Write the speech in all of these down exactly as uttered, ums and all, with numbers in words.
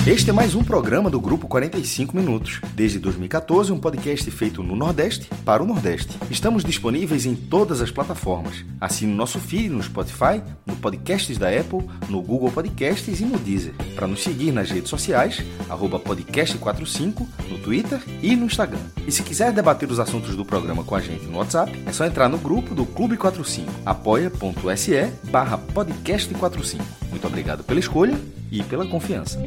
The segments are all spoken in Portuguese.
Este é mais um programa do Grupo quarenta e cinco Minutos. Desde dois mil e catorze, um podcast feito no Nordeste para o Nordeste. Estamos disponíveis em todas as plataformas. Assine o nosso feed no Spotify, no Podcasts da Apple, no Google Podcasts e no Deezer. Para nos seguir nas redes sociais, arroba podcast quarenta e cinco, no Twitter e no Instagram. E se quiser debater os assuntos do programa com a gente no WhatsApp, é só entrar no grupo do Clube quarenta e cinco, apoia.se barra podcast quarenta e cinco. Muito obrigado pela escolha e pela confiança.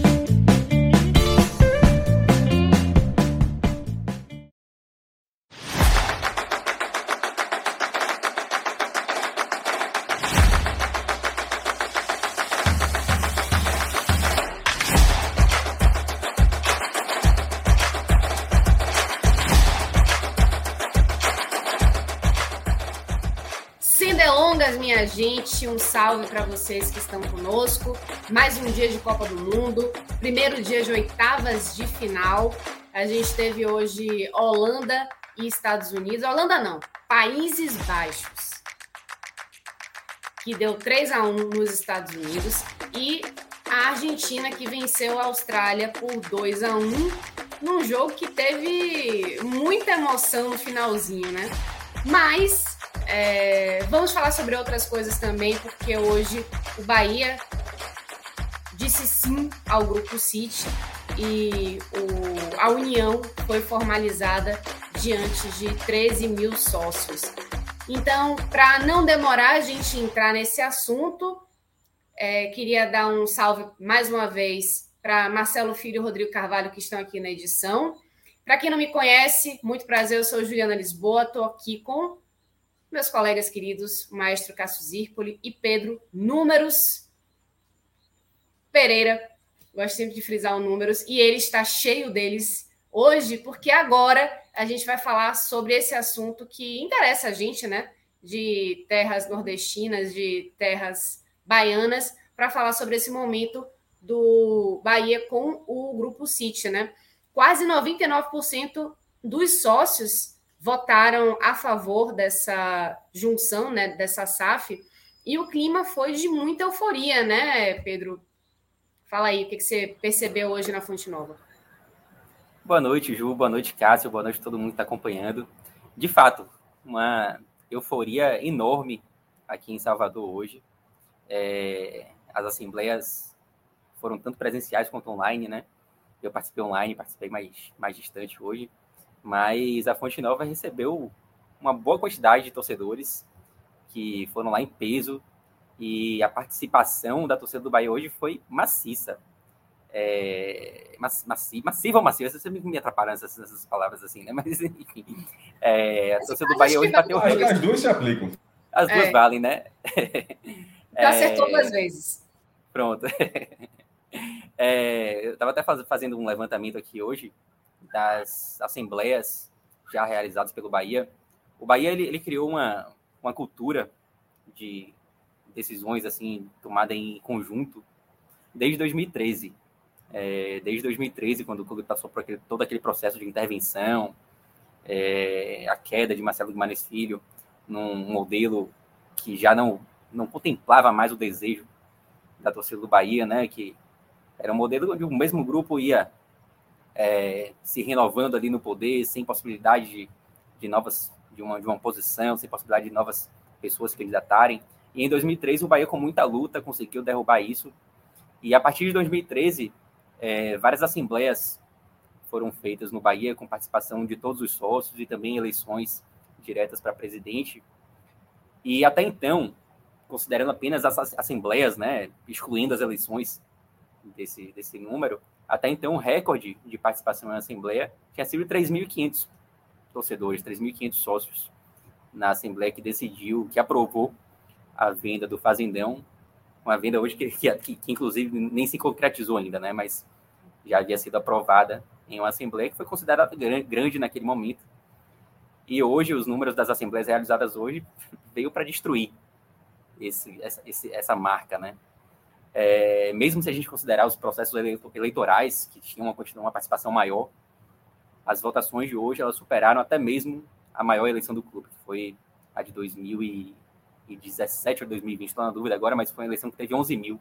Minha gente, um salve para vocês que estão conosco. Mais um dia de Copa do Mundo, primeiro dia de oitavas de final. A gente teve hoje Holanda e Estados Unidos. Holanda não, Países Baixos, que deu três a um nos Estados Unidos, e a Argentina, que venceu a Austrália por dois a um, num jogo que teve muita emoção no finalzinho, né? Mas É, vamos falar sobre outras coisas também, porque hoje o Bahia disse sim ao Grupo City e o, a união foi formalizada diante de treze mil sócios. Então, para não demorar a gente entrar nesse assunto, é, queria dar um salve mais uma vez para Marcelo Filho e Rodrigo Carvalho, que estão aqui na edição. Para quem não me conhece, muito prazer, eu sou Juliana Lisboa, estou aqui com meus colegas queridos, o maestro Cássio Zirpoli e Pedro Números Pereira. Gosto sempre de frisar o Números, e ele está cheio deles hoje, porque agora a gente vai falar sobre esse assunto que interessa a gente, né? De terras nordestinas, de terras baianas, para falar sobre esse momento do Bahia com o Grupo City, né? Quase noventa e nove por cento dos sócios votaram a favor dessa junção, né, dessa S A F, e o clima foi de muita euforia, né, Pedro? Fala aí, o que você percebeu hoje na Fonte Nova? Boa noite, Ju, boa noite, Cássio, boa noite a todo mundo que está acompanhando. De fato, uma euforia enorme aqui em Salvador hoje. É, as assembleias foram tanto presenciais quanto online, né? Eu participei online, participei mais, mais distante hoje. Mas a Fonte Nova recebeu uma boa quantidade de torcedores que foram lá em peso, e a participação da torcida do Bahia hoje foi maciça. É, maci, massiva ou maciça? Você me atrapalha nessas, nessas palavras assim, né? Mas, enfim, é, a torcida do Bahia hoje bateu... Acho que as duas se aplicam. As duas é. valem, né? Já acertou é, duas vezes. Pronto. É, eu estava até faz, fazendo um levantamento aqui hoje das assembleias já realizadas pelo Bahia. O Bahia ele, ele criou uma, uma cultura de decisões assim tomada em conjunto desde dois mil e treze. É, desde dois mil e treze, quando o clube passou por aquele, todo aquele processo de intervenção, é, a queda de Marcelo Guimarães Filho, num modelo que já não, não contemplava mais o desejo da torcida do Bahia, né, que era um modelo onde o mesmo grupo ia É, se renovando ali no poder, sem possibilidade de, de novas, de uma, de uma posição, sem possibilidade de novas pessoas candidatarem. E em dois mil e treze, o Bahia, com muita luta, conseguiu derrubar isso. E a partir de dois mil e treze, é, várias assembleias foram feitas no Bahia, com participação de todos os sócios e também eleições diretas para presidente. E até então, considerando apenas as assembleias, né, excluindo as eleições desse, desse número, até então, o recorde de participação na Assembleia tinha sido três mil e quinhentos torcedores, três mil e quinhentos sócios na Assembleia que decidiu, que aprovou a venda do Fazendão, uma venda hoje que, que, que inclusive nem se concretizou ainda, né? Mas já havia sido aprovada em uma Assembleia que foi considerada grande naquele momento. E hoje, os números das Assembleias realizadas hoje veio para destruir esse, essa, esse, essa marca, né? É, mesmo se a gente considerar os processos eleitorais, que tinham uma, uma participação maior, as votações de hoje elas superaram até mesmo a maior eleição do clube, que foi a de dois mil e dezessete ou dois mil e vinte, estou na dúvida agora, mas foi uma eleição que teve onze mil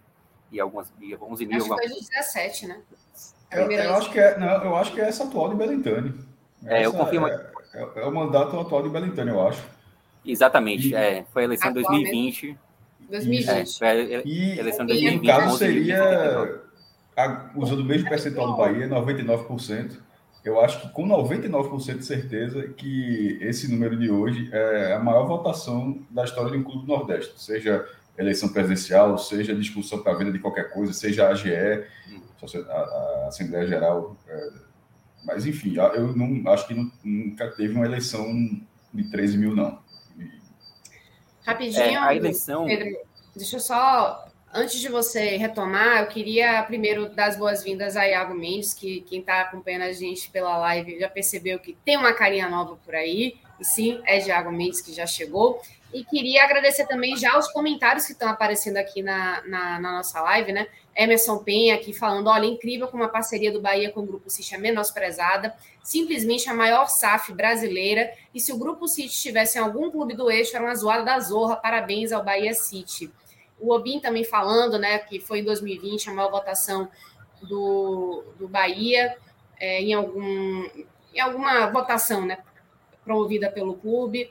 e algumas e onze mil. Acho que alguma... foi de dezessete, né? Eu, eu, acho que é, não, eu acho que é essa atual de Belintani. É, eu confirmo. É, é, é o mandato atual de Belintani, eu acho. Exatamente, e, é, foi a eleição de dois mil e vinte. dois mil e vinte. É, foi a e, eleição de e dois mil e vinte. no caso seria, a, usando o mesmo percentual do Bahia, noventa e nove por cento. Eu acho que com noventa e nove por cento de certeza que esse número de hoje é a maior votação da história de um clube do Nordeste, seja eleição presidencial, seja discussão para a venda de qualquer coisa, seja a AGE, hum. a, a Assembleia Geral. É, mas, enfim, eu não, acho que não, nunca teve uma eleição de treze mil, não. Rapidinho, é, a eleição... Pedro, deixa eu só... Antes de você retomar, eu queria primeiro dar as boas-vindas a Iago Mendes, que quem está acompanhando a gente pela live já percebeu que tem uma carinha nova por aí, e sim, é Iago Mendes que já chegou. E queria agradecer também já os comentários que estão aparecendo aqui na, na, na nossa live, né? Emerson Penha aqui falando, olha, incrível como a parceria do Bahia com o Grupo City é menosprezada, simplesmente a maior S A F brasileira, e se o Grupo City estivesse em algum clube do eixo, era uma zoada da zorra, parabéns ao Bahia City. O Obin também falando, né, que foi em dois mil e vinte a maior votação do, do Bahia, é, em, algum, em alguma votação, né, promovida pelo clube.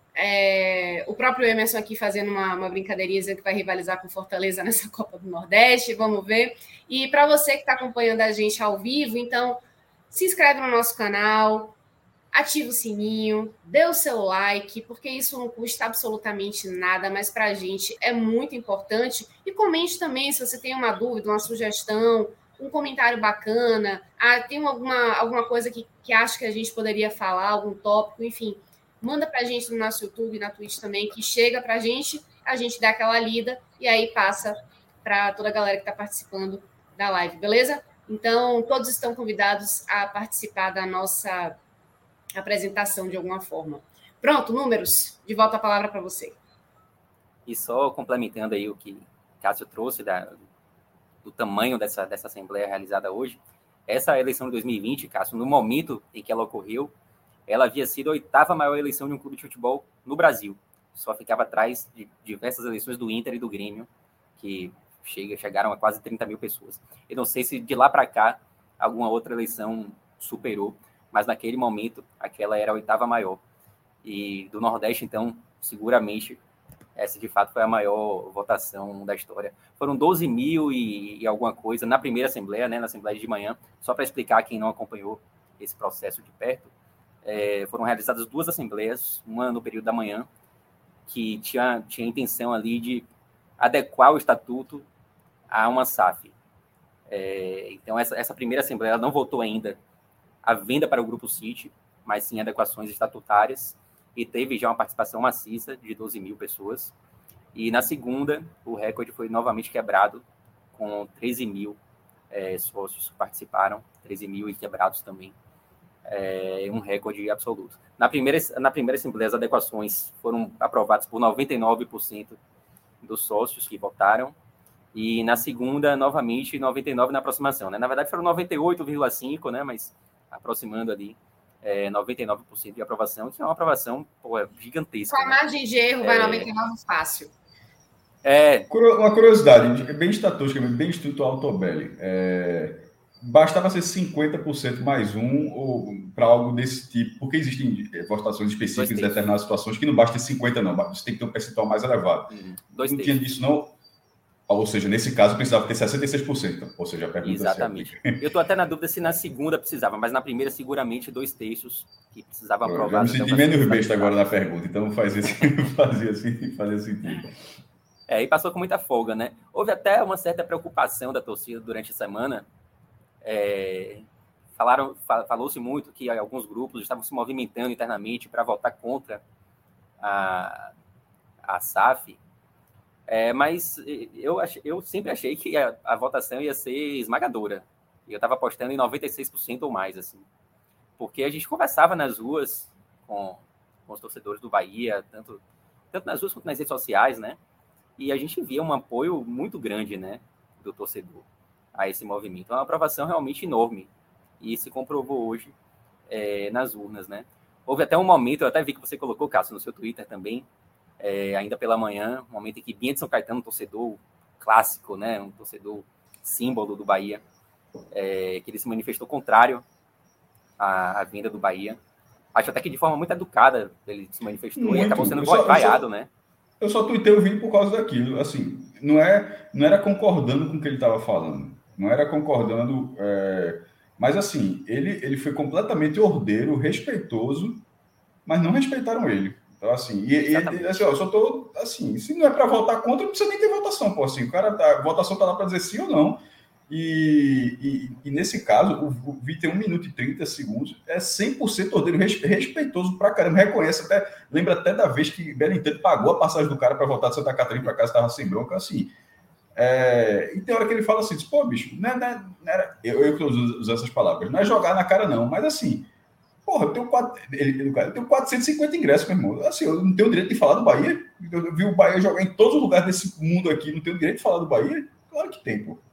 É, o próprio Emerson aqui fazendo uma, uma brincadeirinha, dizendo que vai rivalizar com Fortaleza nessa Copa do Nordeste, vamos ver. E para você que está acompanhando a gente ao vivo, então, se inscreve no nosso canal, ativa o sininho, dê o seu like, porque isso não custa absolutamente nada, mas para a gente é muito importante. E comente também se você tem uma dúvida, uma sugestão, um comentário bacana, ah, tem alguma, alguma coisa que, que acha que a gente poderia falar, algum tópico, enfim, manda para a gente no nosso YouTube, na Twitch também, que chega para a gente, a gente dá aquela lida e aí passa para toda a galera que está participando da live, beleza? Então, todos estão convidados a participar da nossa apresentação de alguma forma. Pronto, números, de volta a palavra para você. E só complementando aí o que Cássio trouxe da, do tamanho dessa, dessa Assembleia realizada hoje, essa eleição de dois mil e vinte, Cássio, no momento em que ela ocorreu, ela havia sido a oitava maior eleição de um clube de futebol no Brasil. Só ficava atrás de diversas eleições do Inter e do Grêmio, que chega, chegaram a quase trinta mil pessoas. Eu não sei se de lá para cá alguma outra eleição superou, mas naquele momento aquela era a oitava maior. E do Nordeste, então, seguramente, essa de fato foi a maior votação da história. Foram doze mil e, e alguma coisa na primeira Assembleia, né, na Assembleia de manhã. Só para explicar quem não acompanhou esse processo de perto, é, foram realizadas duas assembleias, uma no período da manhã, que tinha, tinha a intenção ali de adequar o estatuto a uma S A F. É, então, essa, essa primeira Assembleia ela não votou ainda a venda para o Grupo City, mas sim adequações estatutárias, e teve já uma participação maciça de doze mil pessoas. E na segunda, o recorde foi novamente quebrado, com treze mil é, sócios que participaram, treze mil e quebrados também, é, um recorde absoluto. Na primeira, na primeira Assembleia, as adequações foram aprovadas por noventa e nove por cento dos sócios que votaram, e na segunda, novamente, noventa e nove por cento na aproximação. Né? Na verdade, foram noventa e oito vírgula cinco por cento, né? Mas aproximando ali, é, noventa e nove por cento de aprovação, que é uma aprovação pô, gigantesca. Com a margem de erro, vai é... noventa e nove por cento fácil. É... Uma curiosidade, bem estatística, bem instituto Altobelli. É... Bastava ser cinquenta por cento mais um ou para algo desse tipo, porque existem votações específicas em determinadas situações que não basta ter cinquenta, não, você tem que ter um percentual mais elevado. Hum, dois não tinha disso, não. Ou seja, nesse caso, precisava ter sessenta e seis por cento. Ou seja, a pergunta exatamente. Eu estou até na dúvida se na segunda precisava, mas na primeira, seguramente, dois terços que precisavam aprovar. Eu me senti menos besta agora na pergunta, então fazia fazia assim, fazia sentido. É, e passou com muita folga, né? Houve até uma certa preocupação da torcida durante a semana. É, falaram, falou-se muito que alguns grupos estavam se movimentando internamente para votar contra a, a S A F. É, mas eu, ach, eu sempre achei que a, a votação ia ser esmagadora. E eu estava apostando em noventa e seis por cento ou mais, assim. Porque a gente conversava nas ruas com, com os torcedores do Bahia, tanto, tanto nas ruas quanto nas redes sociais, né? E a gente via um apoio muito grande, né, do torcedor a esse movimento. É uma aprovação realmente enorme. E se comprovou hoje é, nas urnas, né? Houve até um momento, eu até vi que você colocou, Cássio, no seu Twitter também, É, ainda pela manhã, um momento em que Binha de São Caetano, torcedor, clássico, né? Um torcedor símbolo do Bahia, é, que ele se manifestou contrário à, à vinda do Bahia. Acho até que de forma muito educada ele se manifestou muito, e acabou sendo só, vaiado, né? Eu só tuitei o vídeo por causa daquilo. Assim, não, é, não era concordando com o que ele estava falando. Não era concordando... É, mas, assim, ele, ele foi completamente ordeiro, respeitoso, mas não respeitaram ele. Então, assim, e, e assim, ó, eu só tô... Assim, se não é para votar contra, não precisa nem ter votação, pô. Assim, o cara tá, a votação tá lá para dizer sim ou não. E, e, e nesse caso, o, o vídeo tem um minuto e trinta segundos, é cem por cento ordeiro, respeitoso pra caramba, reconhece até, lembra até da vez que Belinteiro pagou a passagem do cara para voltar de Santa Catarina para casa, estava sem bronca, assim. É, e tem hora que ele fala assim, diz, pô, bicho, não é, não é, não era, eu, eu que uso, uso essas palavras, não é jogar na cara não, mas assim, porra, eu tenho, quatro, ele, ele, eu tenho quatrocentos e cinquenta ingressos, meu irmão, assim, eu não tenho direito de falar do Bahia, eu vi o Bahia jogar em todos os lugares desse mundo aqui, não tenho direito de falar do Bahia? Claro que tem, pô.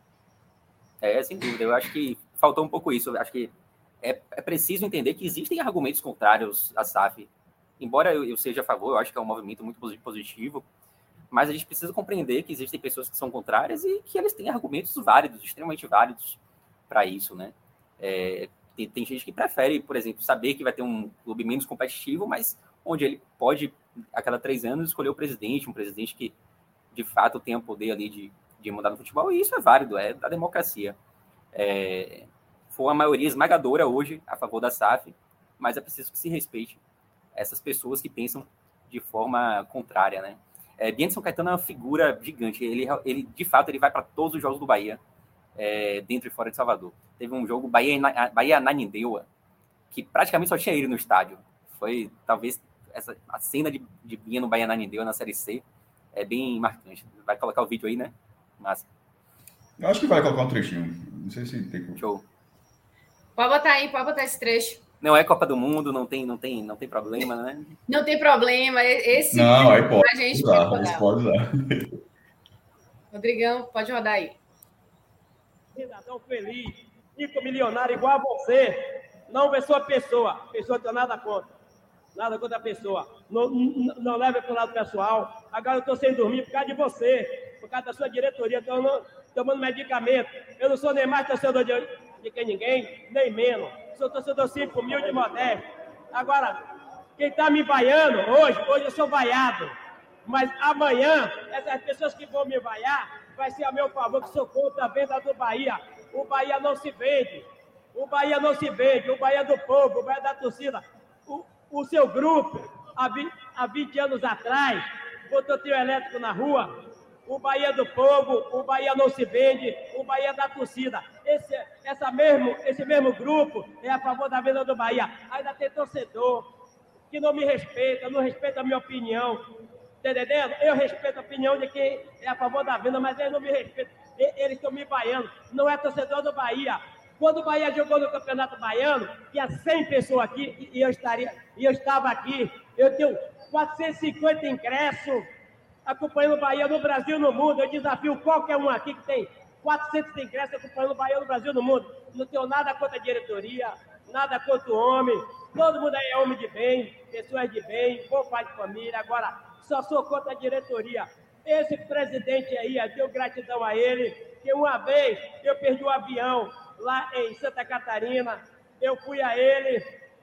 É, sem dúvida. Eu acho que faltou um pouco isso. Eu acho que é, é preciso entender que existem argumentos contrários à S A F. Embora eu, eu seja a favor, eu acho que é um movimento muito positivo, mas a gente precisa compreender que existem pessoas que são contrárias e que eles têm argumentos válidos, extremamente válidos para isso, né? É, tem, tem gente que prefere, por exemplo, saber que vai ter um clube menos competitivo, mas onde ele pode, a cada três anos, escolher o presidente, um presidente que, de fato, tenha poder ali de de mudar no futebol, e isso é válido, é da democracia. É, foi uma maioria esmagadora hoje a favor da S A F, mas é preciso que se respeite essas pessoas que pensam de forma contrária, né? É, Bian de São Caetano é uma figura gigante, ele, ele de fato, ele vai para todos os jogos do Bahia, é, dentro e fora de Salvador. Teve um jogo Bahia, Bahia Nanindeua, que praticamente só tinha ele no estádio. Foi, talvez, essa, a cena de, de Bian no Bahia Nanindeua na Série C é bem marcante. Vai colocar o vídeo aí, né? Mas... eu acho que vai colocar um trechinho. Não sei se tem como. Show. Pode botar aí, pode botar esse trecho. Não é Copa do Mundo, não tem, não tem, não tem problema, né? Não tem problema. Esse não, aí pode. A gente usar, pode usar. Pode usar. Rodrigão, pode rodar aí. Cidadão feliz, rico milionário igual a você. Não vê sua pessoa. Pessoa não tem nada contra. Nada contra a pessoa. Não, não, não leve para o lado pessoal. Agora eu estou sem dormir por causa de você. Por causa da sua diretoria, tomando, tomando medicamento. Eu não sou nem mais torcedor de, de que ninguém, nem menos. Sou torcedor simples, humilde e modesto. Agora, quem está me vaiando hoje, hoje eu sou vaiado. Mas amanhã, essas pessoas que vão me vaiar, vai ser a meu favor, que sou contra a venda do Bahia. O Bahia não se vende. O Bahia não se vende. O Bahia é do povo, o Bahia é da torcida. O, o seu grupo, há vinte, há vinte anos atrás, botou trio elétrico na rua. O Bahia do povo, o Bahia não se vende, o Bahia da torcida. Esse, essa mesmo, esse mesmo grupo é a favor da venda do Bahia. Ainda tem torcedor que não me respeita, não respeita a minha opinião. Tá entendendo? Eu respeito a opinião de quem é a favor da venda, mas eles não me respeitam. Eles estão me vaiando. Não é torcedor do Bahia. Quando o Bahia jogou no Campeonato Baiano, tinha cem pessoas aqui e eu, estaria, e eu estava aqui. Eu tenho quatrocentos e cinquenta ingressos acompanhando o Bahia no Brasil e no mundo. Eu desafio qualquer um aqui que tem quatrocentos ingressos acompanhando o Bahia no Brasil e no mundo. Não tenho nada contra a diretoria, nada contra o homem. Todo mundo aí é homem de bem, pessoas de bem, bom pai de família. Agora, só sou contra a diretoria. Esse presidente aí, eu tenho gratidão a ele, que uma vez eu perdi um avião lá em Santa Catarina, eu fui a ele,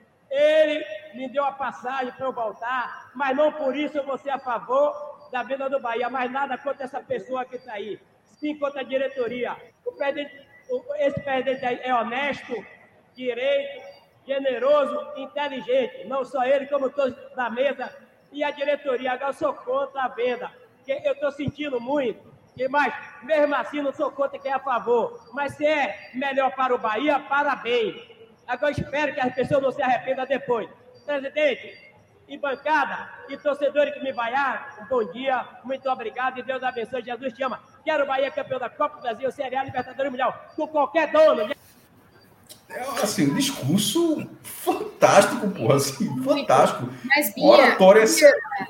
ele me deu a passagem para eu voltar, mas não por isso eu vou ser a favor da venda do Bahia, mas nada contra essa pessoa que está aí, sim contra a diretoria. O presidente, esse presidente aí é honesto, direito, generoso, inteligente, não só ele, como todos da mesa e a diretoria. Agora eu sou contra a venda, porque eu estou sentindo muito, mas mesmo assim não sou contra quem é a favor, mas se é melhor para o Bahia, parabéns. Agora eu espero que as pessoas não se arrependam depois. Presidente, e bancada, e torcedores que me vaiaram, um bom dia, muito obrigado e Deus abençoe, Jesus te ama. Quero o Bahia campeão da Copa do Brasil, Série A, Libertadores Mundial, com qualquer dono. É, assim, um discurso fantástico, porra, assim, fantástico. Mas, Binha, oratória Binha,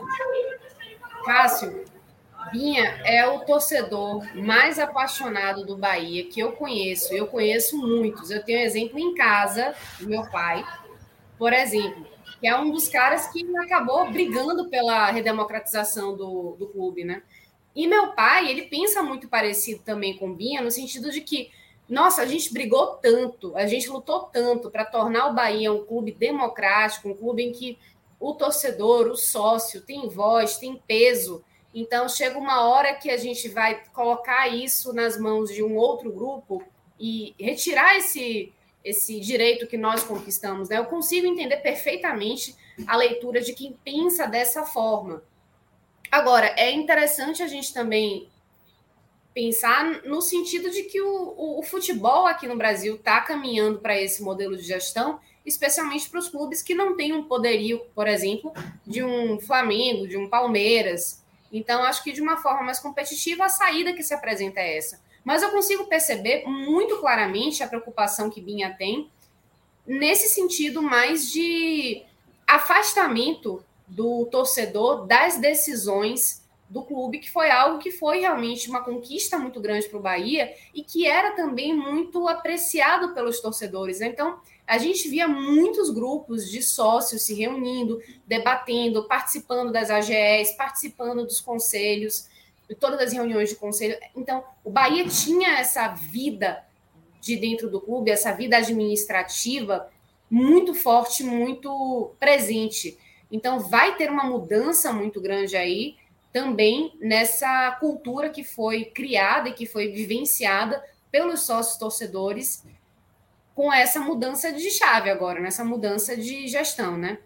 Cássio, Binha é o torcedor mais apaixonado do Bahia que eu conheço. Eu conheço muitos. Eu tenho um exemplo em casa, do meu pai, por exemplo, que é um dos caras que acabou brigando pela redemocratização do, do clube, né? E meu pai, ele pensa muito parecido também com o Binha, no sentido de que, nossa, a gente brigou tanto, a gente lutou tanto para tornar o Bahia um clube democrático, um clube em que o torcedor, o sócio, tem voz, tem peso. Então, chega uma hora que a gente vai colocar isso nas mãos de um outro grupo e retirar esse, esse direito que nós conquistamos, né? Eu consigo entender perfeitamente a leitura de quem pensa dessa forma. Agora, é interessante a gente também pensar no sentido de que o, o, o futebol aqui no Brasil está caminhando para esse modelo de gestão, especialmente para os clubes que não têm um poderio, por exemplo, de um Flamengo, de um Palmeiras. Então, acho que de uma forma mais competitiva, a saída que se apresenta é essa. Mas eu consigo perceber muito claramente a preocupação que Binha tem nesse sentido mais de afastamento do torcedor das decisões do clube, que foi algo que foi realmente uma conquista muito grande para o Bahia e que era também muito apreciado pelos torcedores. Então, a gente via muitos grupos de sócios se reunindo, debatendo, participando das A G Es, participando dos conselhos, de todas as reuniões de conselho. Então, o Bahia tinha essa vida de dentro do clube, essa vida administrativa muito forte, muito presente. Então, vai ter uma mudança muito grande aí, também nessa cultura que foi criada e que foi vivenciada pelos sócios torcedores com essa mudança de chave agora, nessa mudança de gestão, né?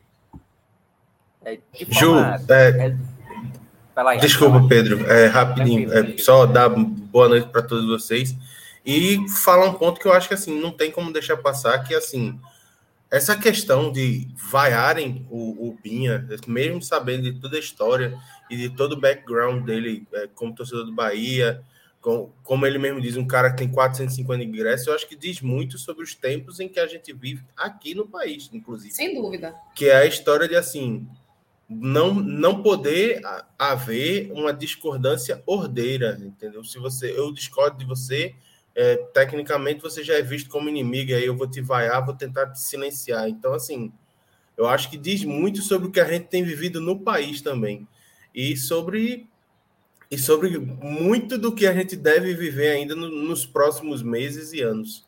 É, de Ju, forma... é... Vai lá, desculpa, vai lá. Pedro, é, rapidinho, é, só dar boa noite para todos vocês e falar um ponto que eu acho que assim, não tem como deixar passar, que assim, essa questão de vaiarem o, o Binha, mesmo sabendo de toda a história e de todo o background dele é, como torcedor do Bahia, com, como ele mesmo diz, um cara que tem quatrocentos e cinquenta ingressos, eu acho que diz muito sobre os tempos em que a gente vive aqui no país, inclusive. Sem dúvida. Que é a história de, assim, não, não poder haver uma discordância ordeira, entendeu? Se você, eu discordo de você, é, tecnicamente você já é visto como inimigo, aí eu vou te vaiar, vou tentar te silenciar. Então, assim, eu acho que diz muito sobre o que a gente tem vivido no país também. E sobre, e sobre muito do que a gente deve viver ainda no, nos próximos meses e anos.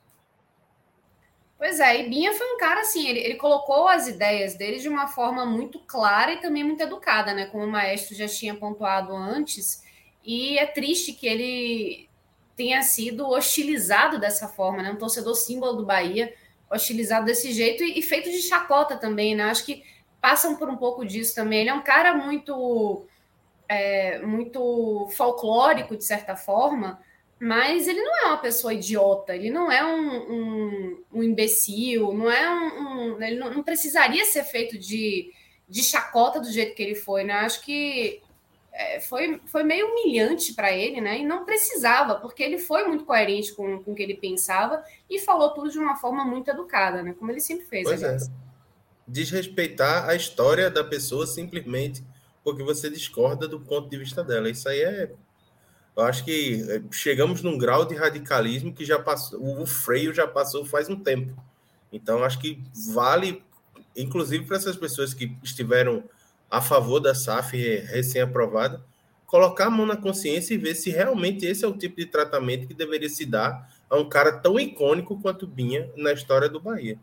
Pois é, e Binha foi um cara assim, ele, ele colocou as ideias dele de uma forma muito clara e também muito educada, né? Como o Maestro já tinha pontuado antes, e é triste que ele tenha sido hostilizado dessa forma, né? Um torcedor símbolo do Bahia, hostilizado desse jeito e, e feito de chacota também, né? Acho que passam por um pouco disso também. Ele é um cara muito, é, muito folclórico, de certa forma, mas ele não é uma pessoa idiota, ele não é um, um, um imbecil, não é um, um ele não, não precisaria ser feito de, de chacota do jeito que ele foi, né? Acho que é, foi, foi meio humilhante para ele, né? E não precisava, porque ele foi muito coerente com, com o que ele pensava e falou tudo de uma forma muito educada, né? Como ele sempre fez. Pois é. Desrespeitar a história da pessoa simplesmente porque você discorda do ponto de vista dela. Isso aí é... Eu acho que chegamos num grau de radicalismo que já passou, o freio já passou faz um tempo. Então, acho que vale, inclusive para essas pessoas que estiveram a favor da S A F recém-aprovada, colocar a mão na consciência e ver se realmente esse é o tipo de tratamento que deveria se dar a um cara tão icônico quanto Binha na história do Bahia.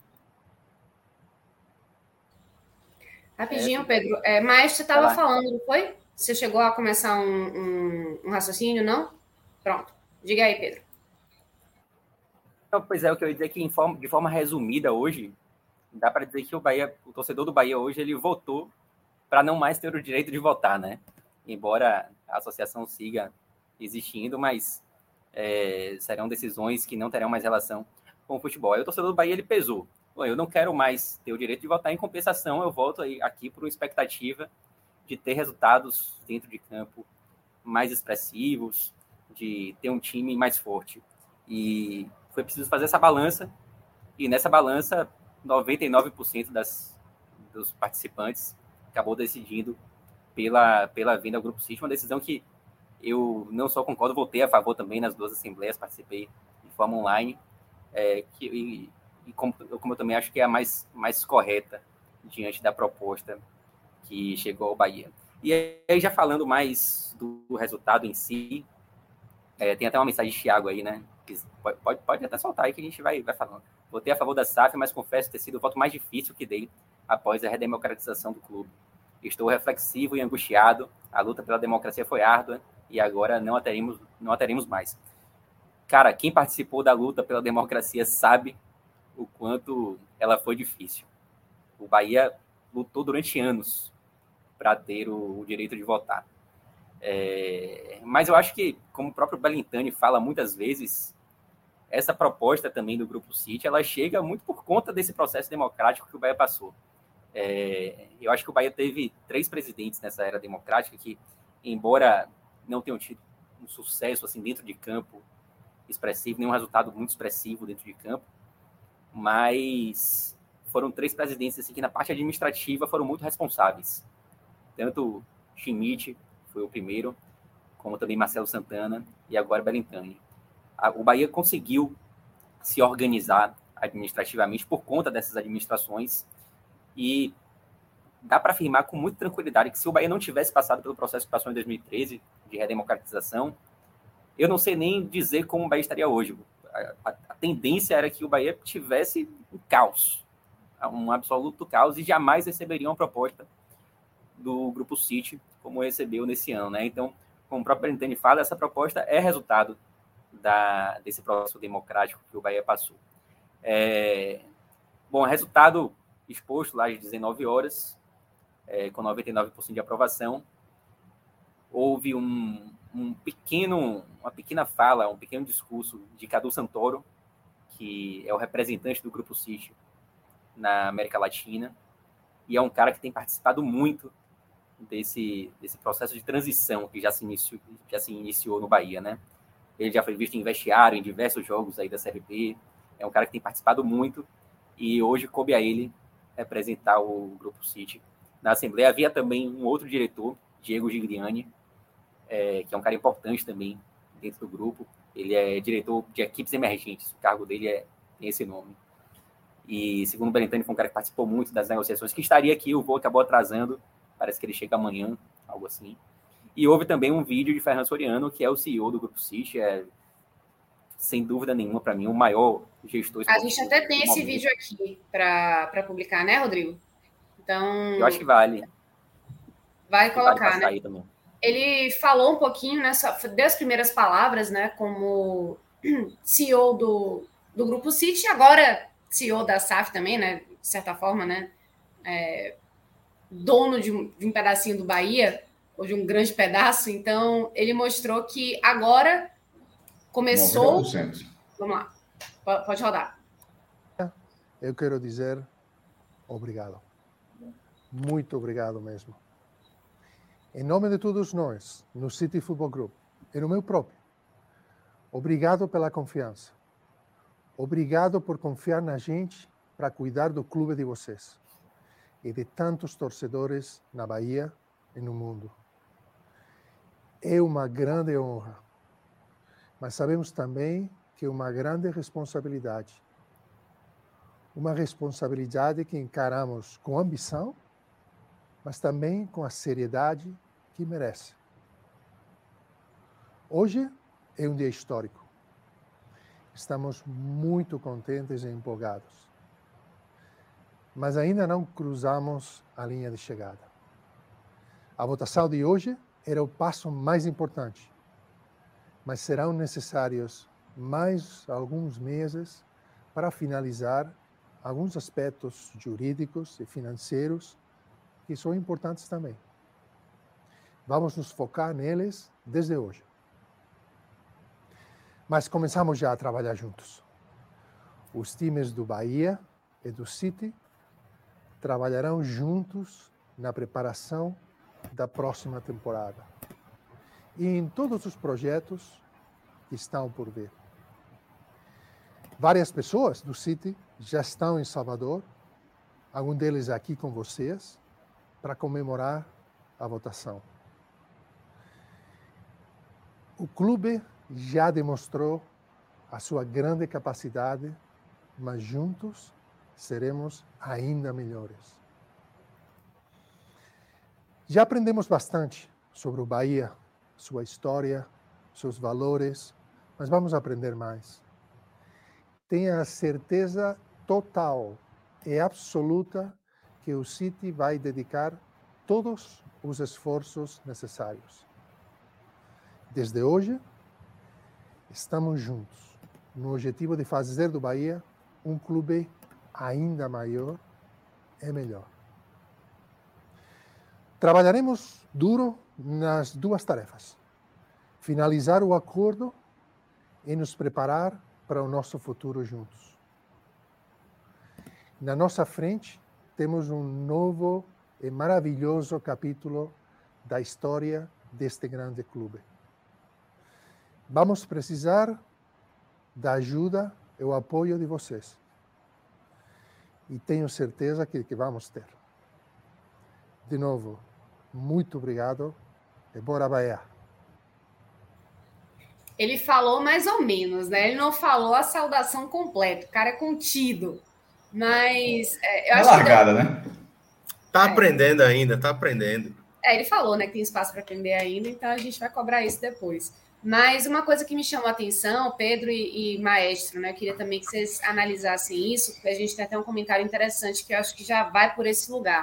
Rapidinho, Pedro. É, Maestro estava falando, não foi? Você chegou a começar um, um, um raciocínio, não? Pronto. Diga aí, Pedro. Então, pois é, o que eu ia dizer é que em forma, de forma resumida hoje, dá para dizer que o Bahia, o torcedor do Bahia hoje, ele votou para não mais ter o direito de votar, né? Embora a associação siga existindo, mas é, serão decisões que não terão mais relação com o futebol. Aí o torcedor do Bahia, ele pesou. Bom, eu não quero mais ter o direito de votar, em compensação eu volto aí, aqui por uma expectativa de ter resultados dentro de campo mais expressivos, de ter um time mais forte. E foi preciso fazer essa balança, e nessa balança, noventa e nove por cento das, dos participantes acabou decidindo pela, pela vinda ao Grupo City, uma decisão que eu não só concordo, votei a favor também nas duas assembleias, participei de forma online, é, que, e, e como, como eu também acho que é a mais, mais correta diante da proposta que chegou ao Bahia. E aí, já falando mais do resultado em si, é, tem até uma mensagem de Thiago aí, né? Pode, pode, pode até soltar aí que a gente vai, vai falando. Votei a favor da S A F, mas confesso ter sido o voto mais difícil que dei após a redemocratização do clube. Estou reflexivo e angustiado. A luta pela democracia foi árdua e agora não a teremos, não a teremos mais. Cara, quem participou da luta pela democracia sabe o quanto ela foi difícil. O Bahia lutou durante anos para ter o, o direito de votar. É, mas eu acho que, como o próprio Belintani fala muitas vezes, essa proposta também do Grupo City, ela chega muito por conta desse processo democrático que o Bahia passou. É, eu acho que o Bahia teve três presidentes nessa era democrática que, embora não tenham tido um sucesso assim, dentro de campo expressivo, nenhum resultado muito expressivo dentro de campo, mas foram três presidentes assim, que na parte administrativa foram muito responsáveis. Tanto Schmidt foi o primeiro, como também Marcelo Santana e agora Belintani. O Bahia conseguiu se organizar administrativamente por conta dessas administrações e dá para afirmar com muita tranquilidade que se o Bahia não tivesse passado pelo processo que passou em dois mil e treze de redemocratização, eu não sei nem dizer como o Bahia estaria hoje. A, a, a tendência era que o Bahia tivesse um caos, um absoluto caos, e jamais receberia uma proposta do Grupo City como recebeu nesse ano, né? Então, como o próprio Belintani fala, essa proposta é resultado da, desse processo democrático que o Bahia passou. É, bom, resultado exposto lá às dezenove horas, é, com noventa e nove por cento de aprovação. Houve um, um pequeno, uma pequena fala, um pequeno discurso de Cadu Santoro, que é o representante do Grupo City na América Latina, e é um cara que tem participado muito desse, desse processo de transição que já se, iniciou, já se iniciou no Bahia, né? Ele já foi visto em vestiário, em diversos jogos aí da Série B, é um cara que tem participado muito, e hoje coube a ele representar o Grupo City na Assembleia. Havia também um outro diretor, Diego Gigliani, é, que é um cara importante também dentro do grupo. Ele é diretor de equipes emergentes, o cargo dele é, tem esse nome. E, segundo o Belintani, foi um cara que participou muito das negociações, que estaria aqui, o voo acabou atrasando, parece que ele chega amanhã, algo assim. E houve também um vídeo de Ferran Soriano, que é o C E O do Grupo City, é, sem dúvida nenhuma, para mim, o maior gestor esportivo. A gente até tem esse momento. vídeo aqui para publicar, né, Rodrigo? Então... Eu acho que vale. Vai colocar, vale né? Aí também. Ele falou um pouquinho, né, deu as primeiras palavras, né, como C E O do, do Grupo City, agora C E O da S A F também, né, de certa forma, né, é, dono de um, de um pedacinho do Bahia, ou de um grande pedaço. Então, ele mostrou que agora começou... noventa por cento. Vamos lá, pode rodar. Eu quero dizer obrigado. Muito obrigado mesmo. Em nome de todos nós, no City Football Group, e no meu próprio, obrigado pela confiança. Obrigado por confiar na gente para cuidar do clube de vocês e de tantos torcedores na Bahia e no mundo. É uma grande honra, mas sabemos também que é uma grande responsabilidade. Uma responsabilidade que encaramos com ambição, mas também com a seriedade que merece. Hoje é um dia histórico. Estamos muito contentes e empolgados. Mas ainda não cruzamos a linha de chegada. A votação de hoje era o passo mais importante, mas serão necessários mais alguns meses para finalizar alguns aspectos jurídicos e financeiros que são importantes também. Vamos nos focar neles desde hoje. Mas começamos já a trabalhar juntos. Os times do Bahia e do City trabalharão juntos na preparação da próxima temporada e em todos os projetos que estão por vir. Várias pessoas do City já estão em Salvador, alguns deles aqui com vocês, para comemorar a votação. O clube já demonstrou a sua grande capacidade, mas juntos seremos ainda melhores. Já aprendemos bastante sobre o Bahia, sua história, seus valores, mas vamos aprender mais. Tenha a certeza total e absoluta que o City vai dedicar todos os esforços necessários. Desde hoje, estamos juntos no objetivo de fazer do Bahia um clube ainda maior e melhor. Trabalharemos duro nas duas tarefas: finalizar o acordo e nos preparar para o nosso futuro juntos. Na nossa frente, temos um novo e maravilhoso capítulo da história deste grande clube. Vamos precisar da ajuda e o apoio de vocês. E tenho certeza que, que vamos ter. De novo, muito obrigado e bora Bahia. Ele falou mais ou menos, né? Ele não falou a saudação completa. O cara é contido. Mas é, eu Na acho largada, que... né? Tá É. aprendendo ainda, tá aprendendo. É, ele falou, né, que tem espaço para aprender ainda, então a gente vai cobrar isso depois. Mas uma coisa que me chamou a atenção, Pedro e, e Maestro, né? Eu queria também que vocês analisassem isso, porque a gente tem até um comentário interessante que eu acho que já vai por esse lugar.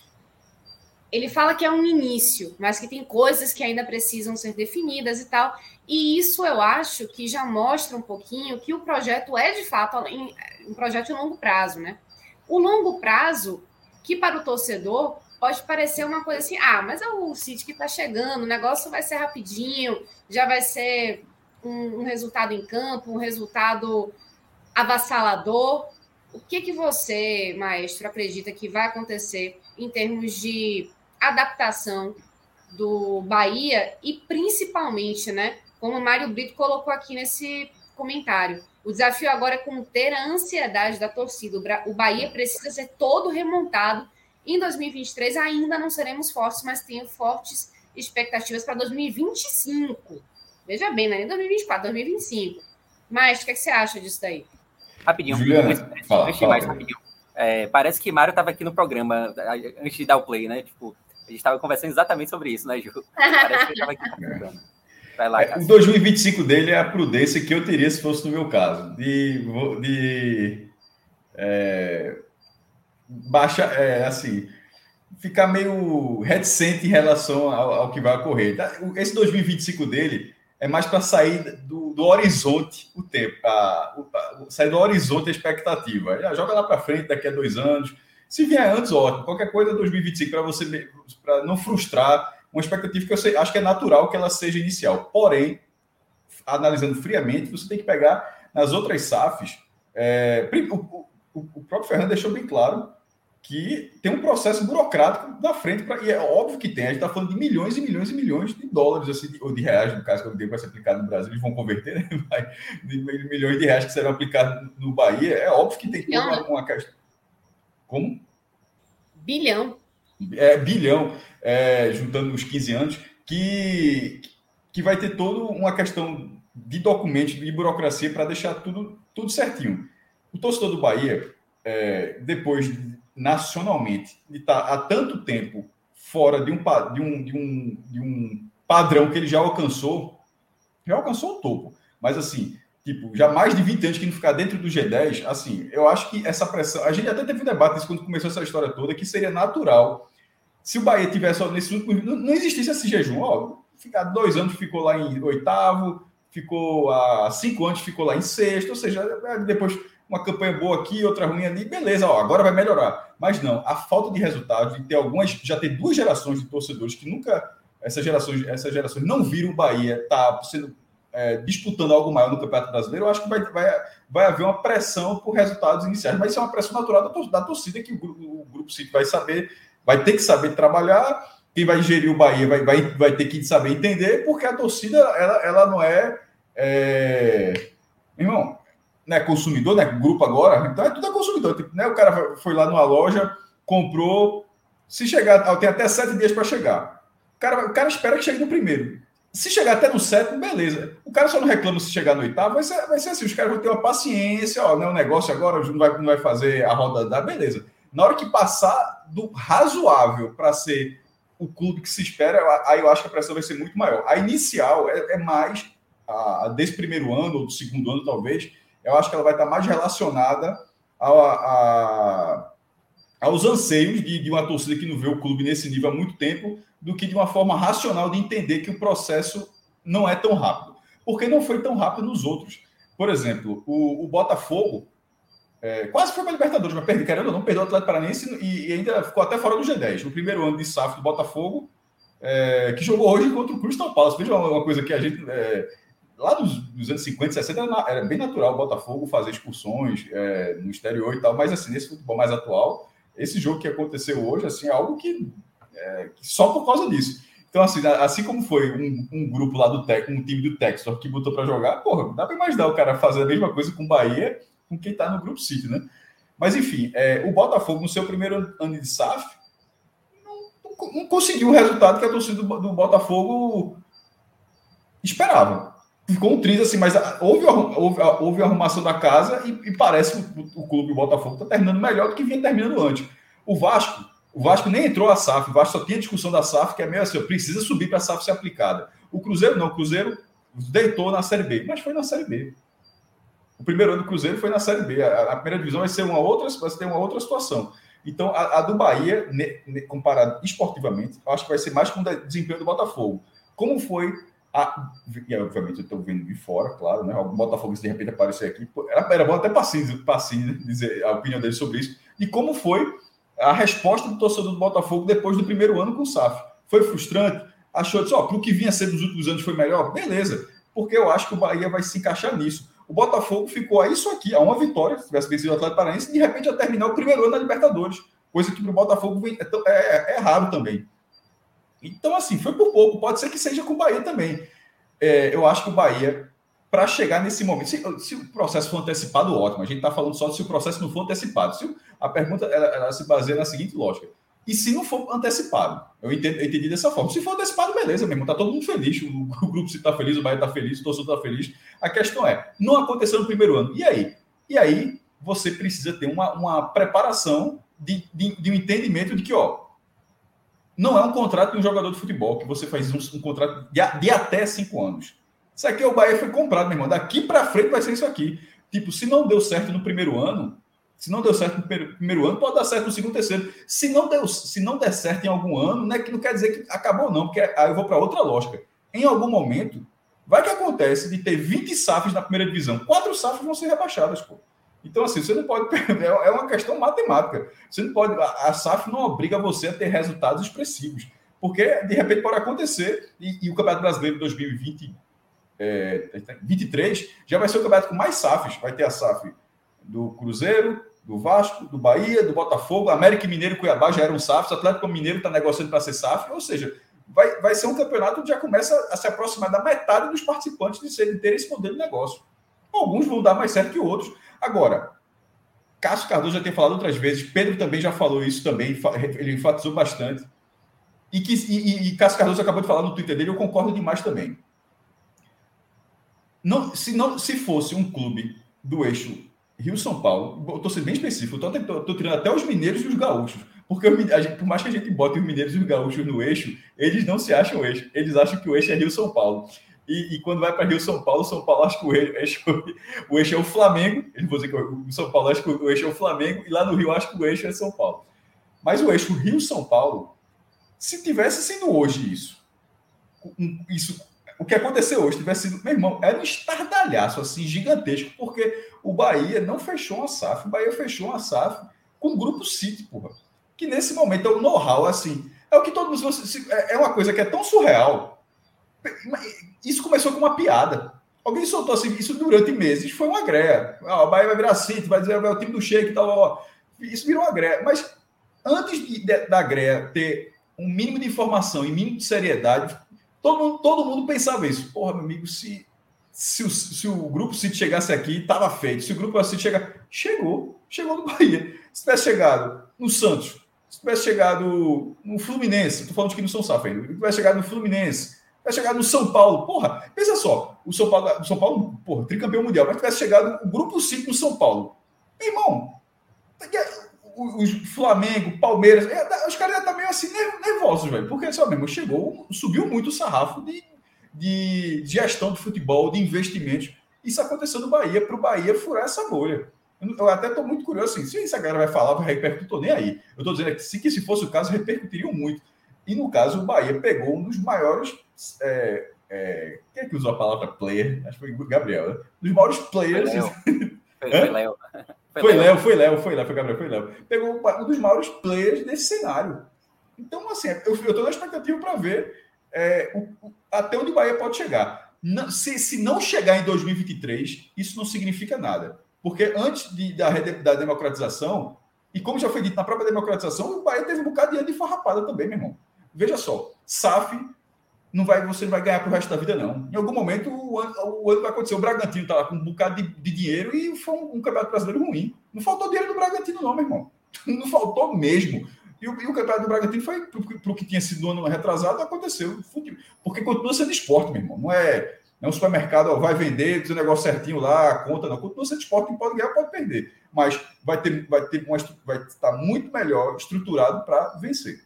Ele fala que é um início, mas que tem coisas que ainda precisam ser definidas e tal. E isso eu acho que já mostra um pouquinho que o projeto é, de fato, um projeto de longo prazo, né? O longo prazo, que para o torcedor pode parecer uma coisa assim, ah, mas é o City que está chegando, o negócio vai ser rapidinho, já vai ser um, um resultado em campo, um resultado avassalador. O que, que você, Maestro, acredita que vai acontecer em termos de adaptação do Bahia e principalmente, né, como o Mário Brito colocou aqui nesse comentário, o desafio agora é conter a ansiedade da torcida. O Bahia precisa ser todo remontado. Em dois mil e vinte e três ainda não seremos fortes, mas tenho fortes expectativas para dois mil e vinte e cinco. Veja bem, não é nem dois mil e vinte e quatro, dois mil e vinte e cinco. Mas o que, é que você acha disso daí? Rapidinho. Juliana, antes, fala, antes de fala. mais, rapidinho. É, parece que Mário estava aqui no programa antes de dar o play, né? Tipo, a gente estava conversando exatamente sobre isso, né, Ju? Parece que ele estava aqui participando. Vai lá, É, o dois mil e vinte e cinco dele é a prudência que eu teria se fosse no meu caso. De, de é, baixa, é, assim, ficar meio reticente em relação ao, ao que vai ocorrer. Esse dois mil e vinte e cinco dele é mais para sair do, do horizonte o tempo, a, a, sair do horizonte a expectativa. Já joga lá para frente daqui a dois anos. Se vier antes, ótimo. Qualquer coisa, dois mil e vinte e cinco, para você para não frustrar uma expectativa que eu sei, acho que é natural que ela seja inicial. Porém, analisando friamente, você tem que pegar nas outras S A Fs. É, o, o, o próprio Fernando deixou bem claro que tem um processo burocrático na frente, pra, e é óbvio que tem. A gente está falando de milhões e milhões e milhões de dólares, assim, de, ou de reais, no caso, que eu digo vai ser aplicado no Brasil, eles vão converter, né? De milhões de reais que serão aplicados no Bahia. É óbvio que tem toda uma, uma questão. Como? Bilhão. É, bilhão, é, juntando os quinze anos, que, que vai ter toda uma questão de documentos, de burocracia, para deixar tudo, tudo certinho. O torcedor do Bahia, é, depois, nacionalmente, de estar há tanto tempo fora de um, de, um, de, um, de um padrão que ele já alcançou, já alcançou o topo, mas assim, tipo, já mais de vinte anos que não ficar dentro do G dez, assim, eu acho que essa pressão, a gente até teve um debate disso quando começou essa história toda, que seria natural se o Bahia tivesse nesse último, não, não existisse esse jejum, ó, ficar dois anos ficou lá em oitavo, ficou há cinco anos ficou lá em sexto, ou seja, depois uma campanha boa aqui, outra ruim ali, beleza, ó, agora vai melhorar. Mas não, a falta de resultados, de ter algumas, já ter duas gerações de torcedores que nunca, essas gerações, essas gerações não viram o Bahia tá sendo É, disputando algo maior no Campeonato Brasileiro, eu acho que vai, vai, vai haver uma pressão por resultados iniciais, mas isso é uma pressão natural da, da torcida, que o, o Grupo City vai saber, vai ter que saber trabalhar, quem vai gerir o Bahia vai, vai, vai ter que saber entender, porque a torcida, ela, ela não é, é irmão, não é consumidor, né, grupo agora, então é tudo é consumidor, tipo, né, o cara foi lá numa loja, comprou, se chegar, tem até sete dias para chegar, o cara, o cara espera que chegue no primeiro. Se chegar até no sétimo, beleza. O cara só não reclama se chegar no oitavo, vai ser, vai ser assim, os caras vão ter uma paciência, ó, não é um negócio agora, não vai, não vai fazer a roda da beleza. Na hora que passar do razoável para ser o clube que se espera, aí eu acho que a pressão vai ser muito maior. A inicial é, é mais, a, a desse primeiro ano, ou do segundo ano, talvez, eu acho que ela vai estar mais relacionada a, a, aos anseios de, de uma torcida que não vê o clube nesse nível há muito tempo, do que de uma forma racional de entender que o processo não é tão rápido. Porque não foi tão rápido nos outros. Por exemplo, o, o Botafogo é, quase foi para a Libertadores, mas perdeu, querendo ou não, perdeu o Atlético Paranaense e, e ainda ficou até fora do G dez. No primeiro ano de S A F do Botafogo, é, que jogou hoje contra o Crystal Palace. Veja uma, uma coisa que a gente... É, lá nos, nos anos cinquenta, sessenta, era, era bem natural o Botafogo fazer excursões é, no exterior e tal, mas assim, nesse futebol mais atual, esse jogo que aconteceu hoje, assim, é algo que, é, que só por causa disso. Então, assim, assim como foi um, um grupo lá do Texas, um time do Texas que botou para jogar, porra, dá para imaginar o cara fazer a mesma coisa com o Bahia, com quem está no Grupo City, né? Mas, enfim, é, o Botafogo, no seu primeiro ano de S A F, não, não conseguiu o resultado que a torcida do, do Botafogo esperava. Ficou um triz, assim, mas houve, houve, houve a arrumação da casa e, e parece que o, o clube do Botafogo está terminando melhor do que vinha terminando antes. O Vasco, o Vasco nem entrou a S A F, o Vasco só tinha discussão da S A F, que é meio assim, precisa subir para a S A F ser aplicada. O Cruzeiro não, o Cruzeiro deitou na Série B, mas foi na Série B. O primeiro ano do Cruzeiro foi na Série B. A, a primeira divisão vai ser uma outra, vai ter uma outra situação. Então, a, a do Bahia, ne, ne, comparado esportivamente, eu acho que vai ser mais com o desempenho do Botafogo. Como foi a... E, obviamente, eu estou vendo de fora, claro, né? O Botafogo, se de repente aparecer aqui, era, era bom até Passinho, Passinho, né? Dizer a opinião dele sobre isso, de como foi a resposta do torcedor do Botafogo depois do primeiro ano com o S A F. Foi frustrante? Achou, disse, ó, para o que vinha ser dos últimos anos foi melhor? Beleza, porque eu acho que o Bahia vai se encaixar nisso. O Botafogo ficou a isso aqui, a uma vitória, se tivesse vencido o Atlético Paranaense, e de repente ia terminar o primeiro ano da Libertadores, coisa que para o Botafogo é, é, é raro também. Então, assim, foi por pouco, pode ser que seja com o Bahia também. É, eu acho que o Bahia, para chegar nesse momento, se, se o processo for antecipado, ótimo, a gente está falando só de se o processo não for antecipado. Se, a pergunta ela, ela se baseia na seguinte lógica: e se não for antecipado? Eu entendi, eu entendi dessa forma. Se for antecipado, beleza, meu irmão, está todo mundo feliz, o, o grupo se está feliz, o Bahia está feliz, o torcedor está feliz. A questão é, não aconteceu no primeiro ano. E aí? E aí você precisa ter uma, uma preparação de, de, de um entendimento de que, ó, não é um contrato de um jogador de futebol, que você faz um, um contrato de, de até cinco anos. Isso aqui, o Bahia foi comprado, meu irmão. Daqui para frente vai ser isso aqui. Tipo, se não deu certo no primeiro ano, se não deu certo no primeiro, primeiro ano, pode dar certo no segundo, terceiro. Se não, deu, se não der certo em algum ano, não, é que não quer dizer que acabou, não, porque aí eu vou para outra lógica. Em algum momento, vai que acontece de ter vinte S A Fs na primeira divisão. Quatro S A Fs vão ser rebaixadas, pô. Então, assim, você não pode perder, é uma questão matemática. Você não pode, a S A F não obriga você a ter resultados expressivos, porque de repente pode acontecer, e, e o Campeonato Brasileiro de dois mil e vinte, é, vinte e três já vai ser o campeonato com mais S A Fs. Vai ter a S A F do Cruzeiro, do Vasco, do Bahia, do Botafogo, América Mineiro e Cuiabá já eram S A Fs, o Atlético Mineiro está negociando para ser S A F, ou seja, vai, vai ser um campeonato que já começa a se aproximar da metade dos participantes de, ser, de ter esse modelo de negócio. Alguns vão dar mais certo que outros. Agora, Cássio Cardoso já tem falado outras vezes, Pedro também já falou isso também, ele enfatizou bastante, e, que, e, e Cássio Cardoso acabou de falar no Twitter dele, eu concordo demais também. Não, se, não, se fosse um clube do eixo Rio-São Paulo, eu estou sendo bem específico, eu estou tirando até os mineiros e os gaúchos, porque a gente, por mais que a gente bote os mineiros e os gaúchos no eixo, eles não se acham eixo, eles acham que o eixo é Rio-São Paulo. E, e quando vai para Rio-São Paulo, São Paulo acha que o eixo, o eixo é o Flamengo, eles vão dizer que o São Paulo acha que o eixo é o Flamengo, e lá no Rio acha que o eixo é São Paulo. Mas o eixo Rio-São Paulo, se tivesse sido hoje isso, isso, o que aconteceu hoje tivesse sido, meu irmão, era um estardalhaço assim, gigantesco, porque o Bahia não fechou uma S A F, o Bahia fechou uma S A F com o Grupo City, porra. Que nesse momento é o know-how, assim, é o que todo mundo, é uma coisa que é tão surreal. Isso começou com uma piada. Alguém soltou assim, isso durante meses, foi uma greia. Ah, o Bahia vai virar City, vai dizer, vai o time do Sheik e tal, ó. Isso virou uma greia. Mas antes de, de, da greia ter um mínimo de informação e mínimo de seriedade, todo mundo, todo mundo pensava isso. Porra, meu amigo, se, se, o, se o Grupo City chegasse aqui, estava feito. Se o Grupo City chegar... Chegou. Chegou no Bahia. Se tivesse chegado no Santos, se tivesse chegado no Fluminense, estou falando que não são S A F ainda, se tivesse chegado no Fluminense, vai chegar no São Paulo. Porra, pensa só. O São Paulo, o São Paulo, porra, tricampeão mundial, mas tivesse chegado o Grupo City no São Paulo. Meu irmão, os Flamengo, Palmeiras, os caras já estão meio assim nervosos, velho, porque só mesmo chegou, subiu muito o sarrafo de, de gestão de futebol, de investimentos. Isso aconteceu no Bahia, para o Bahia furar essa bolha. Eu, eu até estou muito curioso, assim, se isso a galera vai falar, vai repercutir, estou nem aí. Eu estou dizendo que se, que se fosse o caso, repercutiriam muito. E no caso, o Bahia pegou um dos maiores. É, é, quem é que usou a palavra player? Acho que foi o Gabriel, né? Um dos maiores players. Foi Léo. Foi Léo, foi Léo, foi Léo, foi Gabriel, foi Léo. Pegou um dos maiores players desse cenário. Então, assim, eu estou na expectativa para ver é, o, o, até onde o Bahia pode chegar. Não, se, se não chegar em dois mil e vinte e três, isso não significa nada. Porque antes de, da, da democratização, e como já foi dito na própria democratização, o Bahia teve um bocado de ano de farrapada também, meu irmão. Veja só, S A F, não vai, você não vai ganhar para o resto da vida, não. Em algum momento, o ano, o ano vai acontecer. O Bragantino está lá com um bocado de, de dinheiro e foi um, um campeonato brasileiro ruim. Não faltou dinheiro do Bragantino, não, meu irmão. Não faltou mesmo. E o, e o campeonato do Bragantino foi para o que tinha sido no ano retrasado, aconteceu. Porque continua sendo esporte, meu irmão. Não é, não é um supermercado, ó, vai vender, diz o negócio certinho lá, a conta não. Continua sendo esporte, quem pode ganhar, pode perder. Mas vai, ter, vai, ter uma, vai estar muito melhor estruturado para vencer.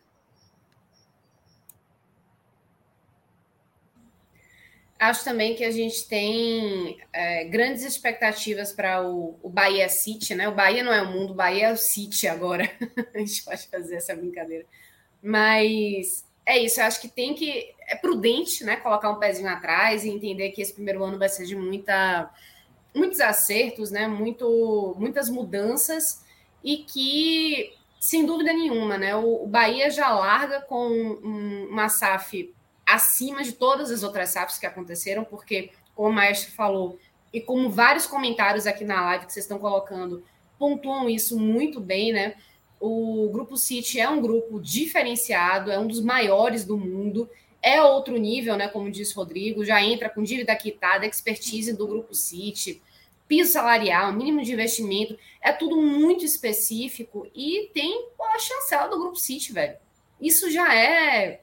Acho também que a gente tem é, grandes expectativas para o, o Bahia City, né? O Bahia não é o mundo, o Bahia é o City agora. A gente pode fazer essa brincadeira. Mas é isso, eu acho que tem que... É prudente, né? Colocar um pezinho atrás e entender que esse primeiro ano vai ser de muita, muitos acertos, né? Muito, muitas mudanças e que, sem dúvida nenhuma, né? O, o Bahia já larga com um, uma S A F acima de todas as outras S A Fs que aconteceram, porque, como o Maestro falou, e como vários comentários aqui na live que vocês estão colocando, pontuam isso muito bem, né? O Grupo City é um grupo diferenciado, é um dos maiores do mundo, é outro nível, né? Como disse o Rodrigo, já entra com dívida quitada, expertise do Grupo City, piso salarial, mínimo de investimento, é tudo muito específico e tem a chancela do Grupo City, velho. Isso já é...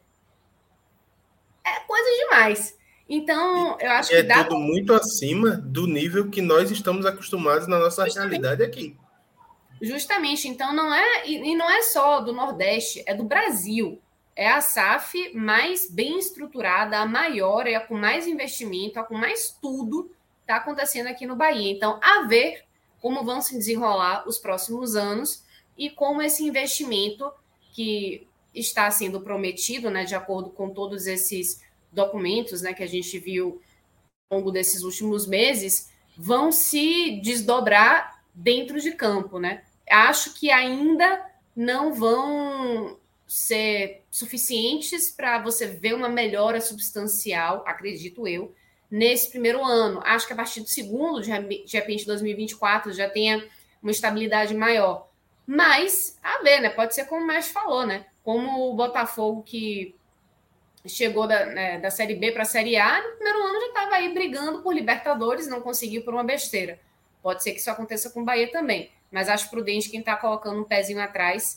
é coisa demais. Então, eu acho e que é dá... tudo muito acima do nível que nós estamos acostumados na nossa Justamente. realidade aqui. Justamente. Então, não é... E não é só do Nordeste, é do Brasil. É a S A F mais bem estruturada, a maior, é a com mais investimento, a com mais tudo está acontecendo aqui no Bahia. Então, a ver como vão se desenrolar os próximos anos e como esse investimento que está sendo prometido, né, de acordo com todos esses documentos, né, que a gente viu ao longo desses últimos meses, vão se desdobrar dentro de campo, né? Acho que ainda não vão ser suficientes para você ver uma melhora substancial, acredito eu, nesse primeiro ano. Acho que a partir do segundo, de repente, dois mil e vinte e quatro, já tenha uma estabilidade maior. Mas, a ver, né? Pode ser como o Mestre falou, né? Como o Botafogo, que chegou da, né, da Série B para a Série A, no primeiro ano já estava aí brigando por Libertadores, não conseguiu por uma besteira. Pode ser que isso aconteça com o Bahia também, mas acho prudente quem está colocando um pezinho atrás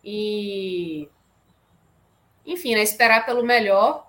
e, enfim, né, esperar pelo melhor,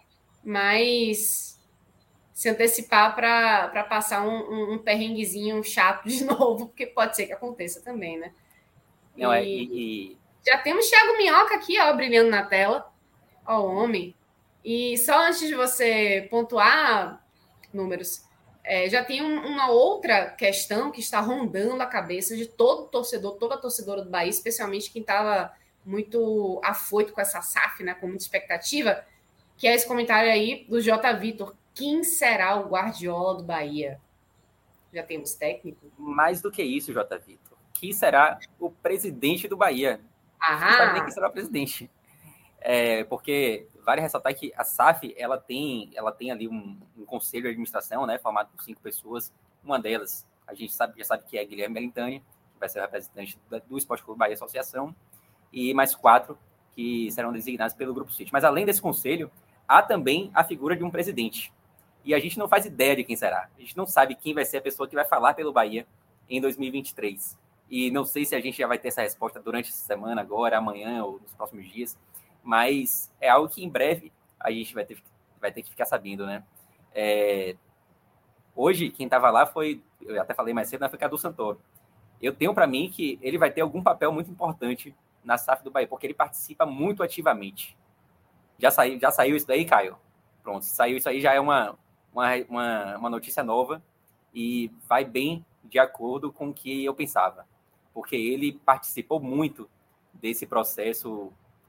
mas se antecipar para passar um, um, um perrenguezinho chato de novo, porque pode ser que aconteça também, né? Não, e, é, e, e... Já temos Thiago Minhoca aqui, ó, brilhando na tela. Ó, o homem. E só antes de você pontuar números, é, já tem um, uma outra questão que está rondando a cabeça de todo torcedor, toda torcedora do Bahia, especialmente quem estava muito afoito com essa S A F, né, com muita expectativa, que é esse comentário aí do J. Vitor. Quem será o Guardiola do Bahia? Já temos técnico? Mais do que isso, J. Vitor. Quem será o presidente do Bahia? Aham. Não sabe nem quem será o presidente. É, porque vale ressaltar que a S A F ela tem, ela tem ali um, um conselho de administração, né, formado por cinco pessoas. Uma delas, a gente sabe, já sabe que é Guilherme Melintani, que vai ser o representante do Esporte Clube Bahia Associação, e mais quatro que serão designados pelo Grupo City. Mas além desse conselho, há também a figura de um presidente. E a gente não faz ideia de quem será. A gente não sabe quem vai ser a pessoa que vai falar pelo Bahia em dois mil e vinte e três. E não sei se a gente já vai ter essa resposta durante essa semana, agora, amanhã ou nos próximos dias. Mas é algo que em breve a gente vai ter, vai ter que ficar sabendo, né? É... Hoje, quem estava lá foi, eu até falei mais cedo, né, foi Cadu Santoro. eu tenho para mim que ele vai ter algum papel muito importante na S A F do Bahia, porque ele participa muito ativamente. Já saiu, já saiu isso daí, Caio? Pronto, saiu isso aí, já é uma, uma, uma, uma notícia nova e vai bem de acordo com o que eu pensava, porque ele participou muito desse processo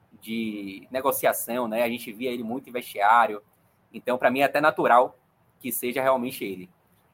de negociação, né? A gente via ele muito em vestiário, então para mim é até natural que seja realmente ele.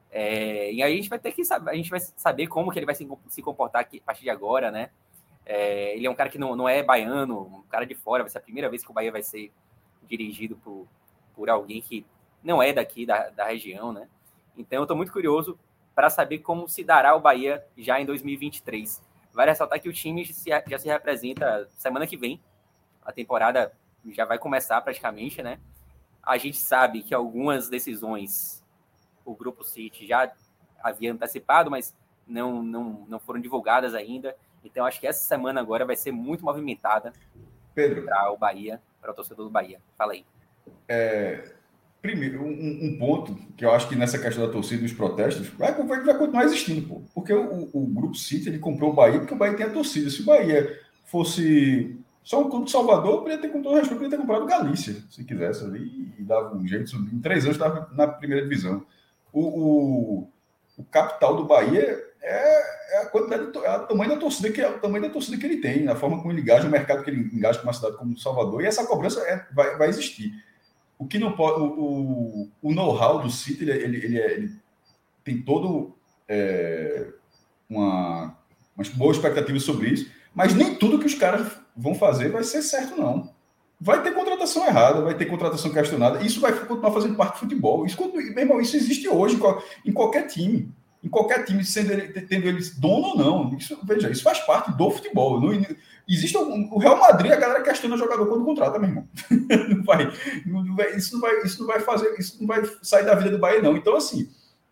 É, e aí a gente vai ter que saber, a gente vai saber como que ele vai se, se comportar aqui, a partir de agora, né? É, ele é um cara que não, não é baiano, um cara de fora, vai ser a primeira vez que o Bahia vai ser dirigido por, por alguém que não é daqui da, da região, né? Então eu estou muito curioso para saber como se dará o Bahia já em dois mil e vinte e três. Vai ressaltar que o time se, já se representa semana que vem, a temporada já vai começar praticamente, né? A gente sabe que algumas decisões o Grupo City já havia antecipado, mas não, não, não foram divulgadas ainda. Então, acho que essa semana agora vai ser muito movimentada para o Bahia, para o torcedor do Bahia. Fala aí. É, primeiro, um, um ponto que eu acho que nessa questão da torcida e dos protestos vai, vai, vai continuar existindo, pô. Porque o, o Grupo City ele comprou o Bahia porque o Bahia tem a torcida. Se o Bahia fosse só um clube de Salvador, poderia ter, com todo respeito, poderia ter comprado Galícia, se quisesse ali, e dava um jeito. Em três anos estava na primeira divisão. O, o, o capital do Bahia é, é a quantidade, é o tamanho da torcida que é o tamanho da torcida que ele tem, a forma como ele engaja o mercado que ele engaja com uma cidade como Salvador, e essa cobrança é, vai, vai existir. O que não pode, o, o, o know-how do City, ele, ele, ele, é, ele tem todo é, uma, uma boa expectativa sobre isso, mas nem tudo que os caras vão fazer vai ser certo, não. Vai ter contratação errada, vai ter contratação questionada. Isso vai continuar fazendo parte do futebol. Isso, meu irmão, isso existe hoje em qualquer time. Em qualquer time, sendo ele, tendo eles dono ou não. Isso, veja, isso faz parte do futebol. Não, existe algum, o Real Madrid, a galera questiona o jogador quando contrata, meu irmão. Não vai, não vai, isso, não vai, isso não vai fazer, isso não vai sair da vida do Bahia, não. Então, assim,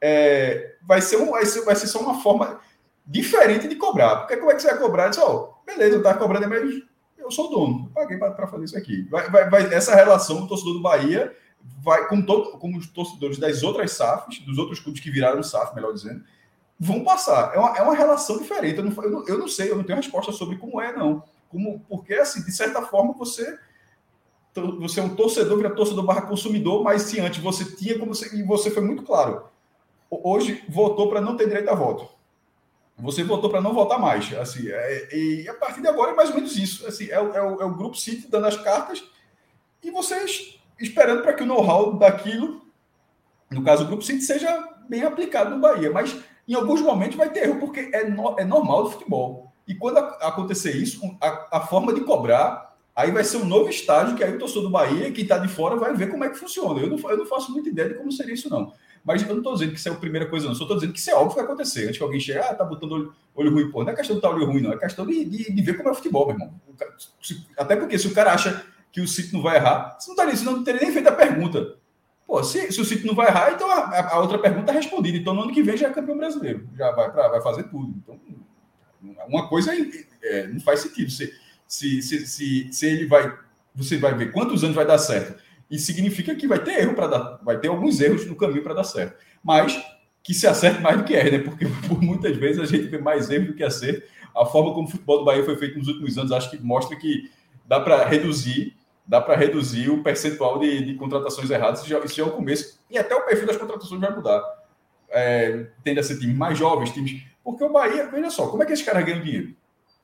é, vai, ser um, vai, ser, vai ser só uma forma diferente de cobrar. Porque como é que você vai cobrar? Diz, ó, beleza, eu tava cobrando, mas eu sou o dono, eu paguei para fazer isso aqui. Vai, vai, vai, essa relação do torcedor do Bahia vai, como, todo, como os torcedores das outras S A Fs, dos outros clubes que viraram S A F, melhor dizendo, vão passar. É uma, é uma relação diferente. Eu não, eu, não, eu não sei, eu não tenho resposta sobre como é, não. Como, porque, assim, de certa forma, você, você é um torcedor, vira torcedor barra consumidor, mas se antes você tinha, como você, e você foi muito claro. Hoje, votou para não ter direito a voto. Você votou para não votar mais. Assim, é, e a partir de agora é mais ou menos isso. Assim, é, é, o, é o Grupo City dando as cartas e vocês esperando para que o know-how daquilo, no caso o Grupo City, seja bem aplicado no Bahia. Mas em alguns momentos vai ter erro, porque é, no, é normal do futebol. E quando a, acontecer isso, a, a forma de cobrar, aí vai ser um novo estágio, que aí o torcedor do Bahia, quem está de fora, vai ver como é que funciona. Eu não, eu não faço muita ideia de como seria isso, não. Mas eu não estou dizendo que isso é a primeira coisa, não. Só estou dizendo que isso é óbvio que vai acontecer. Antes que alguém chegue, ah, tá botando olho, olho ruim. Pô, não é questão de estar olho ruim, não. É questão de, de, de ver como é o futebol, meu irmão. Até porque se o cara acha que o City não vai errar, você não estaria, você não teria nem feito a pergunta. Pô, se, se o City não vai errar, então a, a outra pergunta é respondida. Então no ano que vem já é campeão brasileiro. Já vai, pra, vai fazer tudo. Então, uma coisa é, é, não faz sentido. Se, se, se, se, se ele vai... Você vai ver quantos anos vai dar certo. Isso significa que vai ter erro para dar, vai ter alguns erros no caminho para dar certo. Mas que se acerte mais do que erre, né? Porque por muitas vezes a gente vê mais erro do que acerto. A forma como o futebol do Bahia foi feito nos últimos anos, acho que mostra que dá para reduzir, dá para reduzir o percentual de, de contratações erradas. Isso já, isso já é o começo. E até o perfil das contratações vai mudar. É, tende a ser times mais jovens, times. Porque o Bahia, veja só, como é que esses caras ganham dinheiro?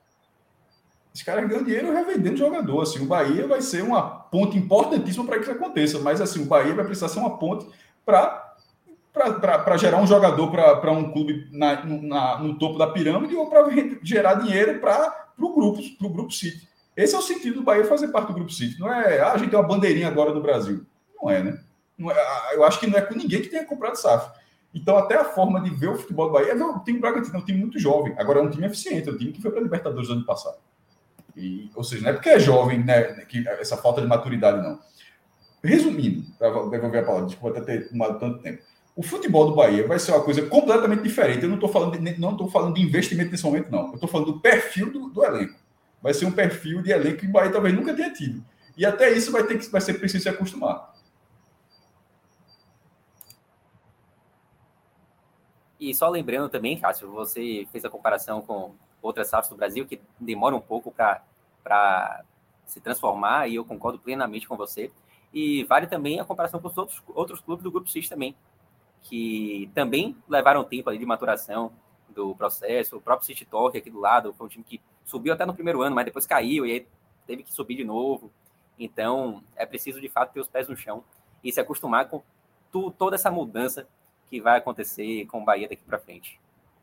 Os caras ganham dinheiro revendendo jogador. Assim, o Bahia vai ser uma ponte importantíssima para que isso aconteça. Mas assim, o Bahia vai precisar ser uma ponte para gerar um jogador para um clube na, na, no topo da pirâmide ou para gerar dinheiro para o grupo, pro grupo City. Esse é o sentido do Bahia fazer parte do Grupo City. Não é, ah, a gente tem uma bandeirinha agora no Brasil. Não é, né? Não é, eu acho que não é com ninguém que tenha comprado S A F. Então, até a forma de ver o futebol do Bahia é ver o time Bragantino, é um time muito jovem. Agora é um time eficiente, é um time que foi para a Libertadores do ano passado. E, ou seja, não é porque é jovem, né, que essa falta de maturidade, não. Resumindo, para devolver a palavra, desculpa até ter tomado tanto tempo. O futebol do Bahia vai ser uma coisa completamente diferente. Eu não estou falando, de, não estou falando de investimento nesse momento, não. Eu estou falando do perfil do, do elenco. Vai ser um perfil de elenco que o Bahia talvez nunca tenha tido. E até isso vai, ter que, vai ser preciso se acostumar. E só lembrando também, Cássio, você fez a comparação com outras S A Fs do Brasil que demoram um pouco para se transformar, e eu concordo plenamente com você. E vale também a comparação com os outros, outros clubes do Grupo City também, que também levaram tempo ali de maturação do processo. O próprio City Torque aqui do lado foi um time que subiu até no primeiro ano, mas depois caiu e aí teve que subir de novo. Então, é preciso, de fato, ter os pés no chão e se acostumar com tu, toda essa mudança que vai acontecer com o Bahia daqui para frente.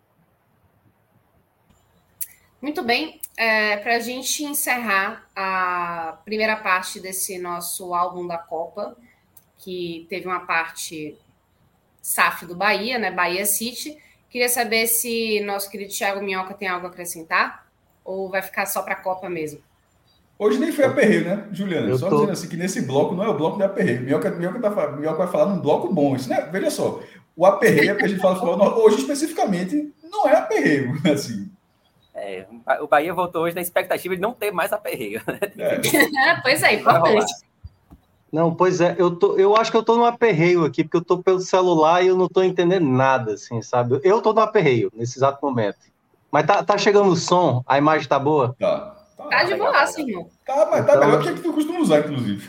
Muito bem. É, para a gente encerrar a primeira parte desse nosso álbum da Copa, que teve uma parte S A F do Bahia, né? Bahia City. Queria saber se nosso querido Thiago Minhoca tem algo a acrescentar ou vai ficar só para a Copa mesmo. Hoje nem foi aperreio, né, Juliano? Eu Só tô... dizendo assim que nesse bloco não é o bloco de aperreio. Minhoca, Minhoca, tá, Minhoca vai falar num bloco bom. Isso, né? Veja só, o aperreio é porque a gente fala hoje especificamente não é aperreio, assim. É, o Bahia voltou hoje na expectativa de não ter mais aperreio. É. Pois é, importante. Não, pois é, eu, tô, eu acho que eu tô num aperreio aqui, porque eu tô pelo celular e eu não tô entendendo nada, assim, sabe? Eu tô no aperreio nesse exato momento. Mas tá, tá chegando o som, a imagem tá boa? Tá. Tá, tá de boaça, irmão. Tá, mas então, tá melhor que a que tu costuma usar, inclusive.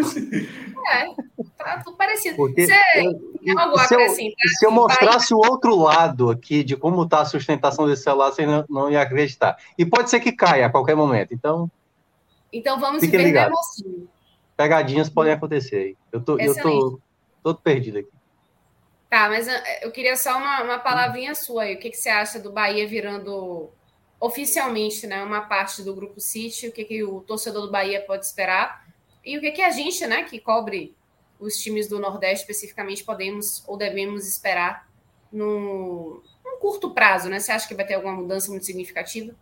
É, tá tudo parecido. Porque Você tem algo a se, eu, acrescentar? se eu mostrasse Bahia... o outro lado aqui de como tá a sustentação desse celular, você não, não ia acreditar. E pode ser que caia a qualquer momento, então... Então vamos fiquem ver ligados. na mocinha. Pegadinhas podem acontecer aí. Eu tô, eu tô todo perdido aqui. Tá, mas eu queria só uma, uma palavrinha sua aí. O que, que você acha do Bahia virando oficialmente, né, uma parte do Grupo City? O que, que o torcedor do Bahia pode esperar? E o que, que a gente, né, que cobre os times do Nordeste especificamente, podemos ou devemos esperar no, num curto prazo, né? Você acha que vai ter alguma mudança muito significativa?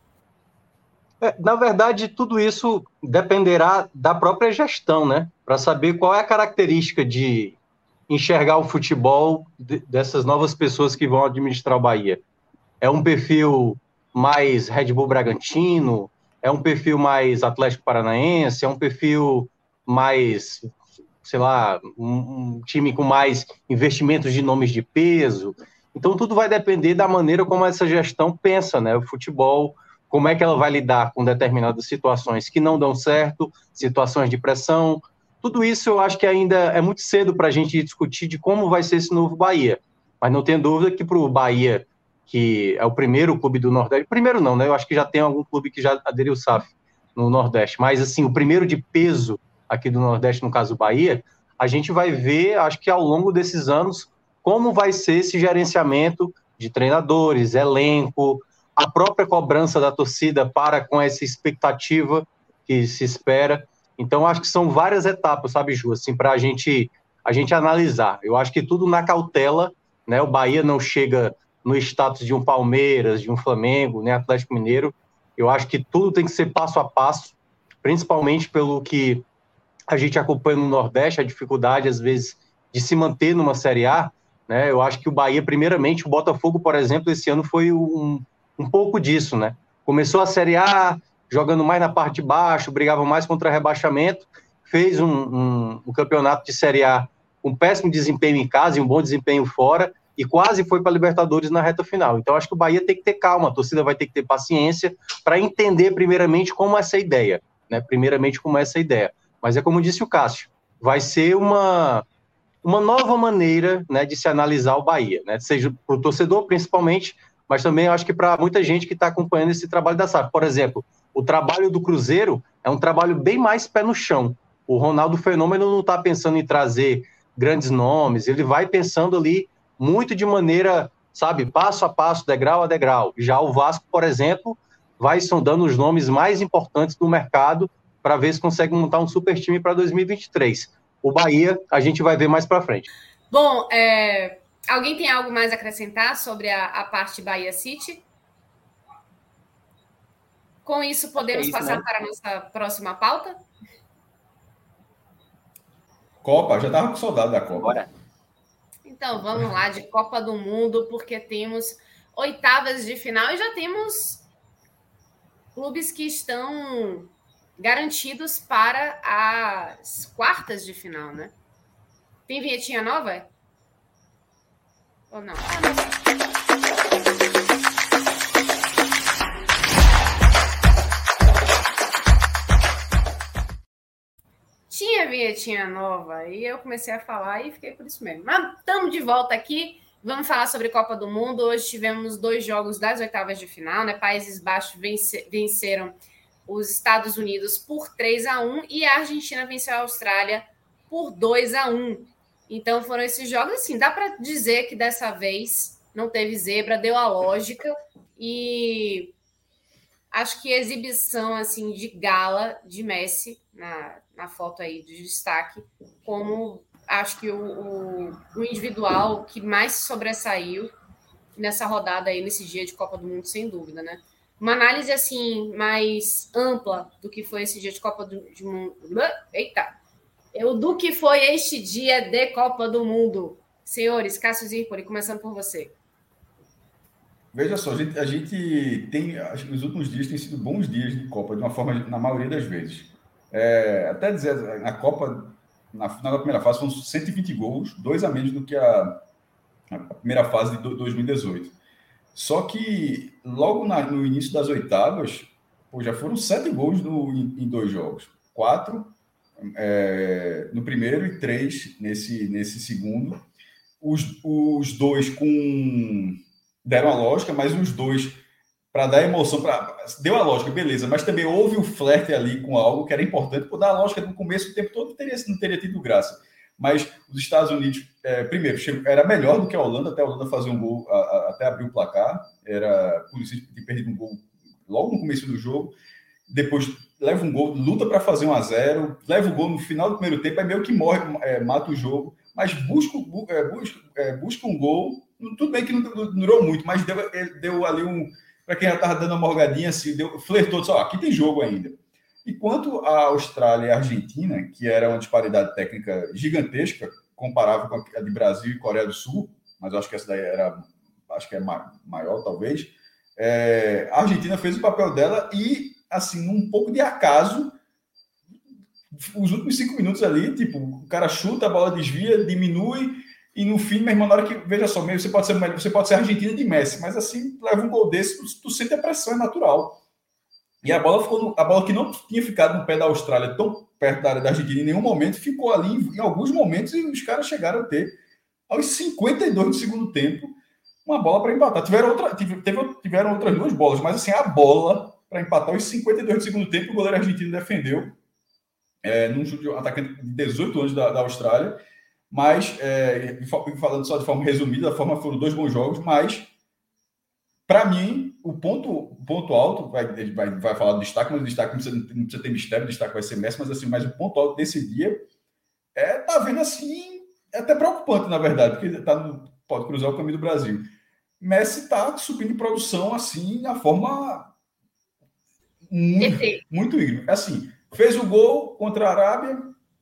É, na verdade, tudo isso dependerá da própria gestão, né? Para saber qual é a característica de enxergar o futebol de, dessas novas pessoas que vão administrar o Bahia. É um perfil mais Red Bull Bragantino? É um perfil mais Atlético Paranaense? É um perfil mais, sei lá, um, um time com mais investimentos de nomes de peso? Então, tudo vai depender da maneira como essa gestão pensa, né? O futebol... Como é que ela vai lidar com determinadas situações que não dão certo, situações de pressão. Tudo isso eu acho que ainda é muito cedo para a gente discutir de como vai ser esse novo Bahia. Mas não tem dúvida que para o Bahia, que é o primeiro clube do Nordeste, primeiro não, né? Eu acho que já tem algum clube que já aderiu ao S A F no Nordeste, mas assim, o primeiro de peso aqui do Nordeste, no caso do Bahia, a gente vai ver, acho que ao longo desses anos, como vai ser esse gerenciamento de treinadores, elenco, a própria cobrança da torcida para com essa expectativa que se espera. Então, acho que são várias etapas, sabe, Ju, assim, para a gente, a gente analisar. Eu acho que tudo na cautela, né? O Bahia não chega no status de um Palmeiras, de um Flamengo, nem Atlético Mineiro. Eu acho que tudo tem que ser passo a passo, principalmente pelo que a gente acompanha no Nordeste, a dificuldade, às vezes, de se manter numa Série A, né? Eu acho que o Bahia, primeiramente, o Botafogo, por exemplo, esse ano foi um um pouco disso, né? Começou a Série A, jogando mais na parte de baixo, brigava mais contra rebaixamento, fez um, um, um campeonato de Série A com péssimo desempenho em casa e um bom desempenho fora, e quase foi para a Libertadores na reta final. Então, acho que o Bahia tem que ter calma, a torcida vai ter que ter paciência para entender, primeiramente, como é essa ideia, né? Primeiramente, como é essa ideia. Mas é como disse o Cássio, vai ser uma, uma nova maneira, né, de se analisar o Bahia, né? Seja para o torcedor, principalmente, mas também eu acho que para muita gente que está acompanhando esse trabalho da S A F. Por exemplo, o trabalho do Cruzeiro é um trabalho bem mais pé no chão. O Ronaldo Fenômeno não está pensando em trazer grandes nomes, ele vai pensando ali muito de maneira, sabe, passo a passo, degrau a degrau. Já o Vasco, por exemplo, vai sondando os nomes mais importantes do mercado para ver se consegue montar um super time para dois mil e vinte e três. O Bahia, a gente vai ver mais para frente. Bom, é... alguém tem algo mais a acrescentar sobre a, a parte Bahia City? Com isso, podemos é isso, passar né? para a nossa próxima pauta? Copa, já estava com saudade da Copa. Bora. Então, vamos lá, de Copa do Mundo, porque temos oitavas de final e já temos clubes que estão garantidos para as quartas de final, né? Tem vinhetinha nova? Ou não? Ah, não. Tinha vinhetinha nova e eu comecei a falar e fiquei por isso mesmo. Mas estamos de volta aqui. Vamos falar sobre Copa do Mundo. Hoje tivemos dois jogos das oitavas de final, né? Países Baixos vence, venceram os Estados Unidos por três a um e a Argentina venceu a Austrália por dois a um. Então foram esses jogos, assim, dá para dizer que dessa vez não teve zebra, deu a lógica e acho que a exibição, assim, de gala de Messi na, na foto aí de destaque, como acho que o, o, o individual que mais sobressaiu nessa rodada aí, nesse dia de Copa do Mundo, sem dúvida, né? Uma análise, assim, mais ampla do que foi esse dia de Copa do Mundo. Eita! Eu, do que foi este dia de Copa do Mundo. Senhores, Cássio Zirpoli, começando por você. Veja só, a gente, a gente tem... Acho que os últimos dias têm sido bons dias de Copa, de uma forma, na maioria das vezes. É, até dizer, na Copa, na final da primeira fase, foram cento e vinte gols, dois a menos do que a, a primeira fase de dois mil e dezoito. Só que, logo na, no início das oitavas, pô, já foram sete gols no, em, em dois jogos. Quatro é, no primeiro e três nesse, nesse segundo. Os, os dois com... deram a lógica, mas os dois, para dar emoção, pra, deu a lógica, beleza, mas também houve o flerte ali com algo que era importante, por dar a lógica no começo, o tempo todo teria, não teria tido graça. Mas os Estados Unidos, é, primeiro, era melhor do que a Holanda, até a Holanda fazer um gol, a, a, até abrir o placar, era por isso que perdido um gol logo no começo do jogo, depois leva um gol, luta para fazer um a zero, leva o gol no final do primeiro tempo, aí meio que morre, é, mata o jogo, mas busca, é, busca, é, busca um gol, tudo bem que não durou muito, mas deu, deu ali um, para quem já estava dando uma morgadinha, assim, deu, flertou, só, aqui tem jogo ainda. E quanto à Austrália e a Argentina, que era uma disparidade técnica gigantesca, comparável com a de Brasil e Coreia do Sul, mas eu acho que essa daí era, acho que é maior, talvez, é, a Argentina fez o papel dela e, assim, num pouco de acaso, os últimos cinco minutos ali, tipo, o cara chuta, a bola desvia, diminui, e no fim, meu irmão, na hora que, veja só, você pode ser, você pode ser a Argentina de Messi, mas assim, leva um gol desse, tu, tu sente a pressão, é natural. E a bola ficou no, a bola que não tinha ficado no pé da Austrália, tão perto da área da Argentina, em nenhum momento, ficou ali em, em alguns momentos, e os caras chegaram a ter, aos cinquenta e dois do segundo tempo, uma bola para empatar. Tiveram, outra, teve, tiveram outras duas bolas, mas assim, a bola para empatar aos cinquenta e dois do segundo tempo, o goleiro argentino defendeu, é, num chute de um atacante de dezoito anos da, da Austrália. Mas, é, falando só de forma resumida, da forma foram dois bons jogos, mas, para mim, o ponto, o ponto alto, vai, ele vai, vai falar do destaque, mas o destaque não precisa, não precisa ter mistério, o destaque vai ser Messi, mas, assim, mas o ponto alto desse dia é, tá vendo, assim, é até preocupante, na verdade, porque tá no, pode cruzar o caminho do Brasil. Messi tá subindo produção, assim, na forma muito, muito ígnore. Assim, fez o gol contra a Arábia,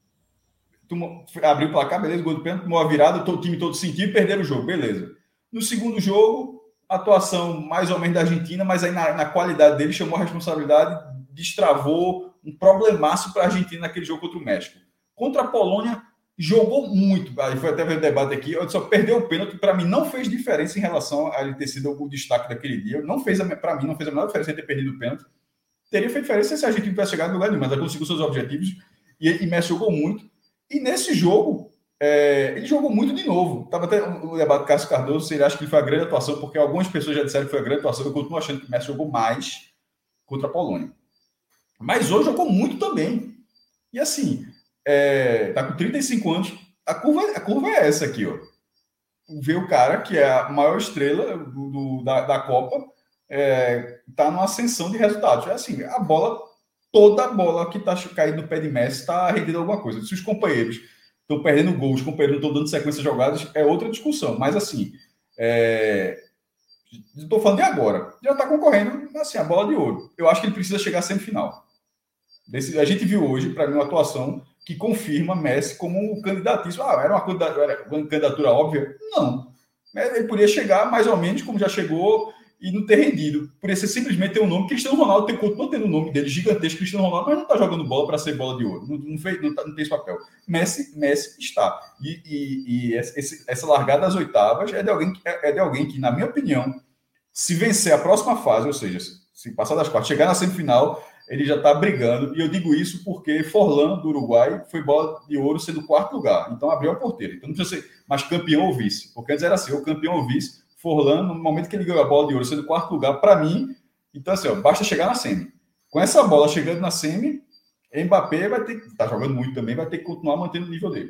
abriu o placar, beleza, gol do pênalti, tomou a virada, o time todo sentiu e perderam o jogo, beleza. No segundo jogo, atuação mais ou menos da Argentina, mas aí na, na qualidade dele chamou a responsabilidade, destravou um problemaço para a Argentina naquele jogo contra o México. Contra a Polônia, jogou muito, aí foi até ver o debate aqui, eu só perdeu o pênalti, para mim não fez diferença em relação a ele ter sido o destaque daquele dia, não fez, para mim não fez a menor diferença ele ter perdido o pênalti, teria feito diferença se a Argentina tivesse chegado no lugar nenhum, mas ela conseguiu seus objetivos e, e Messi jogou muito. E nesse jogo, é, ele jogou muito de novo. Estava até o debate do Cássio Cardoso, se ele acha que foi a grande atuação, porque algumas pessoas já disseram que foi a grande atuação, eu continuo achando que o Messi jogou mais contra a Polônia. Mas hoje jogou muito também. E assim, é, tá com trinta e cinco anos, a curva, a curva é essa aqui, ó. Ver o cara, que é a maior estrela do, do, da, da Copa, é, tá numa ascensão de resultados. É assim, a bola... Toda a bola que está caindo no pé de Messi está rendendo alguma coisa. Se os companheiros estão perdendo gols, os companheiros não estão dando sequência de jogadas, é outra discussão. Mas, assim, é... estou falando de agora. Já está concorrendo, assim, a bola de ouro. Eu acho que ele precisa chegar à semifinal. A gente viu hoje, para mim, uma atuação que confirma Messi como um candidatíssimo. Ah, era uma candidatura, era uma candidatura óbvia? Não. Ele poderia chegar mais ou menos como já chegou... e não ter rendido. Por isso, simplesmente ter um nome. Cristiano Ronaldo tem, continua tendo o nome dele gigantesco, Cristiano Ronaldo, mas não está jogando bola para ser bola de ouro. Não, não, fez, não, tá, não tem esse papel. Messi, Messi está. E, e, e esse, essa largada das oitavas é de, alguém, é de alguém que, na minha opinião, Se vencer a próxima fase, ou seja, se passar das quartas, chegar na semifinal, ele já está brigando. E eu digo isso porque Forlan, do Uruguai, foi bola de ouro sendo quarto lugar. Então abriu a porteira. Então não precisa ser mais campeão ou vice. Porque antes era assim, ou campeão ou vice. Forlan, no momento que ele ganhou a bola de ouro sendo quarto lugar, para mim, então assim, ó, basta chegar na semi. Com essa bola chegando na semi, Mbappé vai ter que, tá jogando muito também, vai ter que continuar mantendo o nível dele.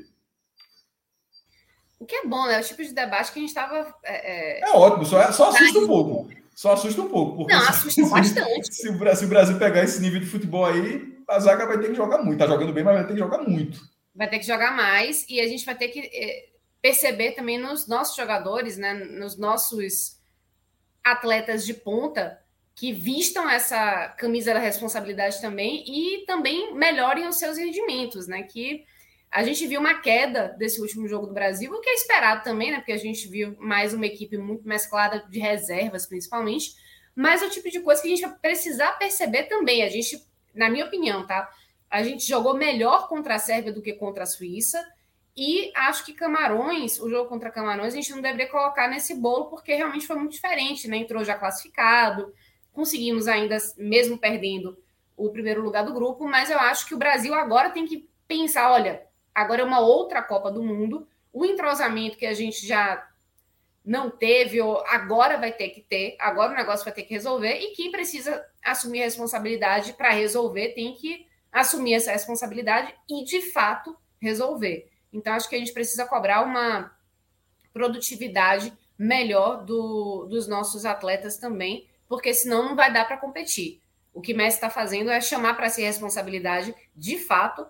O que é bom, né? O tipo de debate que a gente estava... É, é... é ótimo, só, só assusta um pouco. Só assusta um pouco. Porque não, se, assusta se, bastante. Se, se, o Brasil, se o Brasil pegar esse nível de futebol aí, a zaga vai ter que jogar muito. Tá jogando bem, mas vai ter que jogar muito. Vai ter que jogar mais e a gente vai ter que é, perceber também nos nossos jogadores, né? Nos nossos atletas de ponta, que vistam essa camisa da responsabilidade também e também melhorem os seus rendimentos, né? Que a gente viu uma queda desse último jogo do Brasil, o que é esperado também, né? Porque a gente viu mais uma equipe muito mesclada de reservas, principalmente, mas é o tipo de coisa que a gente vai precisar perceber também. A gente, na minha opinião, tá? A gente jogou melhor contra a Sérvia do que contra a Suíça, e acho que Camarões, o jogo contra Camarões, a gente não deveria colocar nesse bolo, porque realmente foi muito diferente, né? Entrou já classificado, conseguimos ainda, mesmo perdendo, o primeiro lugar do grupo, mas eu acho que o Brasil agora tem que pensar, olha, agora é uma outra Copa do Mundo, o entrosamento que a gente já não teve, ou agora vai ter que ter, agora o negócio vai ter que resolver, e quem precisa assumir a responsabilidade para resolver tem que assumir essa responsabilidade e, de fato, resolver. Então, acho que a gente precisa cobrar uma produtividade melhor do, dos nossos atletas também, porque senão não vai dar para competir. O que Messi está fazendo é chamar para si a responsabilidade, de fato,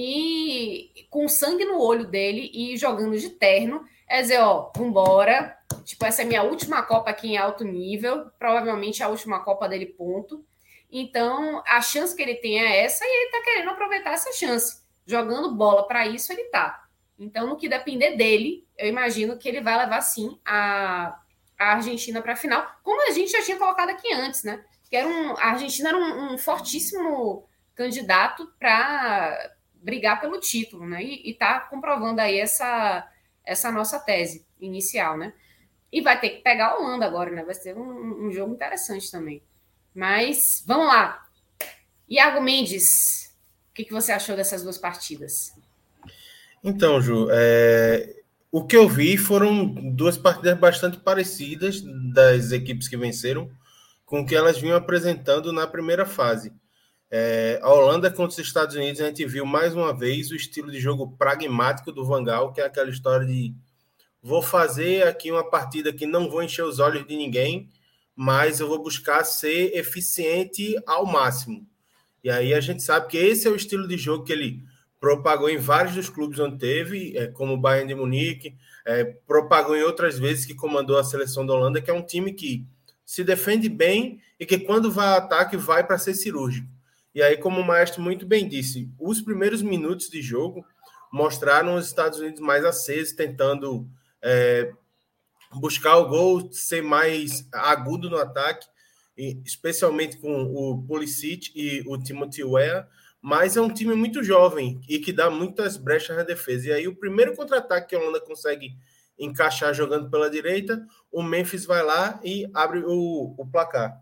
e com sangue no olho dele e jogando de terno, é dizer, ó, vambora, tipo, essa é minha última Copa aqui em alto nível, provavelmente a última Copa dele, ponto. Então, a chance que ele tem é essa e ele tá querendo aproveitar essa chance. Jogando bola para isso, ele tá. Então, no que depender dele, eu imagino que ele vai levar, sim, a, a Argentina para a final, como a gente já tinha colocado aqui antes, né? Que era um, a Argentina era um, um fortíssimo candidato para brigar pelo título, né? E, e tá comprovando aí essa, essa nossa tese inicial, né? E vai ter que pegar a Holanda agora, né? Vai ser um, um jogo interessante também. Mas, vamos lá. Iago Mendes, o que, que você achou dessas duas partidas? Então, Ju, é... o que eu vi foram duas partidas bastante parecidas das equipes que venceram com o que elas vinham apresentando na primeira fase. É... A Holanda contra os Estados Unidos, a gente viu mais uma vez o estilo de jogo pragmático do Van Gaal, que é aquela história de vou fazer aqui uma partida que não vou encher os olhos de ninguém, mas eu vou buscar ser eficiente ao máximo. E aí a gente sabe que esse é o estilo de jogo que ele propagou em vários dos clubes onde teve, é, como o Bayern de Munique, é, propagou em outras vezes que comandou a seleção da Holanda, que é um time que se defende bem e que quando vai ao ataque vai para ser cirúrgico. E aí, como o Maestro muito bem disse, os primeiros minutos de jogo mostraram os Estados Unidos mais acesos, tentando é, buscar o gol, ser mais agudo no ataque, especialmente com o Pulisic e o Timothy Weah, mas é um time muito jovem e que dá muitas brechas na defesa. E aí o primeiro contra-ataque que a Holanda consegue encaixar jogando pela direita, o Memphis vai lá e abre o, o placar.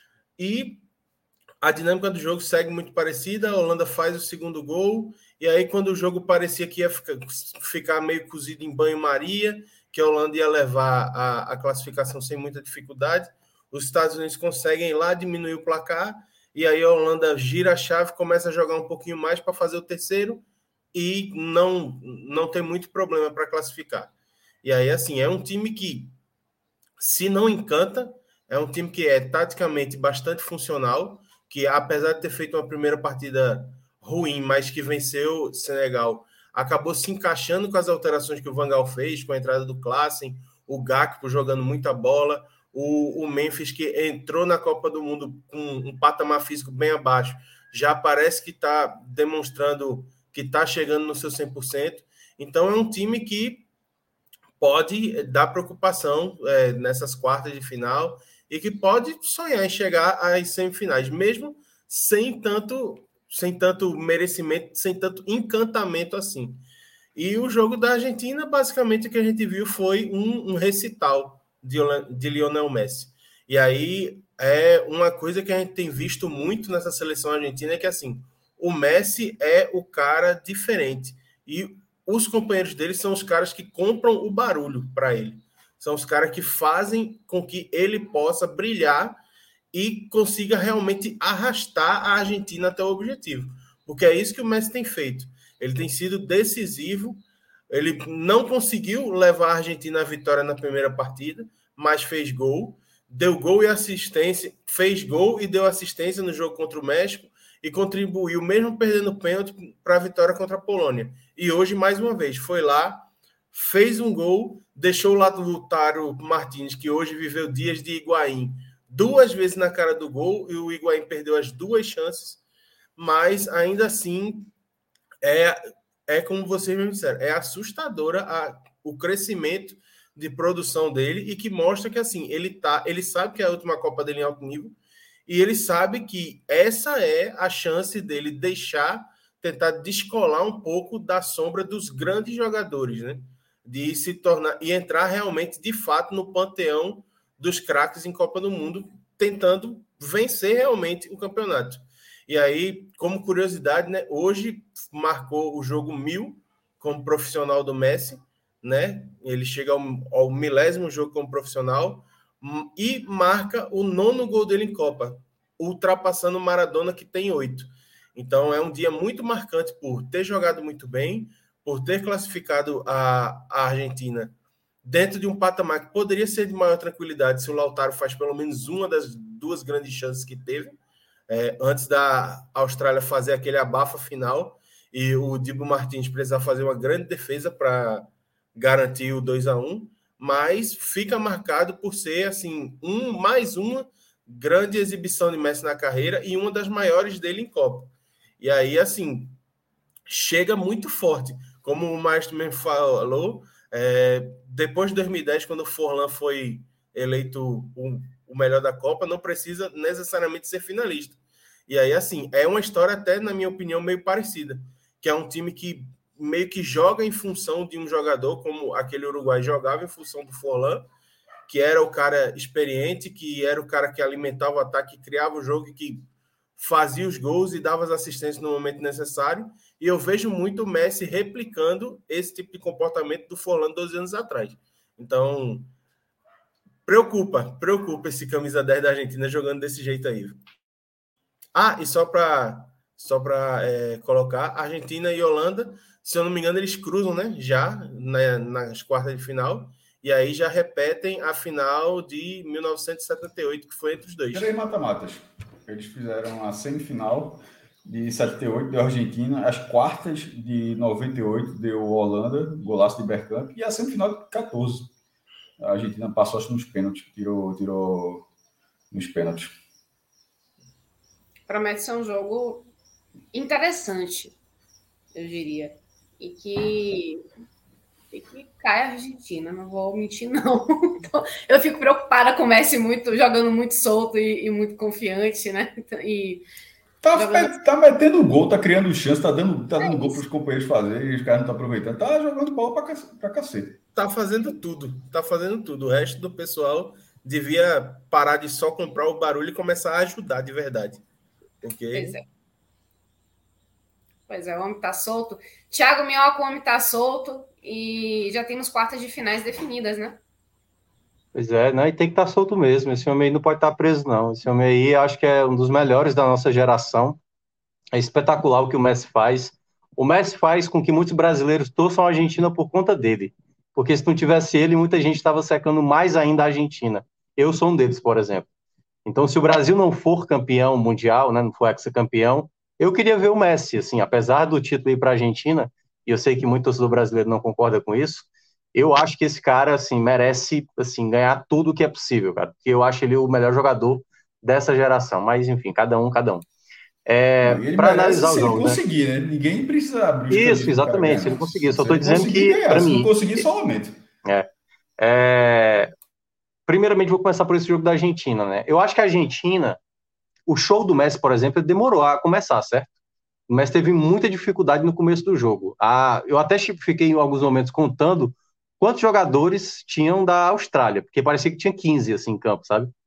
E a dinâmica do jogo segue muito parecida, a Holanda faz o segundo gol, e aí quando o jogo parecia que ia ficar, ficar meio cozido em banho-maria, que a Holanda ia levar a, a classificação sem muita dificuldade, os Estados Unidos conseguem lá diminuir o placar, e aí a Holanda gira a chave, começa a jogar um pouquinho mais para fazer o terceiro, e não, não tem muito problema para classificar. E aí, assim, é um time que, se não encanta, é um time que é taticamente bastante funcional, que apesar de ter feito uma primeira partida ruim, mas que venceu o Senegal, acabou se encaixando com as alterações que o Van Gaal fez, com a entrada do Klaassen, o Gakpo jogando muita bola, o, o Memphis, que entrou na Copa do Mundo com um patamar físico bem abaixo, já parece que está demonstrando que está chegando no seu cem por cento. Então, é um time que pode dar preocupação é, nessas quartas de final e que pode sonhar em chegar às semifinais, mesmo sem tanto, sem tanto merecimento, sem tanto encantamento assim. E o jogo da Argentina, basicamente, o que a gente viu foi um, um recital de, de Lionel Messi. E aí é uma coisa que a gente tem visto muito nessa seleção argentina, é que assim, o Messi é o cara diferente. E os companheiros dele são os caras que compram o barulho para ele. São os caras que fazem com que ele possa brilhar e consiga realmente arrastar a Argentina até o objetivo. Porque é isso que o Messi tem feito. Ele tem sido decisivo. Ele não conseguiu levar a Argentina à vitória na primeira partida, mas fez gol. Deu gol e assistência. Fez gol e deu assistência no jogo contra o México e contribuiu, mesmo perdendo pênalti, para a vitória contra a Polônia. E hoje, mais uma vez, foi lá, fez um gol, deixou o Lautaro Martínez, que hoje viveu dias de Higuaín, duas vezes na cara do gol, e o Higuaín perdeu as duas chances, mas ainda assim é, é como vocês mesmo disseram, é assustadora a, o crescimento de produção dele, e que mostra que assim, ele, tá, ele sabe que é a última Copa dele em alto nível, e ele sabe que essa é a chance dele deixar, tentar descolar um pouco da sombra dos grandes jogadores, né? De se tornar e entrar realmente, de fato, no panteão dos craques em Copa do Mundo, tentando vencer realmente o campeonato. E aí, como curiosidade, né? Hoje marcou o jogo mil como profissional do Messi, né? Ele chega ao, ao milésimo jogo como profissional e marca o nono gol dele em Copa, ultrapassando o Maradona, que tem oito. Então é um dia muito marcante por ter jogado muito bem, por ter classificado a, a Argentina dentro de um patamar que poderia ser de maior tranquilidade se o Lautaro faz pelo menos uma das duas grandes chances que teve, é, antes da Austrália fazer aquele abafa final e o Dibu Martins precisar fazer uma grande defesa para garantir o dois a um, mas fica marcado por ser assim, um, mais uma grande exibição de Messi na carreira e uma das maiores dele em Copa. E aí, assim, chega muito forte. Como o Maestro mesmo falou, é, depois de dois mil e dez, quando o Forlan foi eleito o, o melhor da Copa, não precisa necessariamente ser finalista. E aí, assim, é uma história até, na minha opinião, meio parecida, que é um time que meio que joga em função de um jogador, como aquele Uruguai jogava em função do Forlan, que era o cara experiente, que era o cara que alimentava o ataque, criava o jogo, que fazia os gols e dava as assistências no momento necessário. E eu vejo muito o Messi replicando esse tipo de comportamento do Forlan doze anos atrás. Então, preocupa, preocupa esse camisa dez da Argentina jogando desse jeito aí. Ah, e só para só para é, colocar, Argentina e Holanda, se eu não me engano, eles cruzam, né? Já na, nas quartas de final. E aí já repetem a final de mil novecentos e setenta e oito, que foi entre os dois. Três mata-matas. Eles fizeram a semifinal de setenta e oito, deu Argentina. As quartas de noventa e oito, deu Holanda, golaço de Bergkamp. E a semifinal de catorze. A Argentina passou, acho, nos pênaltis. Tirou, tirou nos pênaltis. Promete ser um jogo interessante, eu diria. E que... e que cai a Argentina, não vou mentir, não. Então, eu fico preocupada com o Messi muito, jogando muito solto e, e muito confiante, né? E tá, jogando... tá metendo gol, tá criando chance, tá dando, tá dando é gol para os companheiros fazerem, e os caras não estão aproveitando. Tá jogando bola pra, pra cacete. Tá fazendo tudo, tá fazendo tudo. O resto do pessoal devia parar de só comprar o barulho e começar a ajudar de verdade. Porque... Pois é. Pois é, o homem tá solto. Thiago Minhoca, o homem tá solto. E já temos quartas de finais definidas, né? Pois é, né? E tem que estar solto mesmo. Esse homem aí não pode estar preso, não. Esse homem aí, acho que é um dos melhores da nossa geração. É espetacular o que o Messi faz. O Messi faz com que muitos brasileiros torçam a Argentina por conta dele. Porque se não tivesse ele, muita gente estava secando mais ainda a Argentina. Eu sou um deles, por exemplo. Então, se o Brasil não for campeão mundial, né, não for ex-campeão, eu queria ver o Messi, assim, apesar do título ir para a Argentina, e eu sei que muito torcedor brasileiro não concorda com isso, eu acho que esse cara, assim, merece, assim, ganhar tudo o que é possível, cara, porque eu acho ele o melhor jogador dessa geração, mas, enfim, cada um, cada um. É, para analisar o jogo, se ele conseguir, né? Ninguém precisa abrir. Isso, exatamente, se ele conseguir, só estou dizendo que, para mim... Se não conseguir, só lamento. É, é... Primeiramente, vou começar por esse jogo da Argentina, né? Eu acho que a Argentina, o show do Messi, por exemplo, demorou a começar, certo? O Messi teve muita dificuldade no começo do jogo. Ah, eu até fiquei em alguns momentos contando quantos jogadores tinham da Austrália, porque parecia que tinha quinze assim, em campo, sabe?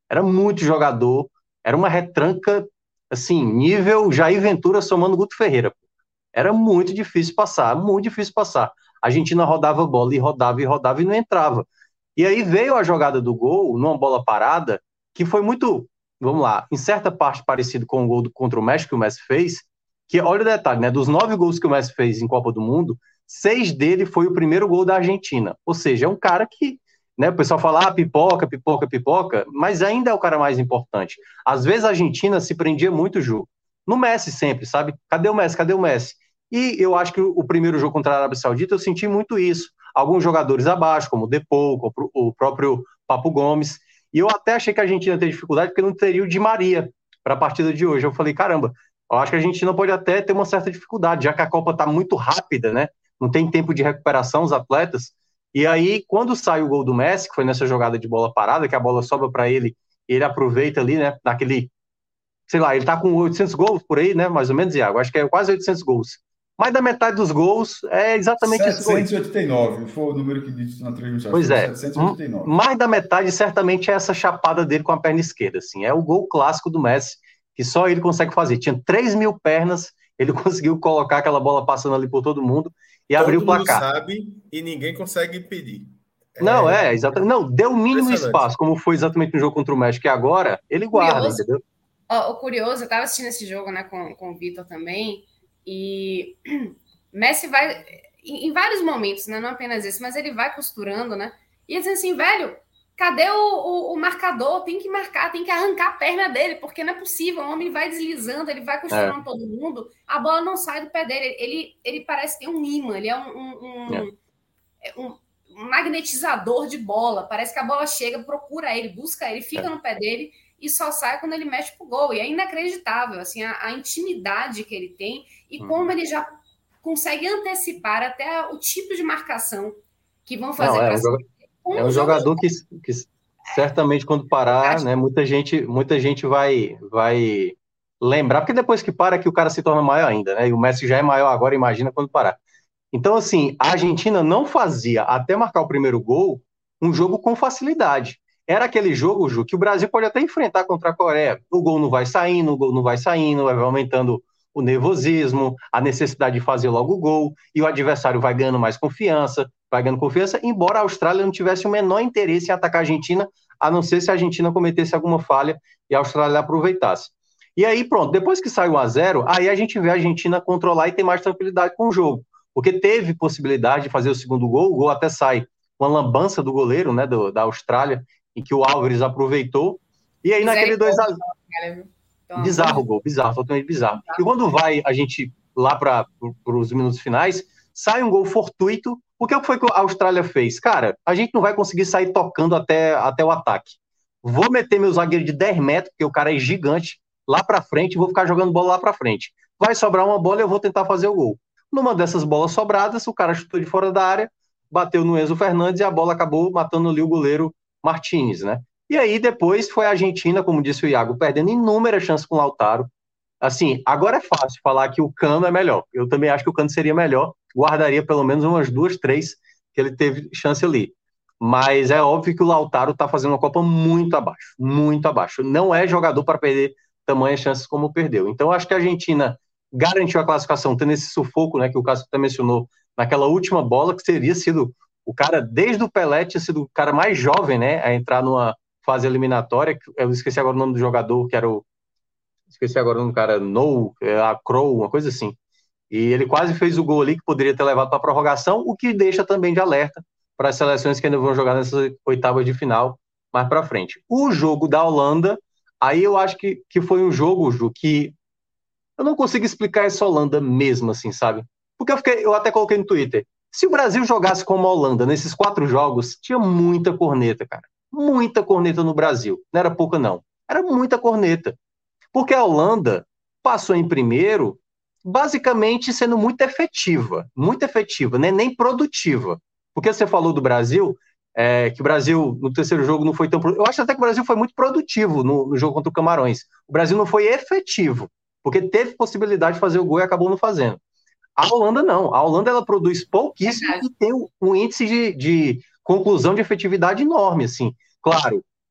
Era muito jogador, era uma retranca, assim, nível Jair Ventura somando Guto Ferreira. Era muito difícil passar, muito difícil passar. A Argentina rodava a bola e rodava e rodava e não entrava. E aí veio a jogada do gol, numa bola parada, que foi muito, vamos lá, em certa parte parecido com o gol do, contra o México que o Messi fez, que, olha o detalhe, né, dos nove gols que o Messi fez em Copa do Mundo, seis dele foi o primeiro gol da Argentina. Ou seja, é um cara que, né, o pessoal fala, ah, pipoca, pipoca, pipoca, mas ainda é o cara mais importante. Às vezes a Argentina se prendia muito, Ju, no Messi sempre, sabe? Cadê o Messi? Cadê o Messi? E eu acho que o primeiro jogo contra a Arábia Saudita eu senti muito isso. Alguns jogadores abaixo, como o Depou, o próprio Papo Gomes. E eu até achei que a Argentina teria dificuldade porque não teria o Di Maria para a partida de hoje. Eu falei, caramba, eu acho que a Argentina pode até ter uma certa dificuldade, já que a Copa está muito rápida, né? Não tem tempo de recuperação os atletas. E aí, quando sai o gol do Messi, que foi nessa jogada de bola parada, que a bola sobra para ele, ele aproveita ali, né? Naquele, sei lá, ele tá com oitocentos gols por aí, né? Mais ou menos, Iago. Acho que é quase oitocentos gols. Mais da metade dos gols é exatamente isso. setecentos e oitenta e nove, foi o número que disse na transmissão. Pois é, setecentos e oitenta e nove. Mais da metade certamente é essa chapada dele com a perna esquerda, assim. É o gol clássico do Messi, que só ele consegue fazer. Tinha três mil pernas, ele conseguiu colocar aquela bola passando ali por todo mundo e todo abriu o placar. Todo mundo sabe e ninguém consegue impedir. É... Não, é, exatamente. Não, deu o mínimo espaço, como foi exatamente no jogo contra o México, e agora ele guarda, curioso, entendeu? O, o curioso, eu tava assistindo esse jogo, né, com, com o Vitor também, e... Messi vai, em, em vários momentos, né? Não apenas esse, mas ele vai costurando, né? E ele diz assim, velho, cadê o, o, o marcador? Tem que marcar, tem que arrancar a perna dele, porque não é possível. O homem vai deslizando, ele vai costurando é. todo mundo, a bola não sai do pé dele. Ele, ele parece ter um imã, ele é um, um, um, é. um, um magnetizador de bola. Parece que a bola chega, procura ele, busca ele, fica é. no pé dele e só sai quando ele mexe pro gol. E é inacreditável, assim, a, a intimidade que ele tem e hum. como ele já consegue antecipar até o tipo de marcação que vão fazer. Não, é, um jogador, um é um jogador que, que certamente quando parar, né, muita gente, muita gente vai, vai lembrar, porque depois que para que o cara se torna maior ainda, né? E o Messi já é maior agora, imagina quando parar. Então, assim, a Argentina não fazia, até marcar o primeiro gol, um jogo com facilidade. Era aquele jogo, Ju, que o Brasil pode até enfrentar contra a Coreia. O gol não vai saindo, o gol não vai saindo, vai aumentando o nervosismo, a necessidade de fazer logo o gol, e o adversário vai ganhando mais confiança, vai ganhando confiança, embora a Austrália não tivesse o menor interesse em atacar a Argentina, a não ser se a Argentina cometesse alguma falha e a Austrália aproveitasse. E aí, pronto, depois que sai um a zero, aí a gente vê a Argentina controlar e ter mais tranquilidade com o jogo, porque teve possibilidade de fazer o segundo gol, o gol até sai com a lambança do goleiro, né, do, da Austrália, em que o Álvares aproveitou, e aí naquele dois a zero... Bizarro o gol, bizarro, totalmente bizarro. E quando vai a gente lá para os minutos finais, sai um gol fortuito. O que foi que a Austrália fez? Cara, a gente não vai conseguir sair tocando até, até o ataque. Vou meter meu zagueiro de dez metros, porque o cara é gigante, lá para frente, e vou ficar jogando bola lá para frente. Vai sobrar uma bola e eu vou tentar fazer o gol. Numa dessas bolas sobradas, o cara chutou de fora da área, bateu no Enzo Fernandes e a bola acabou matando ali o goleiro Martínez, né? E aí depois foi a Argentina, como disse o Iago, perdendo inúmeras chances com o Lautaro. Assim, agora é fácil falar que o Cano é melhor. Eu também acho que o Cano seria melhor. Guardaria pelo menos umas duas, três que ele teve chance ali. Mas é óbvio que o Lautaro está fazendo uma Copa muito abaixo, muito abaixo. Não é jogador para perder tamanhas chances como perdeu. Então, acho que a Argentina garantiu a classificação, tendo esse sufoco, né, que o Cássio até mencionou, naquela última bola, que teria sido o cara, desde o Pelé, tinha sido o cara mais jovem, né, a entrar numa fase eliminatória. Eu esqueci agora o nome do jogador, que era o... Esqueci agora o nome do cara, No, a Crow, uma coisa assim. E ele quase fez o gol ali, que poderia ter levado para a prorrogação, o que deixa também de alerta para as seleções que ainda vão jogar nessas oitavas de final mais para frente. O jogo da Holanda, aí eu acho que, que foi um jogo, Ju, que eu não consigo explicar essa Holanda mesmo, assim, sabe? Porque eu, fiquei, eu até coloquei no Twitter, se o Brasil jogasse como a Holanda nesses quatro jogos, tinha muita corneta, cara. Muita corneta no Brasil. Não era pouca, não. Era muita corneta. Porque a Holanda passou em primeiro, basicamente sendo muito efetiva. Muito efetiva, né? Nem produtiva. Porque você falou do Brasil, é, que o Brasil, no terceiro jogo, não foi tão... Eu acho até que o Brasil foi muito produtivo no, no jogo contra o Camarões. O Brasil não foi efetivo, porque teve possibilidade de fazer o gol e acabou não fazendo. A Holanda não. A Holanda, ela produz pouquíssimo e tem um, um índice de, de conclusão de efetividade enorme, assim. Claro,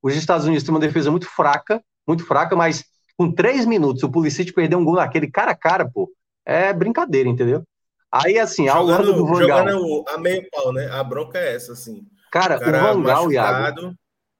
os Estados Unidos têm uma defesa muito fraca, muito fraca, mas com três minutos o Pulisic perdeu um gol naquele cara a cara, pô, é brincadeira, entendeu? Aí, assim, a Holanda do Van Gaal... Jogando a meio pau, né? A bronca é essa, assim. Cara, o, cara o Van Gaal, Iago,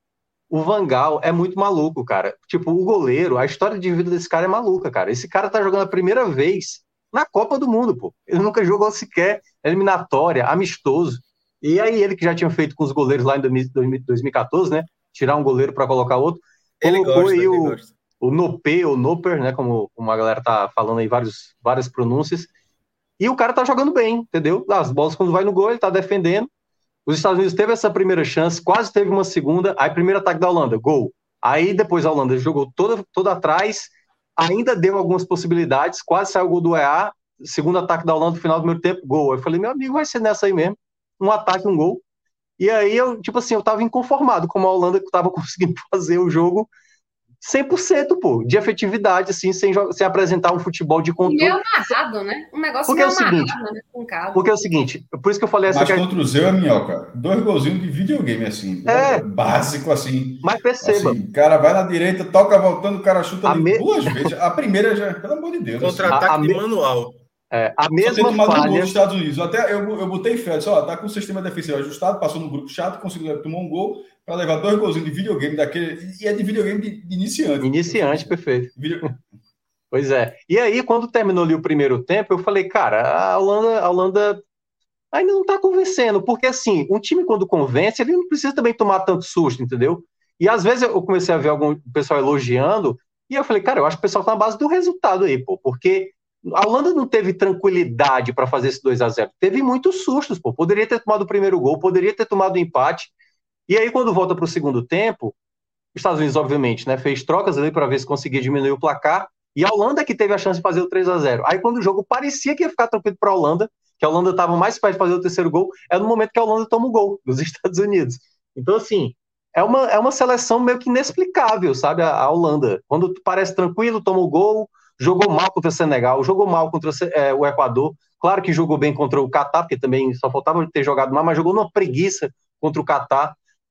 o Van Gaal é muito maluco, cara. Tipo, o goleiro, a história de vida desse cara é maluca, cara. Esse cara tá jogando a primeira vez na Copa do Mundo, pô. Ele nunca jogou sequer eliminatória, amistoso. E aí ele que já tinha feito com os goleiros lá em dois mil e quatorze, né? Tirar um goleiro para colocar outro. Ele colocou gosta, aí ele o, gosta. o Nopé, ou Noper, né? Como, como a galera tá falando aí, vários, várias pronúncias. E o cara tá jogando bem, entendeu? As bolas quando vai no gol, ele tá defendendo. Os Estados Unidos teve essa primeira chance, quase teve uma segunda, aí primeiro ataque da Holanda, gol. Aí depois a Holanda jogou toda, toda atrás, ainda deu algumas possibilidades, quase saiu o gol do E A, segundo ataque da Holanda no final do primeiro tempo, gol. Eu falei, meu amigo, vai ser nessa aí mesmo, um ataque, um gol. E aí eu, tipo assim, eu tava inconformado como a Holanda tava conseguindo fazer o jogo cem por cento, pô, de efetividade, assim, sem, sem apresentar um futebol de controle. Meio amarrado, né? Um negócio porque meio é o seguinte, amarrado, né? Com cabo. Porque é o seguinte, por isso que eu falei essa... Mas que contra o Zeu é minhoca. Dois golzinhos de videogame, assim. É. Básico, assim. Mas perceba. Assim, o cara vai na direita, toca voltando, o cara chuta ali me... duas vezes. A primeira já, pelo amor de Deus. Contra-ataque assim. a, a de me... manual. É, a mesma Só tem tomado falha... um gol dos Estados Unidos. Até eu, eu botei fé, só tá com o sistema defensivo ajustado, passou no grupo chato, conseguiu tomar um gol para levar dois golzinhos de videogame daquele. E é de videogame de, de iniciante. Iniciante, perfeito. Video... Pois é. E aí, quando terminou ali o primeiro tempo, eu falei, cara, a Holanda, a Holanda ainda não tá convencendo, porque assim, um time quando convence, ele não precisa também tomar tanto susto, entendeu? E às vezes eu comecei a ver algum pessoal elogiando, e eu falei, cara, eu acho que o pessoal tá na base do resultado aí, pô, porque a Holanda não teve tranquilidade para fazer esse dois a zero, teve muitos sustos, pô, poderia ter tomado o primeiro gol, poderia ter tomado o empate, e aí quando volta para o segundo tempo, os Estados Unidos, obviamente, né, fez trocas ali para ver se conseguia diminuir o placar, e a Holanda que teve a chance de fazer o três a zero. Aí quando o jogo parecia que ia ficar tranquilo para a Holanda, que a Holanda estava mais perto de fazer o terceiro gol, é no momento que a Holanda toma o gol dos Estados Unidos. Então, assim, é uma, é uma seleção meio que inexplicável, sabe, a, a Holanda. Quando parece tranquilo, toma o gol, jogou mal contra o Senegal, jogou mal contra é, o Equador, claro que jogou bem contra o Catar, porque também só faltava ter jogado mal, mas jogou numa preguiça contra o Catar.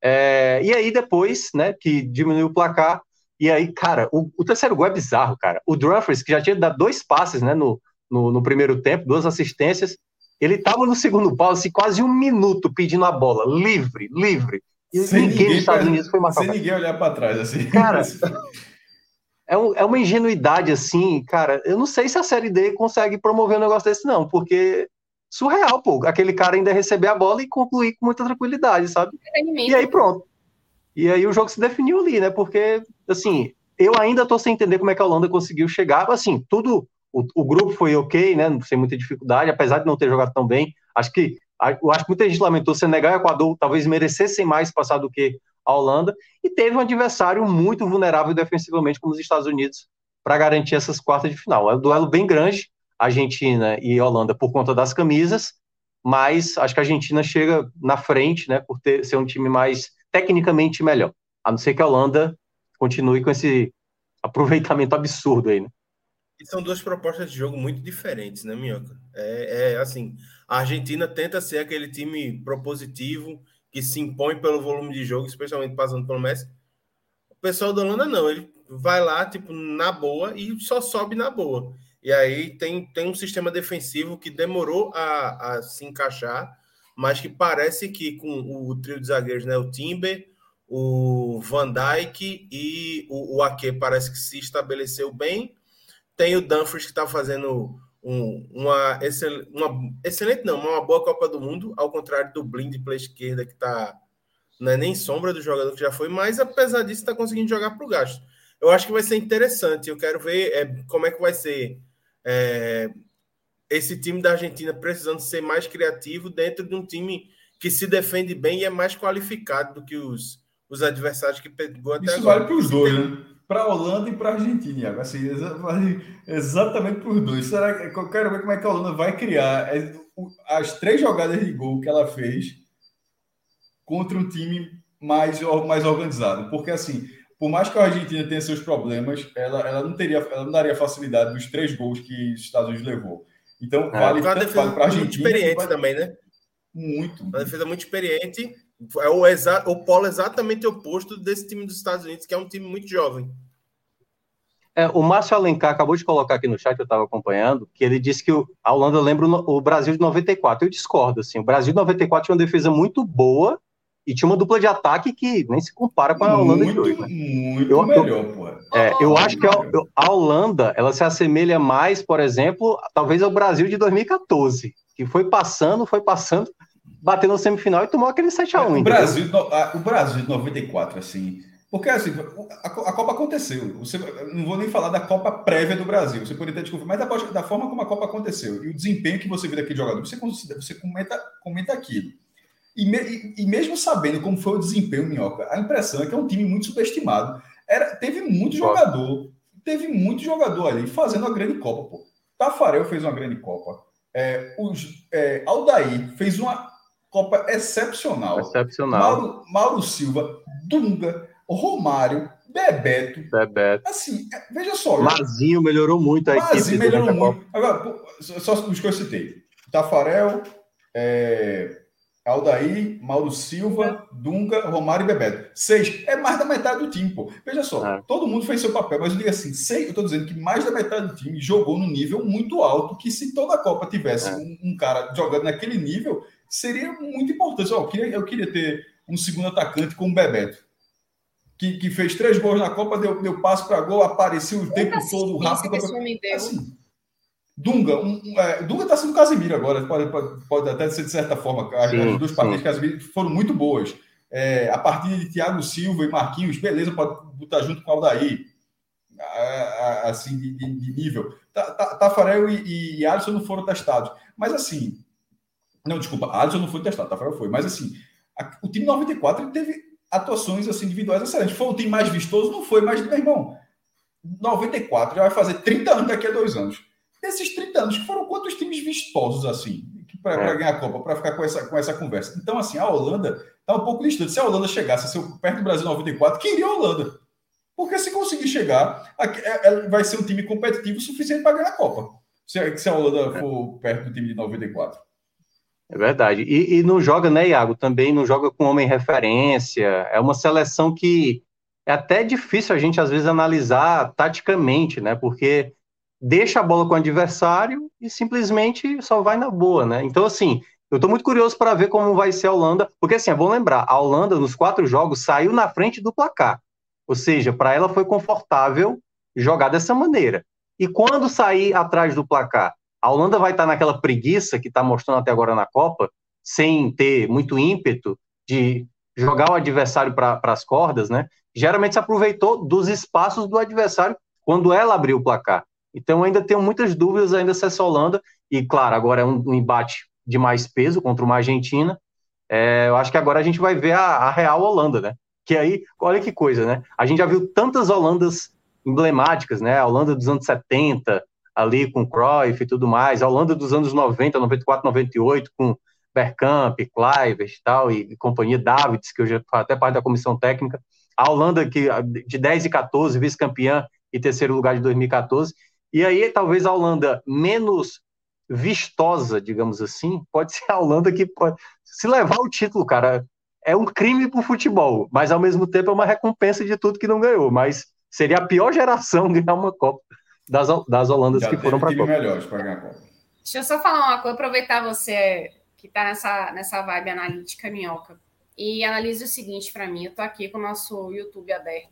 É, e aí depois, né, que diminuiu o placar, e aí, cara, o, o terceiro gol é bizarro, cara. O Dumfries, que já tinha dado dois passes, né, no, no, no primeiro tempo, duas assistências, ele tava no segundo pau, assim, quase um minuto pedindo a bola, livre, livre. E sem ninguém, ninguém nos Estados pra, Unidos foi marcar. Sem ninguém olhar para trás, assim. Cara, é, um, é uma ingenuidade, assim, cara. Eu não sei se a Série D consegue promover um negócio desse, não, porque surreal, pô. Aquele cara ainda receber a bola e concluir com muita tranquilidade, sabe? E aí pronto. E aí o jogo se definiu ali, né? Porque, assim, eu ainda tô sem entender como é que a Holanda conseguiu chegar. Assim, tudo... O, o grupo foi ok, né? Sem muita dificuldade, apesar de não ter jogado tão bem. Acho que, eu acho que muita gente lamentou. Senegal e Equador talvez merecessem mais passar do que a Holanda. E teve um adversário muito vulnerável defensivamente, como os Estados Unidos, para garantir essas quartas de final. É um duelo bem grande, Argentina e Holanda, por conta das camisas. Mas acho que a Argentina chega na frente, né? Por ter, ser um time mais tecnicamente melhor. A não ser que a Holanda continue com esse aproveitamento absurdo aí, né? E são duas propostas de jogo muito diferentes, né, Minhoca? É, é assim, a Argentina tenta ser aquele time propositivo, que se impõe pelo volume de jogo, especialmente passando pelo Messi. O pessoal da Holanda não, ele vai lá, tipo, na boa e só sobe na boa. E aí tem, tem um sistema defensivo que demorou a, a se encaixar, mas que parece que com o, o trio de zagueiros, né, o Timber, o Van Dijk e o, o Ake parece que se estabeleceu bem. Tem o Dumfries que está fazendo um, uma, excel, uma excelente, não, uma boa Copa do Mundo, ao contrário do Blind pela esquerda, que tá, não é nem sombra do jogador que já foi, mas apesar disso está conseguindo jogar para o gasto. Eu acho que vai ser interessante, eu quero ver é, como é que vai ser é, esse time da Argentina precisando ser mais criativo dentro de um time que se defende bem e é mais qualificado do que os, os adversários que pegou até Isso agora. Isso vale para os dois, né? Para a Holanda e para a Argentina, assim, exatamente para os dois. Será que eu quero ver como é que a Holanda vai criar as três jogadas de gol que ela fez contra um time mais, mais organizado? Porque, assim, por mais que a Argentina tenha seus problemas, ela, ela, não, teria, ela não daria facilidade dos três gols que os Estados Unidos levou. Então, é, vale tanto vale para a Argentina. Muito experiente vale... também, né? Muito. Uma defesa muito experiente É o, exa o polo exatamente oposto desse time dos Estados Unidos, que é um time muito jovem. É, o Márcio Alencar acabou de colocar aqui no chat, eu estava acompanhando, que ele disse que o, a Holanda lembra o, o Brasil de noventa e quatro. Eu discordo, assim. O Brasil de noventa e quatro tinha uma defesa muito boa e tinha uma dupla de ataque que nem se compara com a Holanda muito, de hoje. Né? Muito eu, melhor, eu, pô. É, eu acho que a, a Holanda, ela se assemelha mais, por exemplo, talvez ao Brasil de dois mil e quatorze, que foi passando, foi passando, bateu na semifinal e tomou aquele sete a um. O Brasil, o Brasil de noventa e quatro, assim... Porque, assim, a, a Copa aconteceu. Você, não vou nem falar da Copa prévia do Brasil. Você poderia ter desculpa, mas da, da forma como a Copa aconteceu e o desempenho que você vê daquele jogador, você, você comenta, comenta aquilo. E, me, e, e mesmo sabendo como foi o desempenho, Minhoca, a impressão é que é um time muito subestimado. Era, teve muito jogador, teve muito jogador ali fazendo uma grande Copa. Pô. Tafarel fez uma grande Copa. É, os, é, Aldair fez uma Copa excepcional. Excepcional. Mauro, Mauro Silva, Dunga, Romário, Bebeto. Bebeto. Assim, veja só. Mazinho melhorou muito a Mazinho equipe. melhorou muito. Agora, pô, só os que eu citei. Tafarel, é, Aldair, Mauro Silva, Dunga, Romário e Bebeto. Seis. É mais da metade do time, pô. Veja só, é. Todo mundo fez seu papel, mas eu digo assim, seis, eu tô dizendo que mais da metade do time jogou num nível muito alto, que se toda a Copa tivesse é. um, um cara jogando naquele nível, seria muito importante. Ó, eu, queria, eu queria ter um segundo atacante como o Bebeto. Que, que fez três gols na Copa, deu, deu passo para gol, apareceu o tempo todo rápido. Assim, Dunga, um, um, é, Dunga está sendo Casemiro agora, pode, pode, pode até ser de certa forma. As, sim, as duas partidas de Casemiro foram muito boas. É, a partida de Thiago Silva e Marquinhos, beleza, pode botar junto com o Aldair, assim, de, de, de nível. Tafarel e, e Alisson não foram testados. Mas assim, não, desculpa, Alisson não foi testado, Tafarel foi. Mas assim, a, o time noventa e quatro teve atuações assim, individuais excelentes. Foi o time mais vistoso? Não foi, mas, meu irmão, noventa e quatro já vai fazer trinta anos daqui a dois anos. Desses trinta anos, que foram quantos times vistosos assim, para é. ganhar a Copa, para ficar com essa, com essa conversa? Então, assim, a Holanda está um pouco distante. Se a Holanda chegasse ser perto do Brasil em noventa e quatro, queria a Holanda. Porque se conseguir chegar, vai ser um time competitivo o suficiente para ganhar a Copa. Se, se a Holanda for perto do time de noventa e quatro. É verdade. E, e não joga, né, Iago? Também não joga com homem referência. É uma seleção que é até difícil a gente, às vezes, analisar taticamente, né? Porque deixa a bola com o adversário e simplesmente só vai na boa, né? Então, assim, eu tô muito curioso para ver como vai ser a Holanda. Porque, assim, é bom lembrar, a Holanda, nos quatro jogos, saiu na frente do placar. Ou seja, para ela foi confortável jogar dessa maneira. E quando sair atrás do placar, a Holanda vai estar naquela preguiça que está mostrando até agora na Copa, sem ter muito ímpeto de jogar o adversário para as cordas, né? Geralmente se aproveitou dos espaços do adversário quando ela abriu o placar. Então ainda tenho muitas dúvidas ainda se essa Holanda, e claro, agora é um, um embate de mais peso contra uma Argentina, é, eu acho que agora a gente vai ver a, a real Holanda, né? Que aí, olha que coisa, né? A gente já viu tantas Holandas emblemáticas, né? A Holanda dos anos setenta, ali com Cruyff e tudo mais, a Holanda dos anos noventa, noventa e quatro, noventa e oito, com Bergkamp, Kluivert e tal, e, e companhia Davids, que hoje é até parte da comissão técnica, a Holanda que, de dez e quatorze, vice-campeã e terceiro lugar de dois mil e quatorze, e aí talvez a Holanda menos vistosa, digamos assim, pode ser a Holanda que pode se levar o título, cara, é um crime pro futebol, mas ao mesmo tempo é uma recompensa de tudo que não ganhou, mas seria a pior geração ganhar uma Copa Das, das Holandas já que foram para a Copa. Melhores para ganhar a Copa. Deixa eu só falar uma coisa, aproveitar você que está nessa, nessa vibe analítica, Minhoca, e analise o seguinte para mim. Eu estou aqui com o nosso YouTube aberto.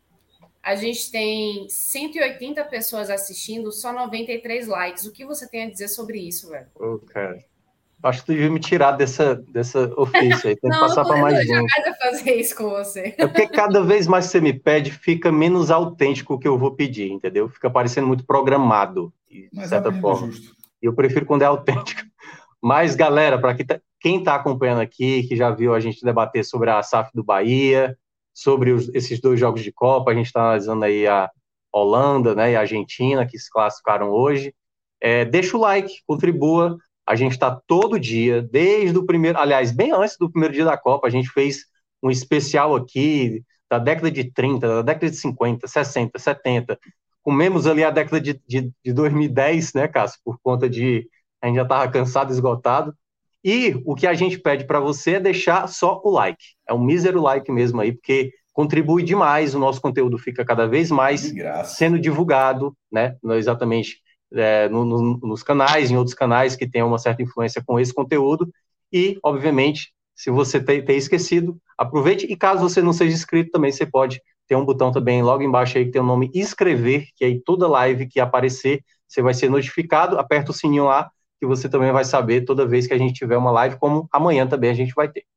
A gente tem cento e oitenta pessoas assistindo, só noventa e três likes. O que você tem a dizer sobre isso, velho? Ô, cara, acho que tu devia me tirar dessa, dessa ofício aí. Tem que não, passar para mais gente. Eu jamais vou fazer isso com você. É porque cada vez mais que você me pede, fica menos autêntico o que eu vou pedir, entendeu? Fica parecendo muito programado, de Mas certa é forma. Justo. E eu prefiro quando é autêntico. Mas, galera, para quem está acompanhando aqui, que já viu a gente debater sobre a S A F do Bahia, sobre os, esses dois jogos de Copa, a gente está analisando aí a Holanda, né, e a Argentina, que se classificaram hoje. É, deixa o like, contribua. A gente está todo dia, desde o primeiro... Aliás, bem antes do primeiro dia da Copa, a gente fez um especial aqui da década de trinta, da década de cinquenta, sessenta, setenta. Comemos ali a década de, de, de dois mil e dez, né, Cássio? Por conta de... A gente já estava cansado, esgotado. E o que a gente pede para você é deixar só o like. É um mísero like mesmo aí, porque contribui demais, o nosso conteúdo fica cada vez mais sendo divulgado, né? Não exatamente é, no, no, nos canais, em outros canais que tenham uma certa influência com esse conteúdo. E, obviamente, se você ter, ter esquecido, aproveite. E caso você não seja inscrito, também você pode ter um botão também logo embaixo aí que tem o nome inscrever, que aí toda live que aparecer, você vai ser notificado, aperta o sininho lá, que você também vai saber toda vez que a gente tiver uma live, como amanhã também a gente vai ter.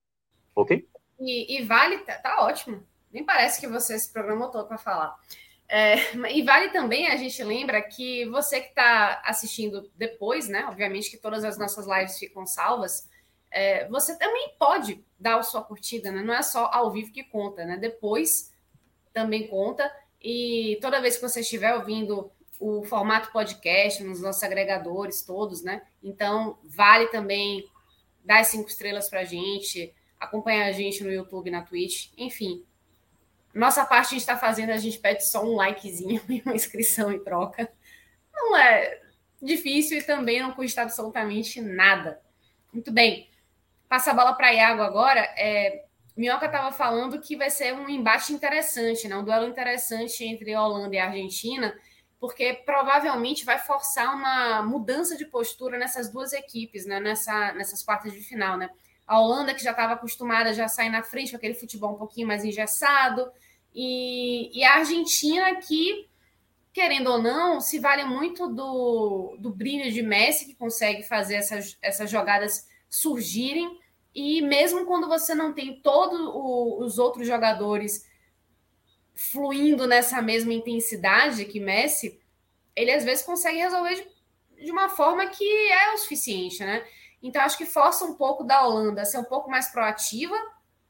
Ok? E, e vale, tá, tá ótimo. Nem parece que você se programou todo para falar. É, e vale também, a gente lembra que você que está assistindo depois, né? Obviamente que todas as nossas lives ficam salvas. É, você também pode dar a sua curtida, né? Não é só ao vivo que conta, né? Depois também conta. E toda vez que você estiver ouvindo o formato podcast, nos nossos agregadores todos, né? Então, vale também dar as cinco estrelas para a gente, acompanhar a gente no YouTube, na Twitch, enfim. Nossa parte a gente está fazendo, a gente pede só um likezinho e uma inscrição em troca. Não é difícil e também não custa absolutamente nada. Muito bem. Passa a bola para Iago agora. É, Minhoca estava falando que vai ser um embate interessante, né? Um duelo interessante entre Holanda e Argentina, porque provavelmente vai forçar uma mudança de postura nessas duas equipes, né? Nessa, nessas quartas de final, né? A Holanda, que já estava acostumada já a sair na frente com aquele futebol um pouquinho mais engessado, e, e a Argentina que, querendo ou não, se vale muito do, do brilho de Messi, que consegue fazer essas, essas jogadas surgirem, e mesmo quando você não tem todos os outros jogadores fluindo nessa mesma intensidade que Messi, ele às vezes consegue resolver de, de uma forma que é o suficiente, né? Então acho que força um pouco da Holanda a ser um pouco mais proativa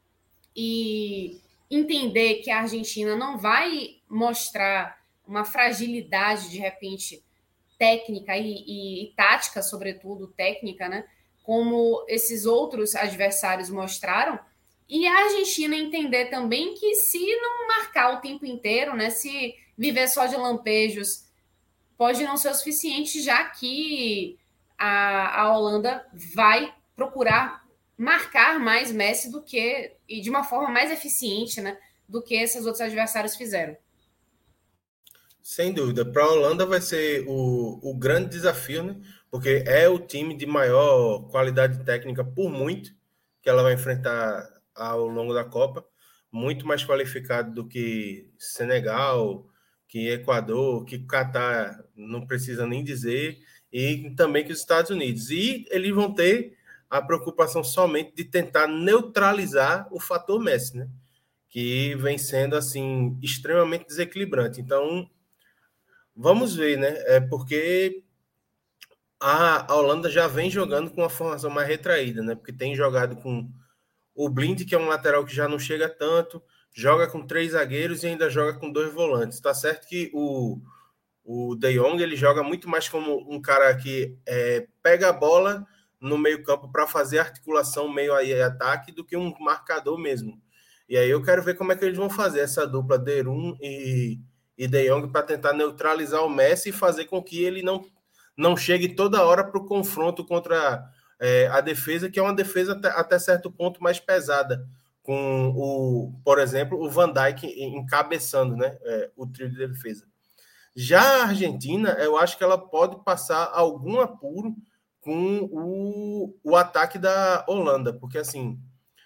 e entender que a Argentina não vai mostrar uma fragilidade, de repente, técnica e, e, e tática, sobretudo técnica, né? Como esses outros adversários mostraram. E a Argentina entender também que se não marcar o tempo inteiro, né, se viver só de lampejos, pode não ser o suficiente, já que a, a Holanda vai procurar marcar mais Messi do que, e de uma forma mais eficiente, né, do que esses outros adversários fizeram. Sem dúvida. Para a Holanda vai ser o, o grande desafio, né? Porque é o time de maior qualidade técnica por muito que ela vai enfrentar ao longo da Copa, muito mais qualificado do que Senegal, que Equador, que Catar, não precisa nem dizer, e também que os Estados Unidos. E eles vão ter a preocupação somente de tentar neutralizar o fator Messi, né? Que vem sendo assim extremamente desequilibrante. Então, vamos ver, né? É porque a Holanda já vem jogando com uma formação mais retraída, né? Porque tem jogado com o Blind, que é um lateral que já não chega tanto, joga com três zagueiros e ainda joga com dois volantes. Tá certo que o, o De Jong ele joga muito mais como um cara que é, pega a bola no meio campo para fazer articulação meio aí ataque do que um marcador mesmo. E aí eu quero ver como é que eles vão fazer essa dupla Derum e, e De Jong para tentar neutralizar o Messi e fazer com que ele não, não chegue toda hora para o confronto contra é, a defesa, que é uma defesa até, até certo ponto mais pesada, com, o, por exemplo, o Van Dijk encabeçando, né, é, o trio de defesa. Já a Argentina, eu acho que ela pode passar algum apuro com o, o ataque da Holanda, porque assim,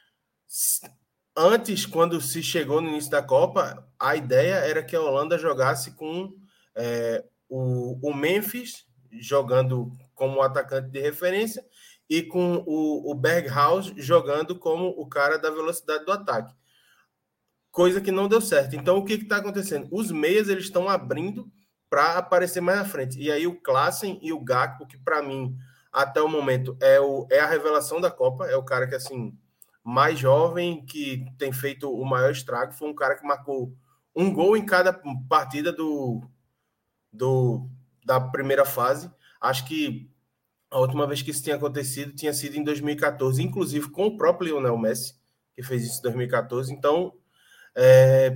antes, quando se chegou no início da Copa, a ideia era que a Holanda jogasse com é, o, o Memphis jogando como atacante de referência e com o, o Berghaus jogando como o cara da velocidade do ataque. Coisa que não deu certo. Então, o que está acontecendo? Os meias eles estão abrindo para aparecer mais na frente. E aí o Klaassen e o Gakpo, que para mim, até o momento, é, o, é a revelação da Copa, é o cara que, assim, mais jovem, que tem feito o maior estrago, foi um cara que marcou um gol em cada partida do, do, da primeira fase. Acho que a última vez que isso tinha acontecido tinha sido em dois mil e catorze, inclusive com o próprio Lionel Messi, que fez isso em dois mil e catorze. Então, é,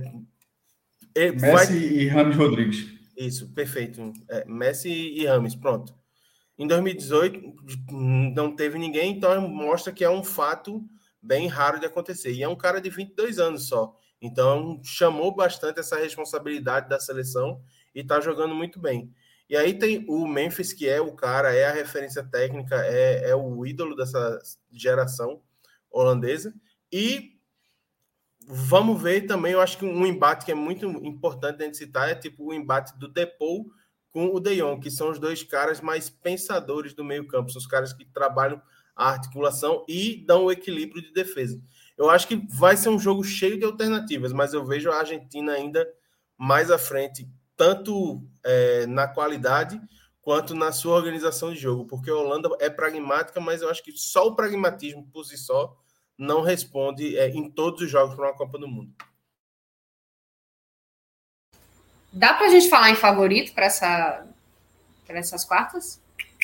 Messi vai... e Rames Rodrigues. Isso, perfeito. É, Messi e Rames, pronto. Em dois mil e dezoito, não teve ninguém, então mostra que é um fato bem raro de acontecer. E é um cara de vinte e dois anos só. Então, chamou bastante essa responsabilidade da seleção e está jogando muito bem. E aí tem o Memphis, que é o cara, é a referência técnica, é, é o ídolo dessa geração holandesa. E vamos ver também, eu acho que um embate que é muito importante a gente citar é tipo o embate do Depou com o De Jong, que são os dois caras mais pensadores do meio-campo, são os caras que trabalham a articulação e dão o equilíbrio de defesa. Eu acho que vai ser um jogo cheio de alternativas, mas eu vejo a Argentina ainda mais à frente, tanto é, na qualidade quanto na sua organização de jogo, porque a Holanda é pragmática, mas eu acho que só o pragmatismo por si só não responde é, em todos os jogos para uma Copa do Mundo. Dá para a gente falar em favorito para essa, para essas quartas?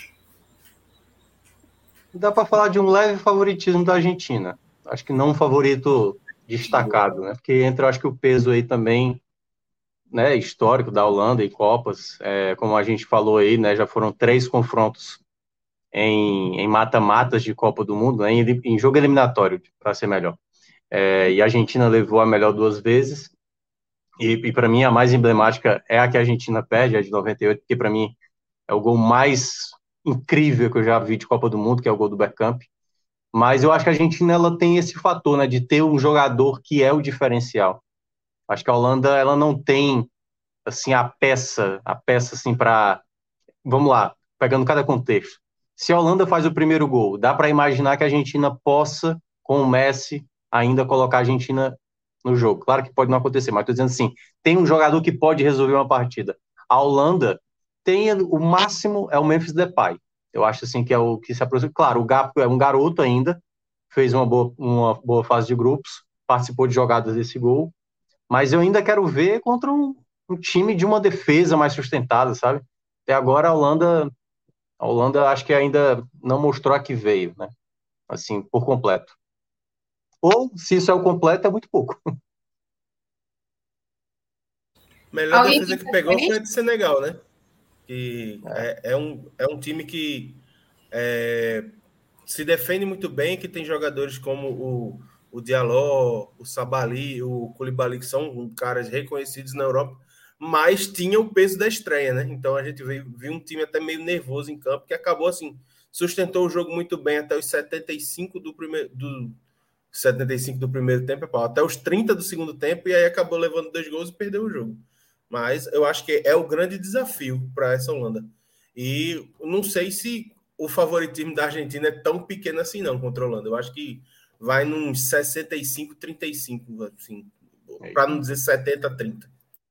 Dá para falar de um leve favoritismo da Argentina. Acho que não um favorito destacado, né? Porque entra, acho que o peso aí também, né, histórico da Holanda em Copas, é, como a gente falou aí, né, já foram três confrontos em, em mata-matas de Copa do Mundo, né, em, em jogo eliminatório, para ser melhor. É, e a Argentina levou a melhor duas vezes, e, e para mim a mais emblemática é a que a Argentina perde, a de noventa e oito, porque para mim é o gol mais incrível que eu já vi de Copa do Mundo, que é o gol do Bergkamp. Mas eu acho que a Argentina ela tem esse fator, né, de ter um jogador que é o diferencial. Acho que a Holanda ela não tem assim a peça, a peça assim para, vamos lá, pegando cada contexto. Se a Holanda faz o primeiro gol, dá para imaginar que a Argentina possa, com o Messi, ainda colocar a Argentina no jogo. Claro que pode não acontecer, mas estou dizendo assim, tem um jogador que pode resolver uma partida. A Holanda tem o máximo é o Memphis Depay. Eu acho assim que é o que se aproxima. Claro, o Gakpo é um garoto ainda, fez uma boa, uma boa fase de grupos, participou de jogadas desse gol, mas eu ainda quero ver contra um, um time de uma defesa mais sustentada, sabe? Até agora a Holanda, a Holanda acho que ainda não mostrou a que veio, né? Assim, por completo. Ou, se isso é o completo, é muito pouco. Melhor Alguém defesa que pegou foi a de Senegal, né? Que é, é, um, é um time que é, se defende muito bem, que tem jogadores como o, o Diallo, o Sabali, o Koulibaly, que são caras reconhecidos na Europa, mas tinha o peso da estreia, né? Então a gente viu, viu um time até meio nervoso em campo, que acabou assim, sustentou o jogo muito bem até os setenta e cinco do primeiro, do, setenta e cinco do primeiro tempo, até os trinta do segundo tempo, e aí acabou levando dois gols e perdeu o jogo. Mas eu acho que é o grande desafio para essa Holanda. E não sei se o favoritismo da Argentina é tão pequeno assim, não, contra a Holanda. Eu acho que vai num sessenta e cinco a trinta e cinco, assim, para não dizer setenta a trinta.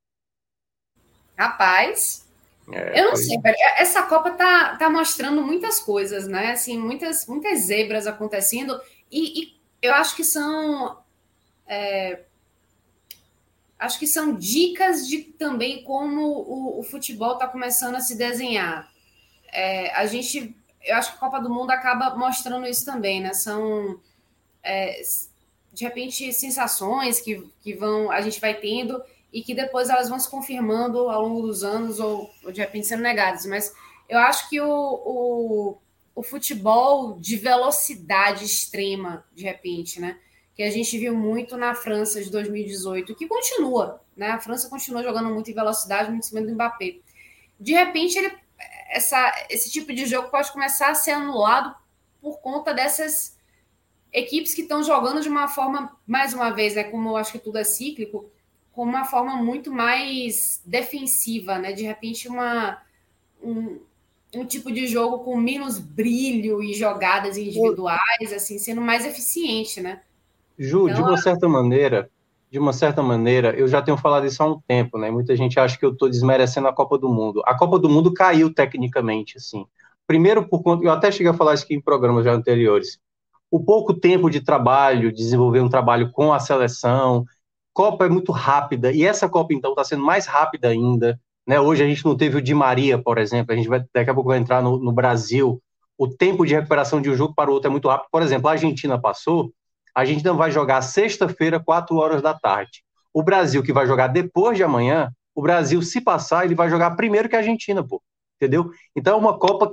Rapaz, é, eu não sei, velho. Essa Copa tá, tá mostrando muitas coisas, né? Assim, muitas, muitas zebras acontecendo. E, e eu acho que são... É, acho que são dicas de também como o, o futebol está começando a se desenhar. É, a gente, eu acho que a Copa do Mundo acaba mostrando isso também, né? São, é, de repente, sensações que, que vão, a gente vai tendo e que depois elas vão se confirmando ao longo dos anos ou, ou de repente sendo negadas. Mas eu acho que o, o, o futebol de velocidade extrema, de repente, né? Que a gente viu muito na França de dois mil e dezoito, que continua, né? A França continua jogando muito em velocidade, muito em cima do Mbappé. De repente, ele, essa, esse tipo de jogo pode começar a ser anulado por conta dessas equipes que estão jogando de uma forma, mais uma vez, né? Como eu acho que tudo é cíclico, com uma forma muito mais defensiva, né? De repente, uma, um, um tipo de jogo com menos brilho e jogadas individuais, assim, sendo mais eficiente, né? Ju, então, de uma certa maneira, de uma certa maneira, eu já tenho falado isso há um tempo, né? Muita gente acha que eu estou desmerecendo a Copa do Mundo. A Copa do Mundo caiu tecnicamente, assim. Primeiro, por conta, eu até cheguei a falar isso aqui em programas já anteriores. O pouco tempo de trabalho, desenvolver um trabalho com a seleção, Copa é muito rápida, e essa Copa, então, está sendo mais rápida ainda, né? Hoje a gente não teve o Di Maria, por exemplo, a gente vai, daqui a pouco vai entrar no, no Brasil, o tempo de recuperação de um jogo para o outro é muito rápido. Por exemplo, a Argentina passou, a gente não vai jogar sexta-feira, quatro horas da tarde. O Brasil, que vai jogar depois de amanhã, o Brasil, se passar, ele vai jogar primeiro que a Argentina, pô. Entendeu? Então é uma Copa que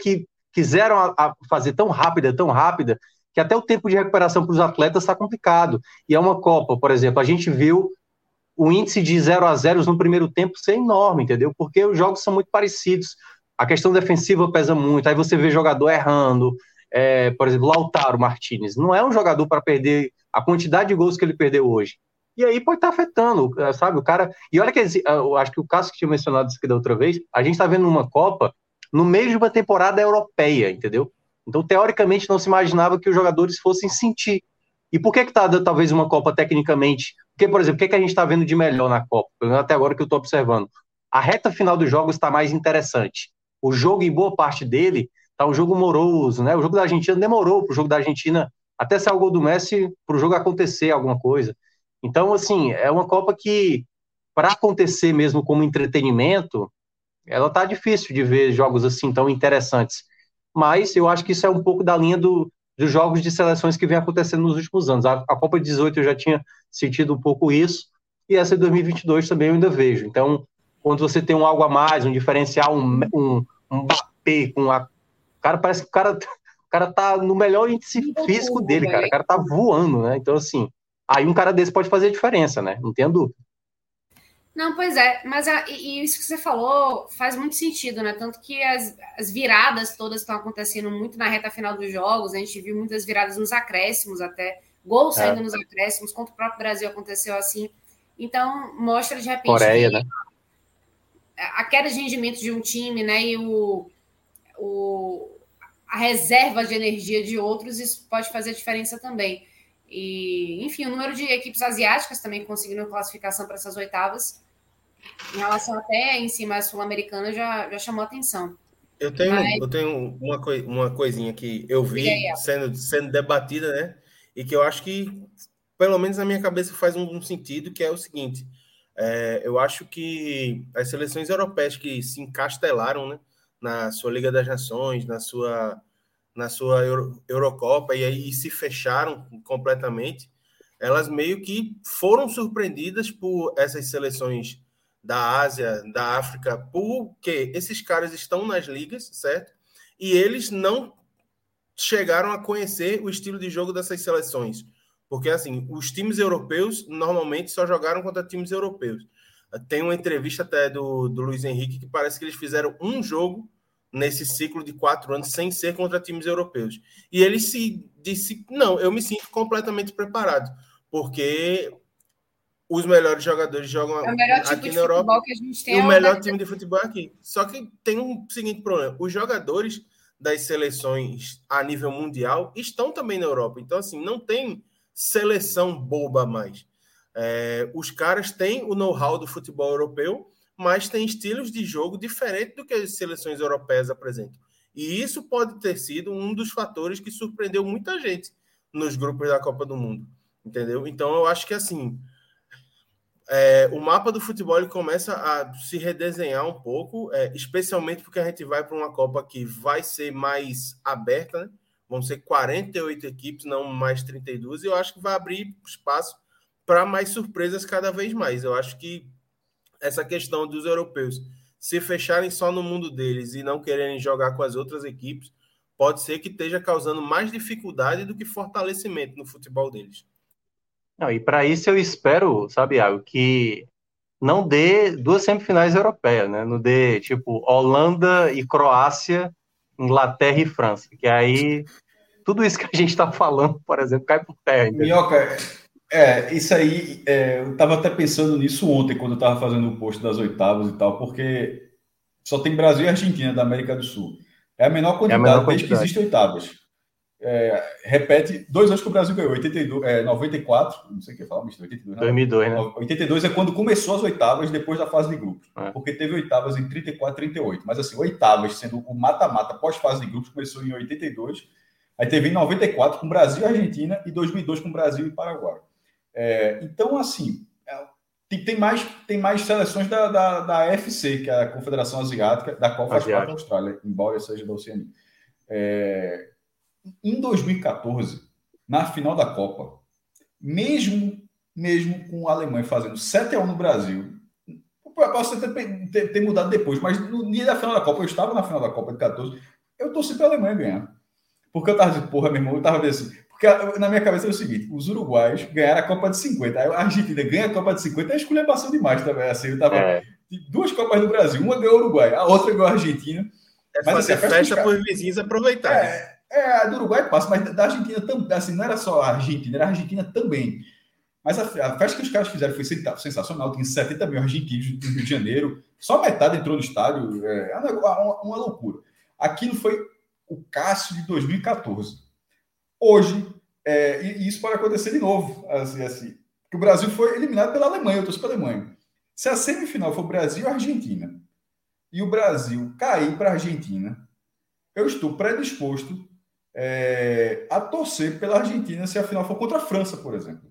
quiseram a, a fazer tão rápida, tão rápida, que até o tempo de recuperação para os atletas está complicado. E é uma Copa, por exemplo, a gente viu o índice de zero a zero no primeiro tempo ser enorme, entendeu? Porque os jogos são muito parecidos. A questão defensiva pesa muito, aí você vê jogador errando, é, por exemplo, Lautaro Martinez, não é um jogador para perder a quantidade de gols que ele perdeu hoje. E aí pode estar tá afetando, sabe, o cara... E olha que, eu acho que o Cássio que tinha mencionado isso aqui da outra vez, a gente está vendo uma Copa no meio de uma temporada europeia, entendeu? Então, teoricamente, não se imaginava que os jogadores fossem sentir. E por que que tá talvez uma Copa tecnicamente... Porque, por exemplo, o que, que a gente está vendo de melhor na Copa? Até agora que eu estou observando. A reta final dos jogos está mais interessante. O jogo, em boa parte dele, está um jogo moroso, né? O jogo da Argentina demorou para o jogo da Argentina até sair o gol do Messi, para o jogo acontecer alguma coisa. Então, assim, é uma Copa que, para acontecer mesmo como entretenimento, ela tá difícil de ver jogos assim tão interessantes. Mas eu acho que isso é um pouco da linha do, dos jogos de seleções que vem acontecendo nos últimos anos. A, a Copa de dezoito eu já tinha sentido um pouco isso, e essa de dois mil e vinte e dois também eu ainda vejo. Então, quando você tem um algo a mais, um diferencial, um, um, um Mbappé, com a... cara, parece que o cara, o cara tá no melhor índice físico dele, cara. O cara tá voando, né? Então, assim, aí um cara desse pode fazer a diferença, né? Não tenho dúvida. Não, pois é, mas a, e isso que você falou faz muito sentido, né? Tanto que as, as viradas todas estão acontecendo muito na reta final dos jogos, a gente viu muitas viradas nos acréscimos até, gols é. saindo nos acréscimos, contra o próprio Brasil aconteceu assim. Então, mostra de repente Coreia, que né? a queda de rendimento de um time, né, e o, o, a reserva de energia de outros, isso pode fazer diferença também. E, enfim, o número de equipes asiáticas também conseguindo classificação para essas oitavas, em relação até em cima à Sul-Americana, já, já chamou atenção. Eu tenho, Mas... eu tenho uma, coi- uma coisinha que eu vi aí, sendo, sendo debatida, né? E que eu acho que, pelo menos na minha cabeça, faz um, um sentido, que é o seguinte. É, eu acho que as seleções europeias que se encastelaram, né, na sua Liga das Nações, na sua, na sua Euro, Eurocopa, e aí se fecharam completamente, elas meio que foram surpreendidas por essas seleções da Ásia, da África, porque esses caras estão nas ligas, certo? E eles não chegaram a conhecer o estilo de jogo dessas seleções. Porque, assim, os times europeus normalmente só jogaram contra times europeus. Tem uma entrevista até do, do Luiz Henrique que parece que eles fizeram um jogo nesse ciclo de quatro anos sem ser contra times europeus. E ele se disse, não, eu me sinto completamente preparado, porque os melhores jogadores jogam é o melhor tipo aqui de na Europa que a gente tem e o é melhor da... time de futebol é aqui. Só que tem um seguinte problema, os jogadores das seleções a nível mundial estão também na Europa. Então, assim, não tem seleção boba mais. É, os caras têm o know-how do futebol europeu, mas têm estilos de jogo diferentes do que as seleções europeias apresentam. E isso pode ter sido um dos fatores que surpreendeu muita gente nos grupos da Copa do Mundo, entendeu? Então, eu acho que, assim, é, o mapa do futebol ele começa a se redesenhar um pouco, é, especialmente porque a gente vai para uma Copa que vai ser mais aberta, né? Vão ser quarenta e oito equipes, não mais trinta e duas, e eu acho que vai abrir espaço para mais surpresas cada vez mais. Eu acho que essa questão dos europeus se fecharem só no mundo deles e não quererem jogar com as outras equipes, pode ser que esteja causando mais dificuldade do que fortalecimento no futebol deles. Não, e para isso eu espero, sabe, Iago, que não dê duas semifinais europeias, né? Não dê, tipo, Holanda e Croácia, Inglaterra e França, que aí tudo isso que a gente está falando, por exemplo, cai por terra. Entendeu? Minhoca, é, isso aí, é, eu estava até pensando nisso ontem, quando eu estava fazendo o post das oitavas e tal, porque só tem Brasil e Argentina da América do Sul. É a menor quantidade, é a menor desde quantidade. Que existem oitavas. É, repete, dois anos que o Brasil ganhou, oitenta e dois, é, noventa e quatro, não sei o que falar, mas oitenta e dois, dois mil e dois, né? oitenta e dois é quando começou as oitavas, depois da fase de grupos, é. Porque teve oitavas em trinta e quatro, trinta e oito, mas assim, oitavas, sendo o mata-mata pós-fase de grupos, começou em oitenta e dois, aí teve em noventa e quatro com Brasil e Argentina, e dois mil e dois com Brasil e Paraguai. É, então, assim, tem, tem, mais, tem mais seleções da, da, da A F C, que é a Confederação Asiática, da qual faz parte da Austrália, embora seja da Oceania. É... Em dois mil e quatorze, na final da Copa, mesmo, mesmo com a Alemanha fazendo sete a um no Brasil, posso ter, ter, ter mudado depois, mas no dia da final da Copa, eu estava na final da Copa de quatorze, eu torci para a Alemanha ganhar. Porque eu tava dizendo, porra, meu irmão, eu tava assim. Porque na minha cabeça era o seguinte: os uruguaios ganharam a Copa de cinquenta. Aí a Argentina ganha a Copa de cinquenta, é esculhambação demais também. Assim, eu tava. É. Duas Copas do Brasil, uma ganhou o Uruguai, a outra ganhou a Argentina. É mas fazer assim, festa para os vizinhos aproveitarem. É, é, a do Uruguai passa, mas da Argentina também. Assim, não era só a Argentina, era a Argentina também. Mas a, a festa que os caras fizeram foi sensacional. Tinha setenta mil argentinos no Rio de Janeiro. Só metade entrou no estádio. É uma, uma loucura. Aquilo foi o Cássio de dois mil e catorze. Hoje, é, e isso pode acontecer de novo. Assim, assim, que o Brasil foi eliminado pela Alemanha. Eu torço pela Alemanha. Se a semifinal for Brasil e Argentina, e o Brasil cair para a Argentina, eu estou predisposto é, a torcer pela Argentina se a final for contra a França, por exemplo.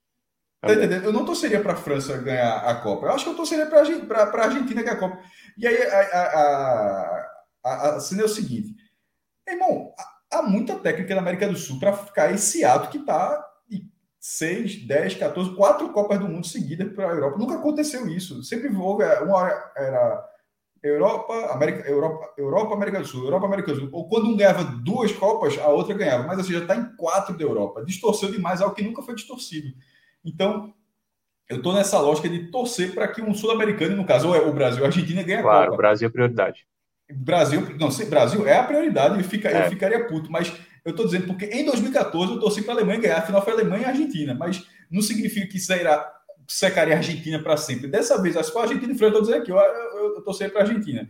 Tá entendendo? Eu não torceria para a França ganhar a Copa. Eu acho que eu torceria para a Argentina ganhar a Copa. E aí a, a, a, a, a cena é o seguinte. Irmão, há muita técnica na América do Sul para ficar esse ato que está seis, dez, catorze, quatro Copas do Mundo seguidas para a Europa. Nunca aconteceu isso. Sempre houve, uma hora era Europa, América, Europa, Europa, América do Sul, Europa, América do Sul. Ou quando um ganhava duas Copas, a outra ganhava. Mas assim, já está em quatro da Europa. Distorceu demais, algo que nunca foi distorcido. Então, eu estou nessa lógica de torcer para que um sul-americano, no caso, ou é o Brasil ou a Argentina, ganhe a claro, Copa. Claro, o Brasil é prioridade. Brasil, não, se Brasil é a prioridade, eu, fica, é. eu ficaria puto, mas eu estou dizendo porque em dois mil e catorze eu torci para a Alemanha ganhar, afinal foi a Alemanha e a Argentina, mas não significa que sairá, secaria a Argentina para sempre. Dessa vez, se for a Argentina e França, eu estou dizendo aqui, eu, eu, eu torci para a Argentina.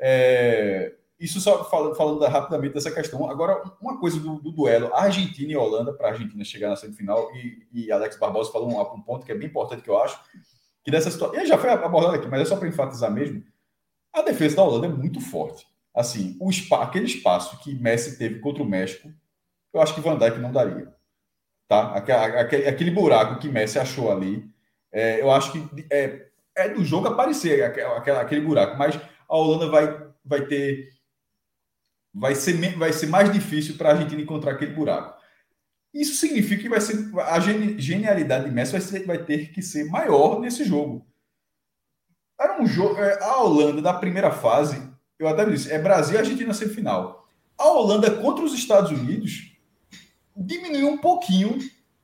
É, isso só falando, falando rapidamente dessa questão. Agora, uma coisa do, do duelo, Argentina e Holanda, para a Argentina chegar na semifinal, e, e Alex Barbosa falou um, um ponto que é bem importante, que eu acho, que dessa situação, e já foi abordado aqui, mas é só para enfatizar mesmo, a defesa da Holanda é muito forte. Assim, o spa, aquele espaço que Messi teve contra o México, eu acho que Van Dijk não daria. Tá? Aquele, aquele buraco que Messi achou ali, é, eu acho que é, é do jogo aparecer aquele, aquele buraco, mas a Holanda vai, vai ter... Vai ser, vai ser mais difícil para a Argentina encontrar aquele buraco. Isso significa que vai ser, a genialidade de Messi vai, ser, vai ter que ser maior nesse jogo. Era um jogo... A Holanda, da primeira fase, eu até disse, é Brasil e Argentina semifinal. A Holanda contra os Estados Unidos diminuiu um pouquinho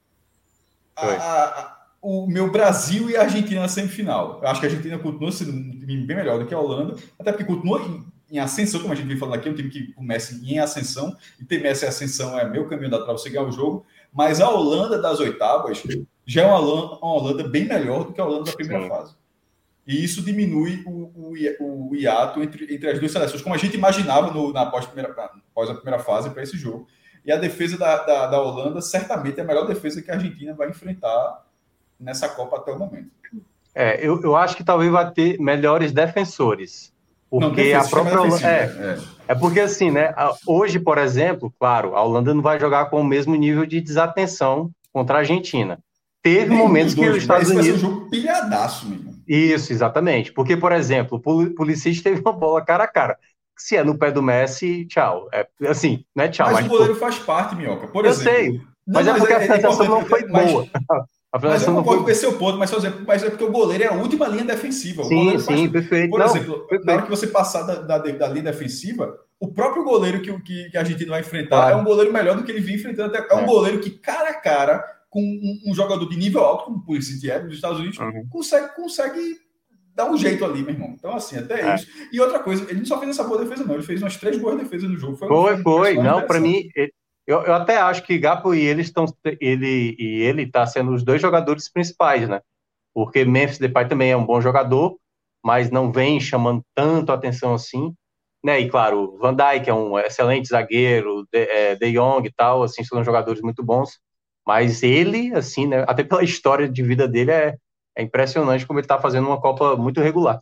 a, a, a, o meu Brasil e a Argentina na semifinal. Eu acho que a Argentina continua sendo um time bem melhor do que a Holanda, até porque continua em, em ascensão, como a gente vem falando aqui, é um time que começa em ascensão, e ter Messi em ascensão é meu caminho para você ganhar o jogo, mas a Holanda das oitavas já é uma Holanda, uma Holanda bem melhor do que a Holanda da primeira Sim. fase. E isso diminui o, o, o hiato entre, entre as duas seleções, como a gente imaginava no, na pós-primeira, após a primeira fase para esse jogo. E a defesa da, da, da Holanda certamente é a melhor defesa que a Argentina vai enfrentar nessa Copa até o momento. É, eu, eu acho que talvez vai ter melhores defensores. Porque não, defesa, a própria Holanda, é, é. é porque assim, né? Hoje, por exemplo, claro, a Holanda não vai jogar com o mesmo nível de desatenção contra a Argentina. Teve Nem momentos que os Estados Unidos... Vai ser um jogo pilhadaço, mesmo. Isso, exatamente. Porque, por exemplo, o Pulisic teve uma bola cara a cara. Se é no pé do Messi, tchau. É, assim, não é tchau. Mas, mas o goleiro faz parte, Minhoca. Por eu exemplo. sei, mas não, é porque mas a finalização é não foi mas, boa. A mas eu concordo com esse seu ponto, mas, só dizer, mas é porque o goleiro é a última linha defensiva. O sim, sim, faz... perfeito. Por não, exemplo, perfeito. na hora que você passar da, da, da linha defensiva, o próprio goleiro que, que, que a Argentina vai enfrentar claro. é um goleiro melhor do que ele vinha enfrentando. É um é. goleiro que, cara a cara, com um, um jogador de nível alto, como o Pulisic é, nos Estados Unidos, uhum. consegue... consegue dá um jeito ali, meu irmão. Então, assim, até é. isso. E outra coisa, ele não só fez essa boa defesa, não. Ele fez umas três boas defesas no jogo. Foi, foi. foi. Não, para mim, eu, eu até acho que Gakpo e ele estão... Ele e ele tá sendo os dois jogadores principais, né? Porque Memphis Depay também é um bom jogador, mas não vem chamando tanto a atenção assim. Né? E, claro, Van Dijk é um excelente zagueiro, De, é, De Jong e tal, assim, são jogadores muito bons. Mas ele, assim, né? Até pela história de vida dele, é É impressionante como ele está fazendo uma Copa muito regular.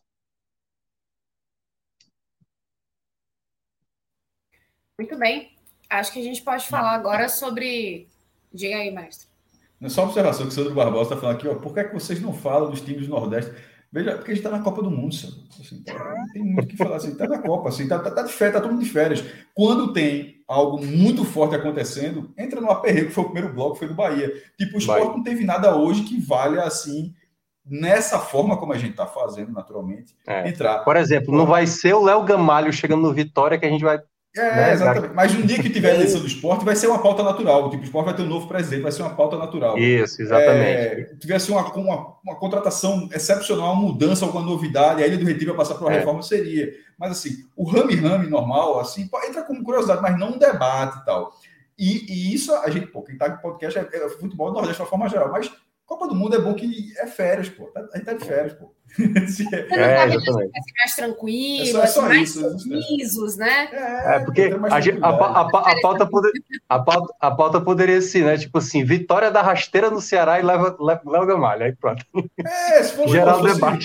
Muito bem. Acho que a gente pode falar agora sobre... Diga aí, mestre. Só uma observação que o Sandro Barbosa está falando aqui. Ó, por que, é que vocês não falam dos times do Nordeste? Veja, porque a gente está na Copa do Mundo, Sandro. Assim, tá, não tem muito o que falar. Está assim, na Copa, assim, tá, tá, tá de férias, está todo mundo de férias. Quando tem algo muito forte acontecendo, entra no aperreio, que foi o primeiro bloco, foi do Bahia. Tipo, o Sport não teve nada hoje que valha, assim... nessa forma como a gente está fazendo, naturalmente, é. entrar. Por exemplo, não vai ser o Léo Gamalho chegando no Vitória que a gente vai É, né, exatamente. cara? Mas no dia que tiver a eleição do esporte, vai ser uma pauta natural. Tipo, o esporte vai ter um novo presidente, vai ser uma pauta natural. Isso, exatamente. É, tivesse uma, uma, uma contratação excepcional, uma mudança, alguma novidade, a Ilha do Retiro vai passar por uma É. reforma, seria. Mas assim, o rame-rame normal, assim, pô, entra como curiosidade, mas não um debate e tal. E, e isso, a gente, pô, quem tá no podcast é, é futebol do Nordeste de uma forma geral, mas Copa do Mundo é bom que é férias, pô. A gente tá de férias, pô. Você não É, tá vendo exatamente. assim, mais tranquilo, É só- é só assim, mais isso, é só isso. sorrisos, né? É, porque tem mais a, gente- a, pa- tranquilidade. a, pa- a pauta poder, a, pauta, a pauta poderia ser, né? Tipo assim, vitória da rasteira no Ceará e leva, leva, leva o Gamalho. Aí pronto. É, se for Gerar o fosse- debate.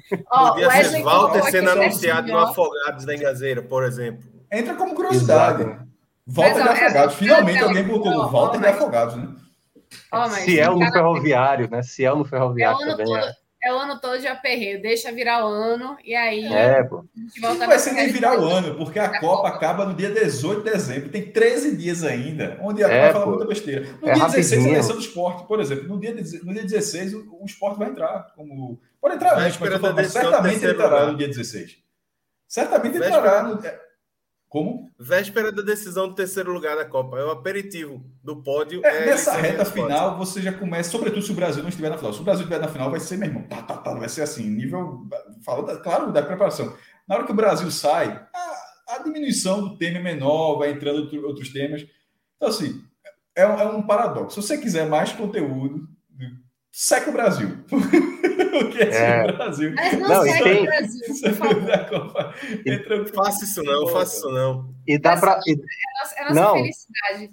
Ó, Podia Wesley ser Walter colocou sendo aqui anunciado no certinho, ó. Afogados da Engazeira, por exemplo. Entra como curiosidade. Exato. Volta Mas, de ó, Afogados. essa- Finalmente não, alguém botou ó, no Volta ó, de mas- Afogados, né? Ó, mas Ciel tá no na- ferroviário, né? Ciel no É o ferroviário ano também. todo, é o ano todo de aperreio. Deixa virar o ano e aí É, é pô. a gente Não volta vai na ser nem virar o ano, porque a Copa acaba no dia dezoito de dezembro. Tem treze dias ainda, onde a É, vai falar pô. muita besteira. No É dia dezesseis, a rapidinho. eleição do esporte, por exemplo. No dia, deze- no dia dezesseis, o, o esporte vai entrar. Como... Pode entrar Vai antes, mas, eu tô esperando falando, a mas decisão do certamente ele terceiro entrará lugar. no dia dezesseis. Certamente Véspera- entrará. No... é, Como? Véspera da decisão do terceiro lugar da Copa. É o aperitivo do pódio. É, é a nessa eleição do reta esporte. final, você já começa, sobretudo se o Brasil não estiver na final. Se o Brasil estiver na final, vai ser, meu irmão, tá, tá, tá, vai ser assim, nível, fala da- claro, da preparação. Na hora que o Brasil sai, a, a diminuição do tema é menor, vai entrando outro- outros temas. Então, assim, é, um- é um paradoxo. Se você quiser mais conteúdo, seca o Brasil. Porque assim, É. o Brasil... Mas não, Não, e segue tem- o Brasil, por favor. da Copa, entra... Faça isso não, faça isso não. E dá para É nossa, é nossa Não. felicidade.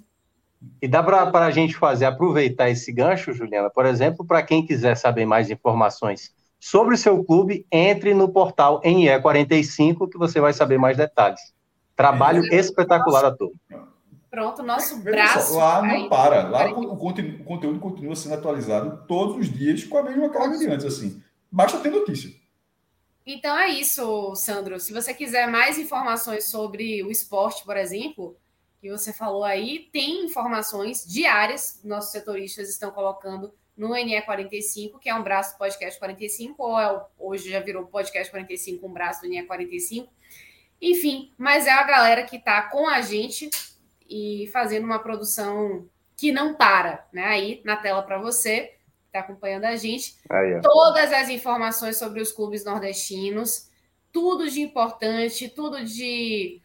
e dá para a gente fazer, aproveitar esse gancho, Juliana, por exemplo, para quem quiser saber mais informações sobre o seu clube, entre no portal N E quarenta e cinco que você vai saber mais detalhes. Trabalho espetacular a todos. Pronto, nosso Veja braço. só, lá não aí- para. Lá o, conteúdo, o conteúdo continua sendo atualizado todos os dias com a mesma carga de antes, assim. Basta ter notícia. Então é isso, Sandro. Se você quiser mais informações sobre o esporte, por exemplo, que você falou aí, tem informações diárias que nossos setoristas estão colocando no N E quarenta e cinco, que é um braço do podcast quarenta e cinco, ou é o, hoje já virou podcast quarenta e cinco, um braço do N E quarenta e cinco. Enfim, mas é a galera que está com a gente e fazendo uma produção que não para, né? Aí na tela para você, que está acompanhando a gente, Aí, ó. todas as informações sobre os clubes nordestinos, tudo de importante, tudo de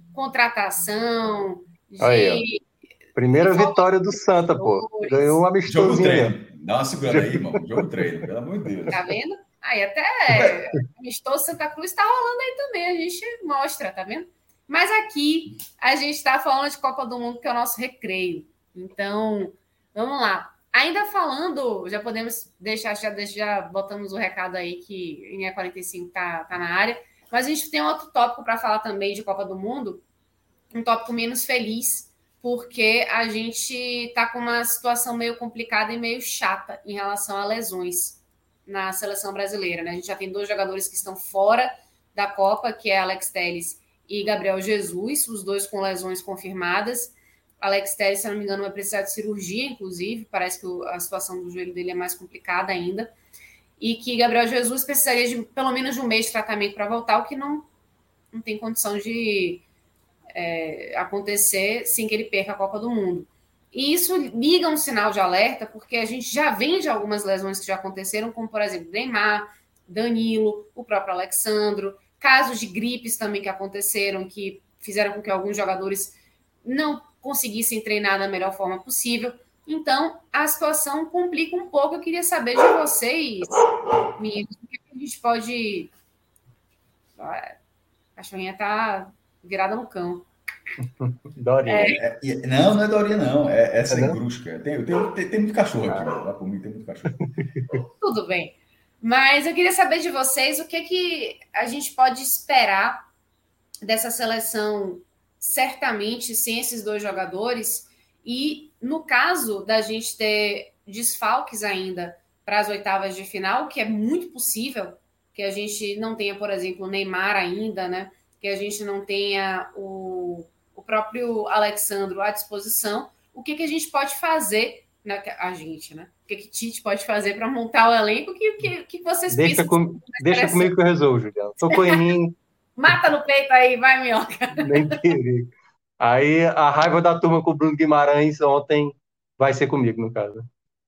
contratação, de... Aí, Primeira Informa- vitória do Santa, pô. Ganhou um Jogo amistosinho. treino. Dá uma segurada aí, irmão. Jogo treino, pelo amor de Deus. Tá vendo? Aí até amistoso Santa Cruz está rolando aí também, a gente mostra, tá vendo? Mas aqui a gente está falando de Copa do Mundo, que é o nosso recreio. Então, vamos lá. Ainda falando, já podemos deixar, já, já botamos o recado aí que em E quarenta e cinco tá, tá na área, mas a gente tem outro tópico para falar também de Copa do Mundo, um tópico menos feliz, porque a gente está com uma situação meio complicada e meio chata em relação a lesões na seleção brasileira, né? A gente já tem dois jogadores que estão fora da Copa, que é Alex Telles e Gabriel Jesus, os dois com lesões confirmadas. Alex Telles, se não me engano, vai precisar de cirurgia, inclusive, parece que a situação do joelho dele é mais complicada ainda, e que Gabriel Jesus precisaria de pelo menos de um mês de tratamento para voltar, o que não, não tem condição de é, acontecer sem que ele perca a Copa do Mundo. E isso liga um sinal de alerta, porque a gente já vem de algumas lesões que já aconteceram, como, por exemplo, Neymar, Danilo, o próprio Alexandro, casos de gripes também que aconteceram, que fizeram com que alguns jogadores não conseguissem treinar da melhor forma possível. Então, a situação complica um pouco. Eu queria saber de vocês, meninos, o que a gente pode... A cachorrinha está virada no cão. Dorinha. É, e- não, não é Dorinha, não. É, essa É é não? Grusca. Tem, tem, tem, tem muito cachorro aqui. Lá por mim tem muito cachorro. Tudo bem. Mas eu queria saber de vocês o que, que a gente pode esperar dessa seleção, certamente sem esses dois jogadores, e no caso da gente ter desfalques ainda para as oitavas de final, que é muito possível que a gente não tenha, por exemplo, o Neymar ainda, né? Que a gente não tenha o, o próprio Alexandro à disposição, o que, que a gente pode fazer, na, a gente, né? O que, que Tite pode fazer para montar o elenco? O que, que, que vocês Deixa, pensam? com, deixa comigo que eu resolvo, Juliano. Tocou em mim, Mata no peito aí, vai, Minhoca. Nem perigo. Aí a raiva da turma com o Bruno Guimarães ontem vai ser comigo, no caso.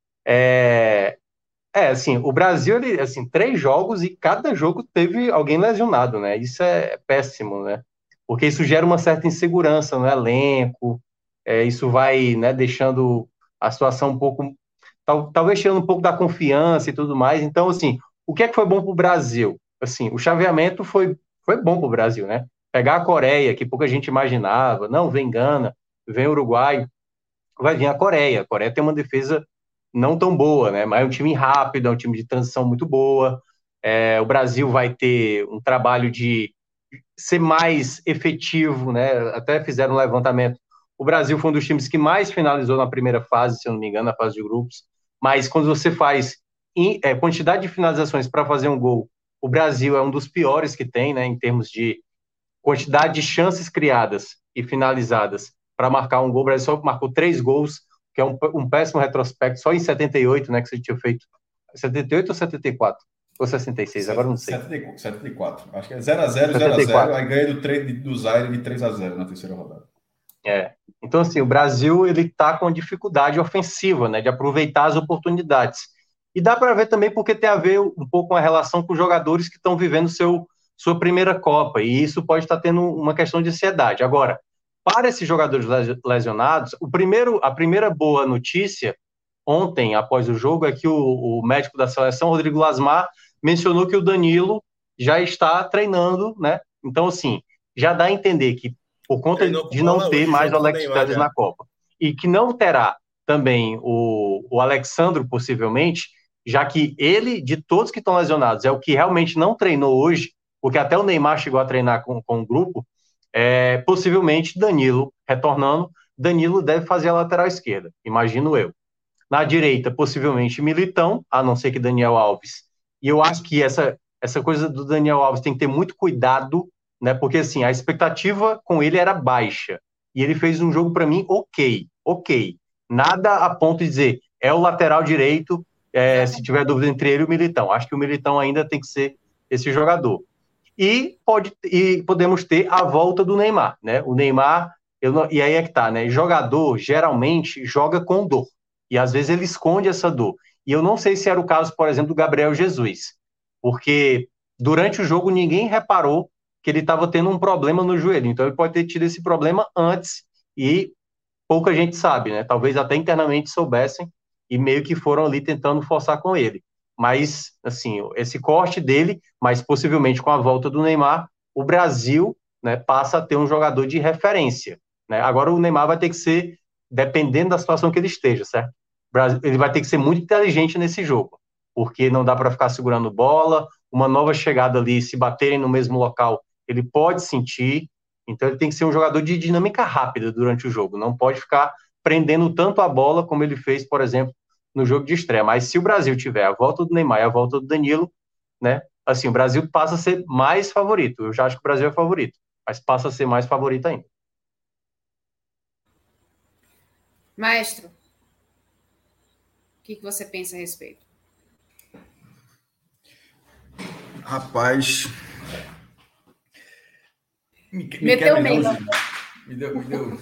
É, é assim, o Brasil, ele, assim, três jogos e cada jogo teve alguém lesionado, né? Isso é péssimo, né? Porque isso gera uma certa insegurança no elenco, é, isso vai, né, deixando a situação um pouco, tal, talvez tirando um pouco da confiança e tudo mais. Então, assim, o que é que foi bom para o Brasil? Assim, o chaveamento foi, foi bom para o Brasil, né? Pegar a Coreia, que pouca gente imaginava, não, vem Gana, vem Uruguai, vai vir a Coreia. A Coreia tem uma defesa não tão boa, né? Mas é um time rápido, é um time de transição muito boa. É, o Brasil vai ter um trabalho de ser mais efetivo, né? Até fizeram um levantamento. O Brasil foi um dos times que mais finalizou na primeira fase, se eu não me engano, na fase de grupos. Mas quando você faz in, é, quantidade de finalizações para fazer um gol, o Brasil é um dos piores que tem, né? Em termos de quantidade de chances criadas e finalizadas para marcar um gol. O Brasil só marcou três gols, que é um, um péssimo retrospecto, só em setenta e oito, né, que você tinha feito. setenta e oito ou setenta e quatro? Ou sessenta e seis, agora não sei. setenta e quatro. Acho que é zero a zero, zero a zero, aí ganha do, treino do Zaire de três a zero na terceira rodada. É. Então, assim, o Brasil, ele tá com dificuldade ofensiva, né, de aproveitar as oportunidades. E dá para ver também porque tem a ver um pouco com a relação com os jogadores que estão vivendo seu sua primeira Copa, e isso pode estar tendo uma questão de ansiedade. Agora, para esses jogadores lesionados, o primeiro, a primeira boa notícia, ontem, após o jogo, é que o, o médico da seleção, Rodrigo Lasmar, mencionou que o Danilo já está treinando, né? Então, assim, já dá a entender que, por conta de não ter mais o Alex Telles na Copa, e que não terá também o, o Alexandro, possivelmente, já que ele, de todos que estão lesionados, é o que realmente não treinou hoje, porque até o Neymar chegou a treinar com, com o grupo, é, possivelmente Danilo retornando, Danilo deve fazer a lateral esquerda, imagino eu. Na direita, possivelmente Militão, a não ser que Daniel Alves. E eu acho que essa, essa coisa do Daniel Alves tem que ter muito cuidado, né? Porque assim, a expectativa com ele era baixa. E ele fez um jogo, para mim, ok, ok. Nada a ponto de dizer, é o lateral direito, é, se tiver dúvida entre ele e o Militão. Acho que o Militão ainda tem que ser esse jogador. E, pode, e podemos ter a volta do Neymar, né? O Neymar, eu não, e aí é que tá, né? Jogador geralmente joga com dor. E às vezes ele esconde essa dor. E eu não sei se era o caso, por exemplo, do Gabriel Jesus. Porque durante o jogo ninguém reparou que ele estava tendo um problema no joelho. Então ele pode ter tido esse problema antes e pouca gente sabe, né? Talvez até internamente soubessem e meio que foram ali tentando forçar com ele. Mas, assim, esse corte dele, mas possivelmente com a volta do Neymar, o Brasil, né, passa a ter um jogador de referência, né? Agora o Neymar vai ter que ser, dependendo da situação que ele esteja, certo? Ele vai ter que ser muito inteligente nesse jogo, porque não dá para ficar segurando bola, uma nova chegada ali, se baterem no mesmo local, ele pode sentir, então ele tem que ser um jogador de dinâmica rápida durante o jogo, não pode ficar prendendo tanto a bola como ele fez, por exemplo, no jogo de estreia. Mas se o Brasil tiver a volta do Neymar e a volta do Danilo, né, assim, o Brasil passa a ser mais favorito. Eu já acho que o Brasil é favorito, mas passa a ser mais favorito ainda. Maestro, o que, que você pensa a respeito? Rapaz... Me, me Meteu meio. Me deu, me deu...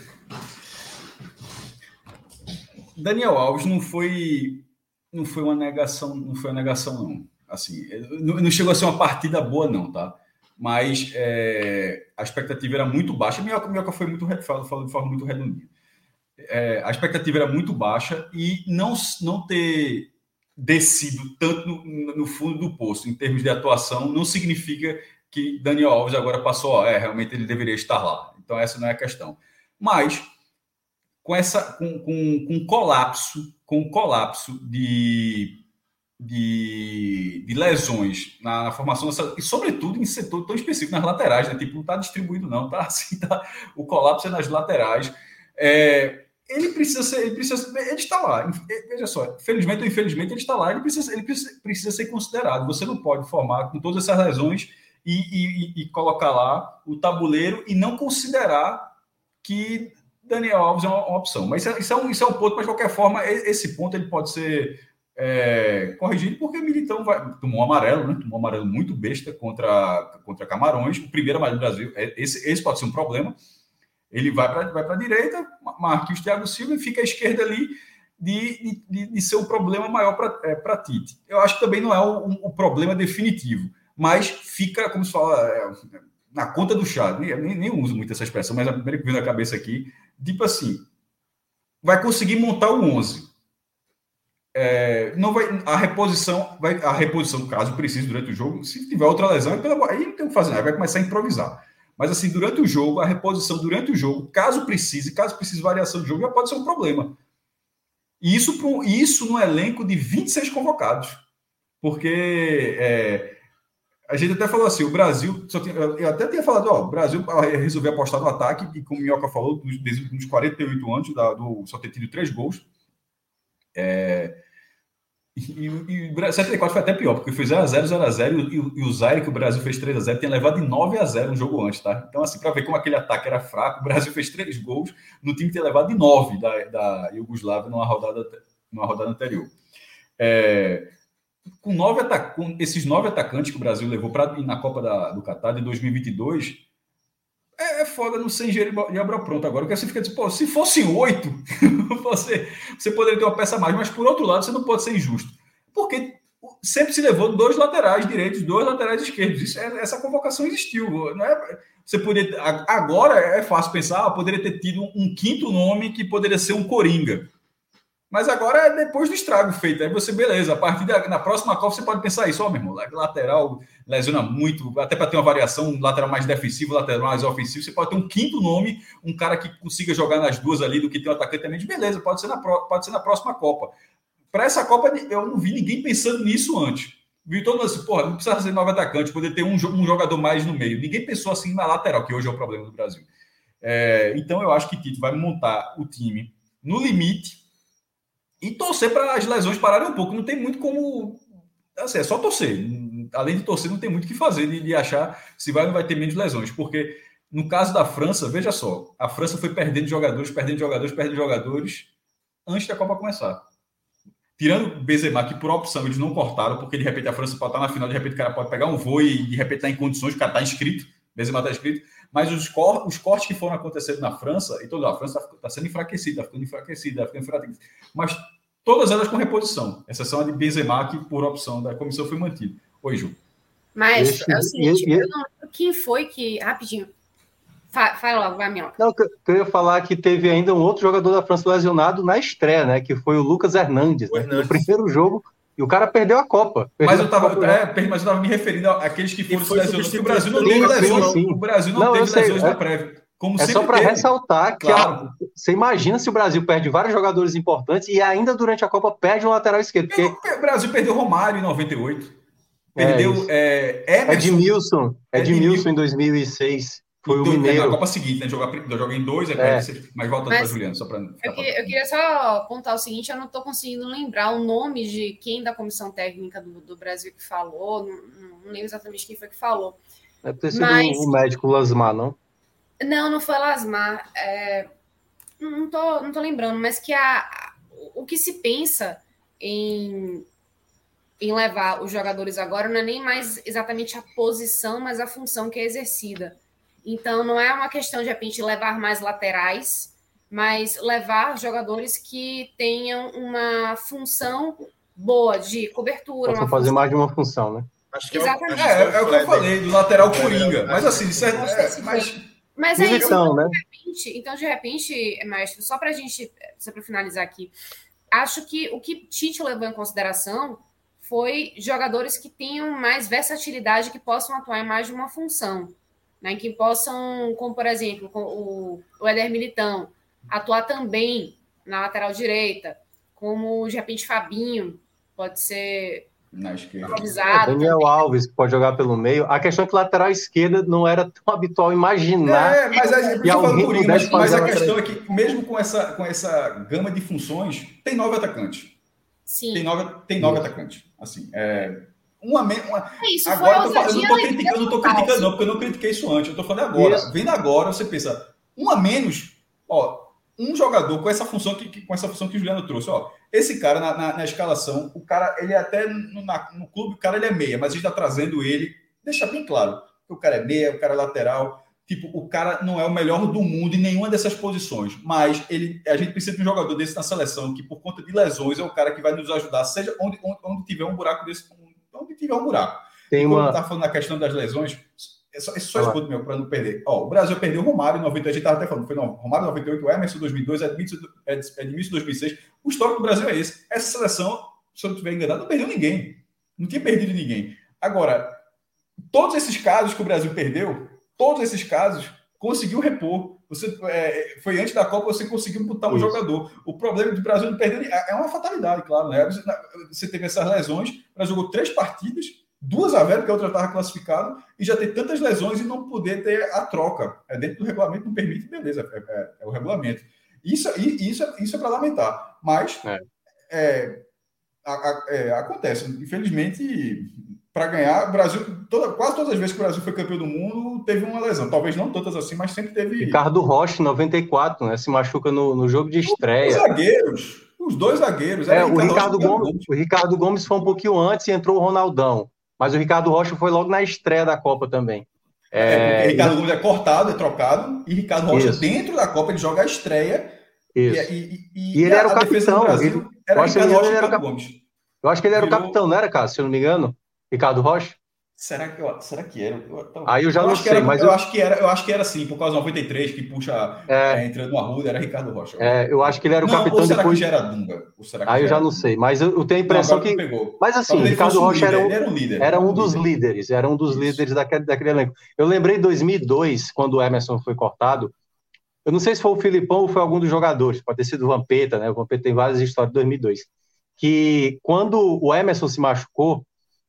Daniel Alves não foi, não foi uma negação, não foi uma negação, não. Assim, não, não chegou a ser uma partida boa, não, tá? Mas é, a expectativa era muito baixa. A Minhoca, Minhoca foi muito, falou de forma muito redondinha. É, a expectativa era muito baixa e não, não ter descido tanto no, no fundo do poço, em termos de atuação, não significa que Daniel Alves agora passou, ó, é, realmente ele deveria estar lá. Então, essa não é a questão. Mas... com essa com, com, com colapso, com colapso de, de, de lesões na, na formação dessa, e sobretudo em setor tão específico nas laterais, né? Tipo, não está distribuído não, tá assim, tá, o colapso é nas laterais. É, ele precisa ser, ele precisa, ele está lá. Veja só, felizmente ou infelizmente ele está lá, ele precisa, ele precisa, precisa ser considerado. Você não pode formar com todas essas lesões e, e, e colocar lá o tabuleiro e não considerar que Daniel Alves é uma, uma opção. Mas isso é, isso, é um, isso é um ponto, mas de qualquer forma, esse ponto ele pode ser É, corrigindo, porque o Militão vai, tomou um amarelo, né? Tomou um amarelo muito besta contra, contra Camarões, o primeiro amarelo do Brasil. Esse, esse pode ser um problema. Ele vai para vai a direita, Marquinhos, Thiago Silva, e fica à esquerda ali de, de, de ser um problema maior para é, Tite. Eu acho que também não é o, um, o problema definitivo, mas fica, como se fala, é, na conta do chá. Nem, nem, nem uso muito essa expressão, mas a primeira que veio na cabeça aqui, tipo assim, vai conseguir montar o onze. É, não vai, a reposição, vai, a reposição, caso precise, durante o jogo, se tiver outra lesão, aí não tem o que fazer, aí vai começar a improvisar. Mas, assim, durante o jogo, a reposição durante o jogo, caso precise, caso precise variação de jogo, já pode ser um problema. E isso, isso no elenco de vinte e seis convocados. Porque é, a gente até falou assim, o Brasil, só tinha, eu até tinha falado, ó, o Brasil resolveu apostar no ataque, e como o Minhoca falou, desde os quarenta e oito anos, da, do, só ter tido três gols. É, e, e o setenta e quatro foi até pior, porque foi zero a zero, zero a zero, e, e o Zaire, que o Brasil fez três a zero, tinha levado de nove a zero um jogo antes, tá? Então, assim, para ver como aquele ataque era fraco, o Brasil fez três gols no time que tinha levado de nove da, da Iugoslávia numa rodada, numa rodada anterior. É, com, nove atac- com esses nove atacantes que o Brasil levou pra, na Copa da, do Catar de dois mil e vinte e dois, é, é foda não ser engenheiro de obra pronta agora, porque você fica dizendo, pô, se fosse oito, você, você poderia ter uma peça a mais, mas por outro lado, você não pode ser injusto, porque sempre se levou dois laterais direitos, dois laterais esquerdos. Isso, essa convocação existiu. Não é, você poderia, agora é fácil pensar, ah, poderia ter tido um quinto nome que poderia ser um Coringa. Mas agora é depois do estrago feito. Aí você, beleza, a partir da na próxima Copa você pode pensar isso, ó, meu irmão, lateral lesiona muito, até para ter uma variação, um lateral mais defensivo, lateral mais ofensivo, você pode ter um quinto nome, um cara que consiga jogar nas duas ali, do que tem um atacante também, de beleza, pode ser na, pode ser na próxima Copa. Para essa Copa, eu não vi ninguém pensando nisso antes. Vi todo mundo assim, porra, não precisa ser nove atacantes, poder ter um, um jogador mais no meio. Ninguém pensou assim na lateral, que hoje é o problema do Brasil. É, então, eu acho que Tite vai montar o time no limite e torcer para as lesões pararem um pouco. Não tem muito como... Assim, é só torcer. Além de torcer, não tem muito o que fazer de, de achar se vai ou não vai ter menos lesões. Porque, no caso da França, veja só, a França foi perdendo jogadores, perdendo jogadores, perdendo jogadores antes da Copa começar. Tirando o Benzema, que por opção eles não cortaram, porque de repente a França pode estar na final, de repente o cara pode pegar um voo e de repente está em condições, o cara está inscrito, Benzema está inscrito, mas os, cor, os cortes que foram acontecendo na França, e toda a França está tá sendo enfraquecida, está ficando enfraquecida, está ficando enfraquecida, mas todas elas com reposição, exceção a de Benzema, que por opção da comissão foi mantido. Oi, Ju. Mas Esse, é o seguinte, e, eu não lembro quem foi que... Rapidinho. Fala logo, vai, Minhoca. Não, eu ia falar que teve ainda um outro jogador da França lesionado na estreia, né? Que foi o Lucas Hernandes, né, no primeiro jogo, e o cara perdeu a Copa. Perdeu mas eu estava é, mas eu tava me referindo àqueles que foram lesionados, que o Brasil não teve lesões. O Brasil não, não teve lesões sei, na prévia. Como é só para ressaltar que claro. a, você imagina se o Brasil perde vários jogadores importantes e ainda durante a Copa perde um lateral esquerdo. Porque... O Brasil perdeu Romário em noventa e oito. Perdeu é, é, Emerson, Edmilson. Edmilson em dois mil e seis. Foi o Mineiro. Na Copa seguinte, né? Joga, joga em dois, é. mas volta para Juliano. Só pra eu, queria, eu queria só apontar o seguinte, eu não estou conseguindo lembrar o nome de quem da comissão técnica do, do Brasil que falou, não, não lembro exatamente quem foi que falou. É ter sido mas... o médico Lasmar, não? Não, não foi Lasmar. É... Não tô, não tô lembrando, mas que a, o que se pensa em, em levar os jogadores agora não é nem mais exatamente a posição, mas a função que é exercida. Então, não é uma questão de, de repente, levar mais laterais, mas levar jogadores que tenham uma função boa de cobertura. Posso fazer função... mais de uma função, né? Acho que Exatamente. É, é, é o que eu falei, do lateral Coringa. Mas assim, isso é... é mas... mas é isso. Então, né? de repente, então, de repente, Maestro, só para a gente, só para finalizar aqui, acho que o que Tite levou em consideração foi jogadores que tenham mais versatilidade, que possam atuar em mais de uma função. Né, que possam, como por exemplo, o, o Éder Militão, atuar também na lateral direita, como de repente Fabinho, pode ser improvisado. É, Daniel também. Alves pode jogar pelo meio. A questão é que lateral esquerda não era tão habitual imaginar. É, mas a, que alguém Coringa, mas, mas a questão é que, mesmo com essa, com essa gama de funções, tem nove atacantes. Sim. Tem nove, tem nove atacantes. Assim, é. Uma, uma... É isso, agora eu, tô, eu não estou criticando, não, tô criticando não, porque eu não critiquei isso antes. Eu estou falando agora. Isso. Vendo agora, você pensa, um a menos, ó, um jogador com essa função que, que, com essa função que o Juliano trouxe. Ó, esse cara, na, na, na escalação, o cara, ele é até no, na, no clube, o cara ele é meia, mas a gente está trazendo ele, deixa bem claro, que o cara é meia, o cara é lateral, tipo, o cara não é o melhor do mundo em nenhuma dessas posições, mas ele, a gente precisa de um jogador desse na seleção, que por conta de lesões é o cara que vai nos ajudar, seja onde, onde, onde tiver um buraco desse, onde tiver um buraco. Tem e como uma... está falando na questão das lesões, é só, é só ah, escudo meu, para não perder. Ó, o Brasil perdeu o Romário em noventa e oito, a gente estava até falando, foi não, Romário em noventa e oito, o Emerson em dois mil e dois, Edmilson em dois mil e seis. O histórico do Brasil é esse. Essa seleção, se eu não estiver enganado, não perdeu ninguém. Não tinha perdido ninguém. Agora, todos esses casos que o Brasil perdeu, todos esses casos, conseguiu repor. Você, é, foi antes da Copa, você conseguiu botar um Isso. jogador. O problema do Brasil não perder é uma fatalidade, claro. Né? Você teve essas lesões, o Brasil jogou três partidas, duas a zero, porque a outra estava classificada, e já ter tantas lesões e não poder ter a troca. É dentro do regulamento, não permite, beleza, é, é, é o regulamento. Isso, isso, isso é para lamentar. Mas é. É, a, a, é, acontece. Infelizmente, para ganhar, o Brasil, toda, quase todas as vezes que o Brasil foi campeão do mundo, teve uma lesão. Talvez não tantas assim, mas sempre teve. Ricardo Rocha, em noventa e quatro, né? Se machuca no, no jogo de estreia. Os zagueiros. Os dois zagueiros. É, o, Ricardo Gomes, Gomes. o Ricardo Gomes foi um pouquinho antes e entrou o Ronaldão. Mas o Ricardo Rocha foi logo na estreia da Copa também. É, é porque Ricardo Gomes é cortado, é trocado, e Ricardo Rocha, Isso. dentro da Copa, ele joga a estreia. Isso. E, e, e, e ele era o capitão. Brasil, ele, era eu, acho Ricardo Rocha ele era Ricardo Gomes. eu acho que ele era Virou... o capitão, não era, cara? Se eu não me engano, Ricardo Rocha. Será que, eu, será que era? Eu, então, Aí eu já eu não sei, era, mas eu, eu... acho que era, eu acho que era sim, por causa do noventa e três, que puxa é... É, entrando no Arruda, era Ricardo Rocha. É, eu acho que ele era o não, capitão ou será depois. Que já era Dunga? Ou será que Aí eu já Dunga? não sei, mas eu, eu tenho a impressão não, que. Pegou. Mas assim, o Ricardo Rocha líder, era um, era um, líder, era um, um dos líder. líderes, era um dos Isso. líderes daquele, daquele elenco. Eu lembrei em dois mil e dois, quando o Emerson foi cortado. Eu não sei se foi o Filipão ou foi algum dos jogadores, pode ter sido o Vampeta, né? O Vampeta tem várias histórias de dois mil e dois. Que quando o Emerson se machucou,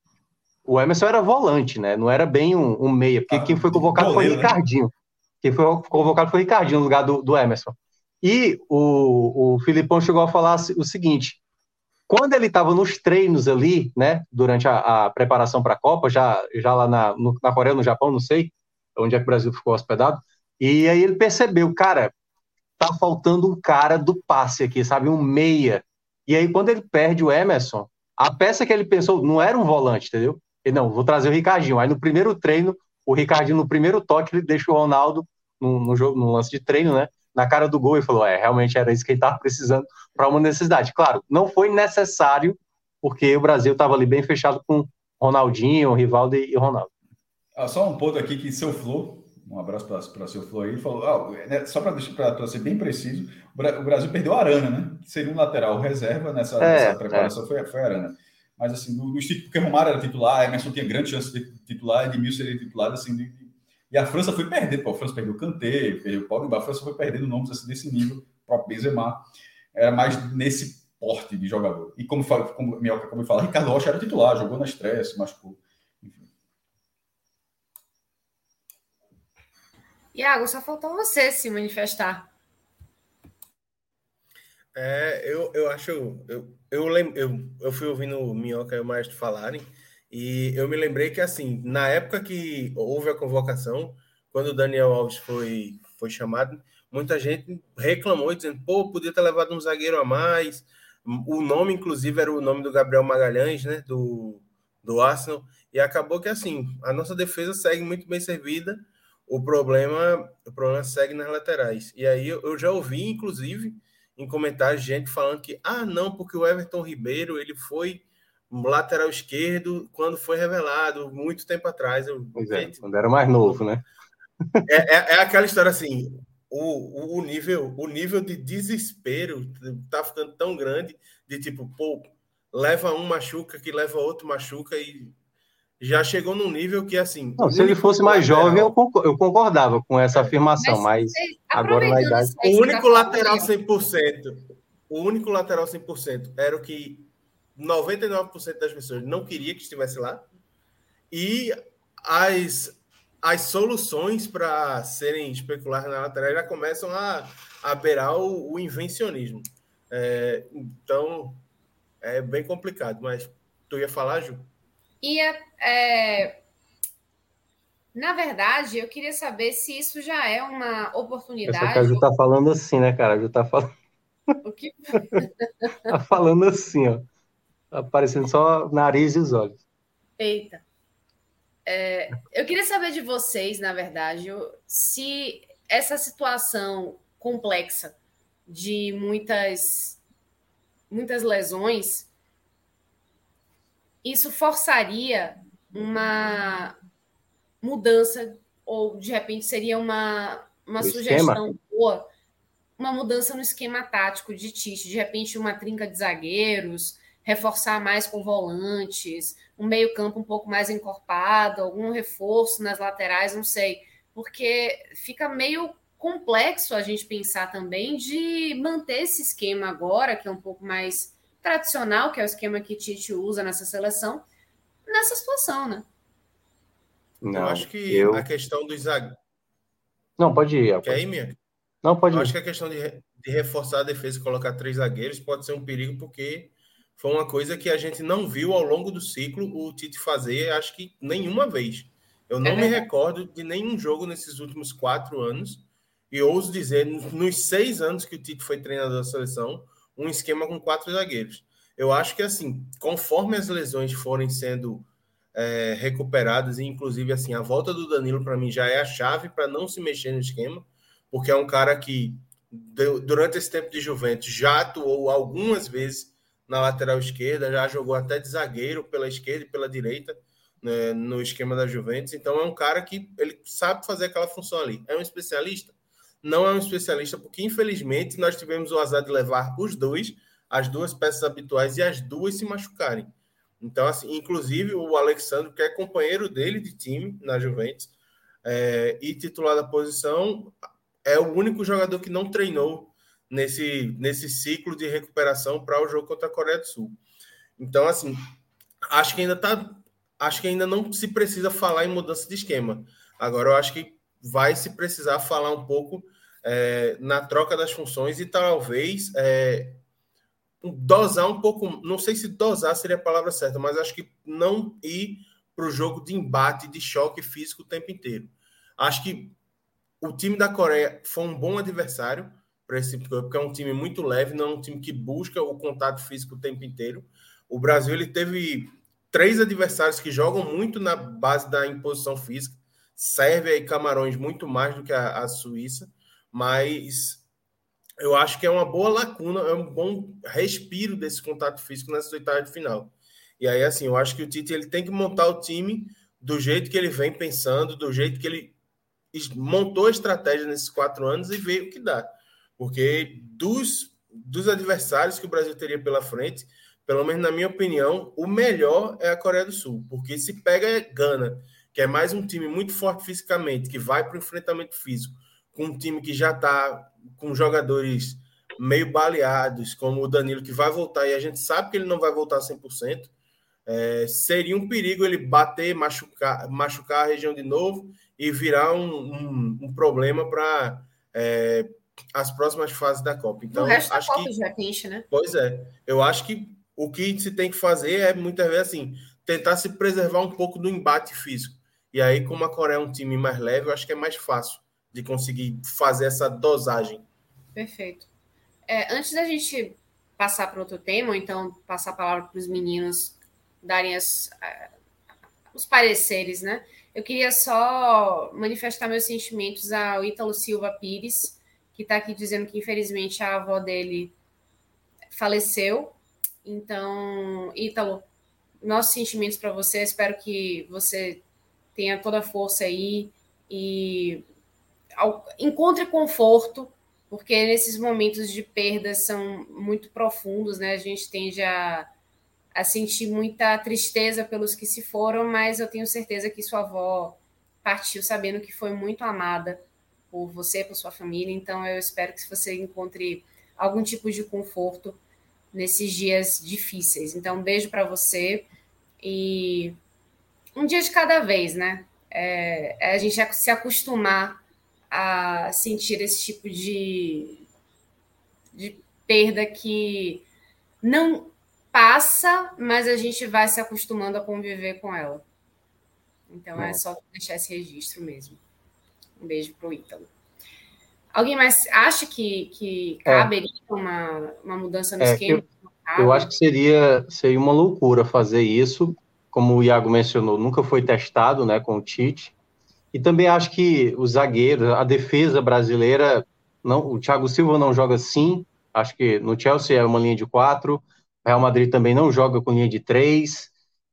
o Emerson era volante, né? Não era bem um, um meia, porque ah, quem foi convocado goleiro, foi o Ricardinho. Né? Quem foi convocado foi o Ricardinho no lugar do, do Emerson. E o, o Filipão chegou a falar o seguinte: quando ele estava nos treinos ali, né? Durante a, a preparação para a Copa, já, já lá na, no, na Coreia, no Japão, não sei onde é que o Brasil ficou hospedado. E aí ele percebeu, cara, tá faltando um cara do passe aqui, sabe? Um meia. E aí quando ele perde o Emerson, a peça que ele pensou não era um volante, entendeu? Ele, não, vou trazer o Ricardinho. Aí no primeiro treino, o Ricardinho no primeiro toque, ele deixa o Ronaldo no, no, jogo, no lance de treino, né? Na cara do gol e falou, é, realmente era isso que ele estava precisando para uma necessidade. Claro, não foi necessário, porque o Brasil estava ali bem fechado com Ronaldinho, Rivaldo e Ronaldo. Ah, só um ponto aqui que seu Flor, um abraço para o seu Flor aí, ele falou, ah, né, só para ser bem preciso, o Brasil perdeu a Arana, né? Que seria um lateral reserva nessa, é, nessa preparação, é. foi, foi a Arana. Mas assim, do, do porque Romário era titular, Emerson tinha grande chance de titular, Edmilson seria titular, assim, de, de, e a França foi perdendo, pô, a França perdeu o Kanté, perdeu o Pogba, a França foi perdendo nomes assim, desse nível, o próprio Benzema, era mais nesse porte de jogador. E como, como Minhoca acabou de falar, Ricardo Rocha era titular, jogou na estreia, se machucou. Iago, só faltou você se manifestar. É, eu, eu acho... Eu, eu, lem, eu, eu fui ouvindo o Minhoca e o Maestro falarem, e eu me lembrei que, assim, na época que houve a convocação, quando o Daniel Alves foi, foi chamado, muita gente reclamou, dizendo, pô, podia ter levado um zagueiro a mais. O nome, inclusive, era o nome do Gabriel Magalhães, né, do, do Arsenal, e acabou que, assim, a nossa defesa segue muito bem servida, o problema, o problema segue nas laterais. E aí eu, eu já ouvi, inclusive, em comentários, gente falando que, ah, não, porque o Everton Ribeiro, ele foi lateral esquerdo quando foi revelado, muito tempo atrás. Eu, pois é, gente, quando era mais novo, né? É, é, é aquela história assim, o, o, nível, o nível de desespero tá ficando tão grande, de tipo, pô, leva um machuca, que leva outro machuca, e já chegou num nível que, assim... Não, se ele fosse mais lateral, jovem, eu concordava com essa afirmação, mas, mas agora na idade... O único lateral cem por cento, o único lateral cem por cento era o que noventa e nove por cento das pessoas não queria que estivesse lá, e as, as soluções para serem especuladas na lateral já começam a, a beirar o, o invencionismo. É, então, é bem complicado, mas tu ia falar, Ju? Ia, é... Na verdade, eu queria saber se isso já é uma oportunidade. Essa que a Ju tá falando assim, né, cara? A Ju tá falando. O que... tá falando assim, ó. Tá aparecendo só o nariz e os olhos. Eita. É, eu queria saber de vocês, na verdade, se essa situação complexa de muitas, muitas lesões, isso forçaria uma mudança, ou de repente seria uma, uma sugestão esquema? boa, uma mudança no esquema tático de Tite, de repente uma trinca de zagueiros, reforçar mais com volantes, um meio-campo um pouco mais encorpado, algum reforço nas laterais, não sei, porque fica meio complexo a gente pensar também de manter esse esquema agora, que é um pouco mais tradicional, que é o esquema que Tite usa nessa seleção, nessa situação, né? Não, eu acho que eu... a questão dos zagueiros... Não, pode ir. Quer ir, minha? Não, pode ir. Eu acho que a questão de, de reforçar a defesa e colocar três zagueiros pode ser um perigo, porque foi uma coisa que a gente não viu ao longo do ciclo o Tite fazer, acho que nenhuma vez. Eu não é me recordo de nenhum jogo nesses últimos quatro anos, e ouso dizer, nos seis anos que o Tite foi treinador da seleção, um esquema com quatro zagueiros. Eu acho que, assim, conforme as lesões forem sendo é, recuperadas, e inclusive, assim, a volta do Danilo, para mim, já é a chave para não se mexer no esquema, porque é um cara que, durante esse tempo de Juventus, já atuou algumas vezes na lateral esquerda, já jogou até de zagueiro pela esquerda e pela direita, né, no esquema da Juventus. Então, é um cara que ele sabe fazer aquela função ali. É um especialista? Não é um especialista, porque, infelizmente, nós tivemos o azar de levar os dois, as duas peças habituais, e as duas se machucarem. Então, assim, inclusive, o Alexandre, que é companheiro dele de time na Juventus, é, e titular da posição, é o único jogador que não treinou nesse, nesse ciclo de recuperação para o jogo contra a Coreia do Sul. Então, assim, acho que ainda tá, acho que ainda não se precisa falar em mudança de esquema. Agora, eu acho que vai se precisar falar um pouco é, na troca das funções e talvez é, dosar um pouco, não sei se dosar seria a palavra certa, mas acho que não ir para o jogo de embate, de choque físico o tempo inteiro. Acho que o time da Coreia foi um bom adversário para esse tipo de coisa, porque é um time muito leve, não é um time que busca o contato físico o tempo inteiro. O Brasil ele teve três adversários que jogam muito na base da imposição física, Sérvia e Camarões muito mais do que a, a Suíça, mas eu acho que é uma boa lacuna, é um bom respiro desse contato físico nessa oitava de final. E aí, assim, eu acho que o Tite ele tem que montar o time do jeito que ele vem pensando, do jeito que ele montou a estratégia nesses quatro anos e veio o que dá. Porque dos, dos adversários que o Brasil teria pela frente, pelo menos na minha opinião, o melhor é a Coreia do Sul. Porque se pega Gana, que é mais um time muito forte fisicamente, que vai para o enfrentamento físico, com um time que já está com jogadores meio baleados, como o Danilo, que vai voltar, e a gente sabe que ele não vai voltar cem por cento, é, seria um perigo ele bater, machucar, machucar a região de novo e virar um, um, um problema para é, as próximas fases da Copa. Então, o resto acho da Copa que, já repente, né? Pois é. Eu acho que o que se tem que fazer é, muitas vezes, assim, tentar se preservar um pouco do embate físico. E aí, como a Coreia é um time mais leve, eu acho que é mais fácil de conseguir fazer essa dosagem. Perfeito. É, antes da gente passar para outro tema, ou então passar a palavra para os meninos darem as, uh, os pareceres, né? Eu queria só manifestar meus sentimentos ao Ítalo Silva Pires, que está aqui dizendo que, infelizmente, a avó dele faleceu. Então, Ítalo, nossos sentimentos para você. Espero que você tenha toda a força aí e encontre conforto, porque nesses momentos de perda são muito profundos, né? A gente tende a a sentir muita tristeza pelos que se foram, mas eu tenho certeza que sua avó partiu sabendo que foi muito amada por você, por sua família, então eu espero que você encontre algum tipo de conforto nesses dias difíceis. Então, um beijo para você e um dia de cada vez, né? É, é a gente se acostumar a sentir esse tipo de, de perda que não passa, mas a gente vai se acostumando a conviver com ela. Então é só deixar esse registro mesmo. Um beijo pro Ítalo. Alguém mais acha que, que caberia é. uma, uma mudança no é, esquema? Eu, eu acho que seria, seria uma loucura fazer isso. Como o Iago mencionou, nunca foi testado, né, com o Tite. E também acho que os zagueiros, a defesa brasileira, não, o Thiago Silva não joga assim. Acho que no Chelsea é uma linha de quatro. O Real Madrid também não joga com linha de três.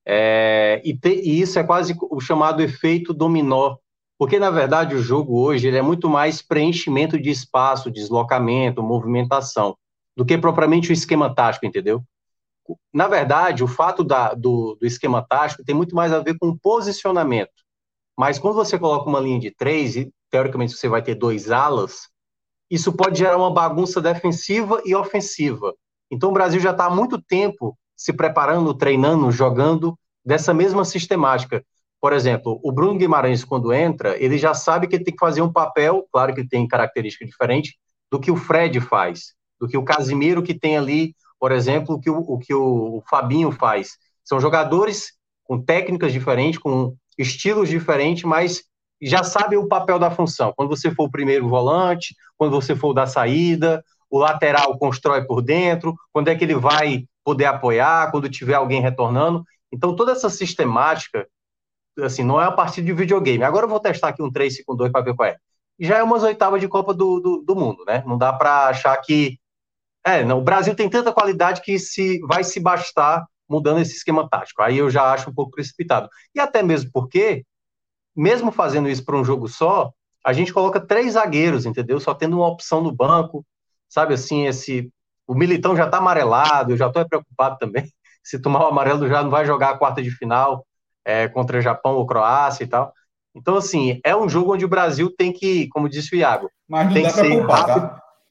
É, e, te, e isso é quase o chamado efeito dominó. Porque, na verdade, o jogo hoje ele é muito mais preenchimento de espaço, deslocamento, movimentação, do que propriamente o esquema tático, entendeu? Na verdade, o fato da, do, do esquema tático tem muito mais a ver com posicionamento. Mas quando você coloca uma linha de três, e teoricamente você vai ter dois alas, isso pode gerar uma bagunça defensiva e ofensiva. Então o Brasil já está há muito tempo se preparando, treinando, jogando dessa mesma sistemática. Por exemplo, o Bruno Guimarães, quando entra, ele já sabe que ele tem que fazer um papel, claro que tem característica diferente, do que o Fred faz, do que o Casimiro que tem ali, por exemplo, o que o, o, que o Fabinho faz. São jogadores com técnicas diferentes, com estilos diferentes, mas já sabem o papel da função. Quando você for o primeiro volante, quando você for o da saída, o lateral constrói por dentro, quando é que ele vai poder apoiar, quando tiver alguém retornando. Então, toda essa sistemática, assim, não é a partir de videogame. Agora eu vou testar aqui um três cinco dois para ver qual é. Já é umas oitavas de Copa do, do, do Mundo, né? Não dá para achar que... É, não, o Brasil tem tanta qualidade que se, vai se bastar mudando esse esquema tático. Aí eu já acho um pouco precipitado. E até mesmo porque, mesmo fazendo isso para um jogo só, a gente coloca três zagueiros, entendeu? Só tendo uma opção no banco, sabe assim, esse... O Militão já tá amarelado, eu já tô preocupado também. Se tomar o amarelo já não vai jogar a quarta de final é, contra Japão ou Croácia e tal. Então, assim, é um jogo onde o Brasil tem que, como disse o Iago, mas não tem dá que pra ser poupar, rápido.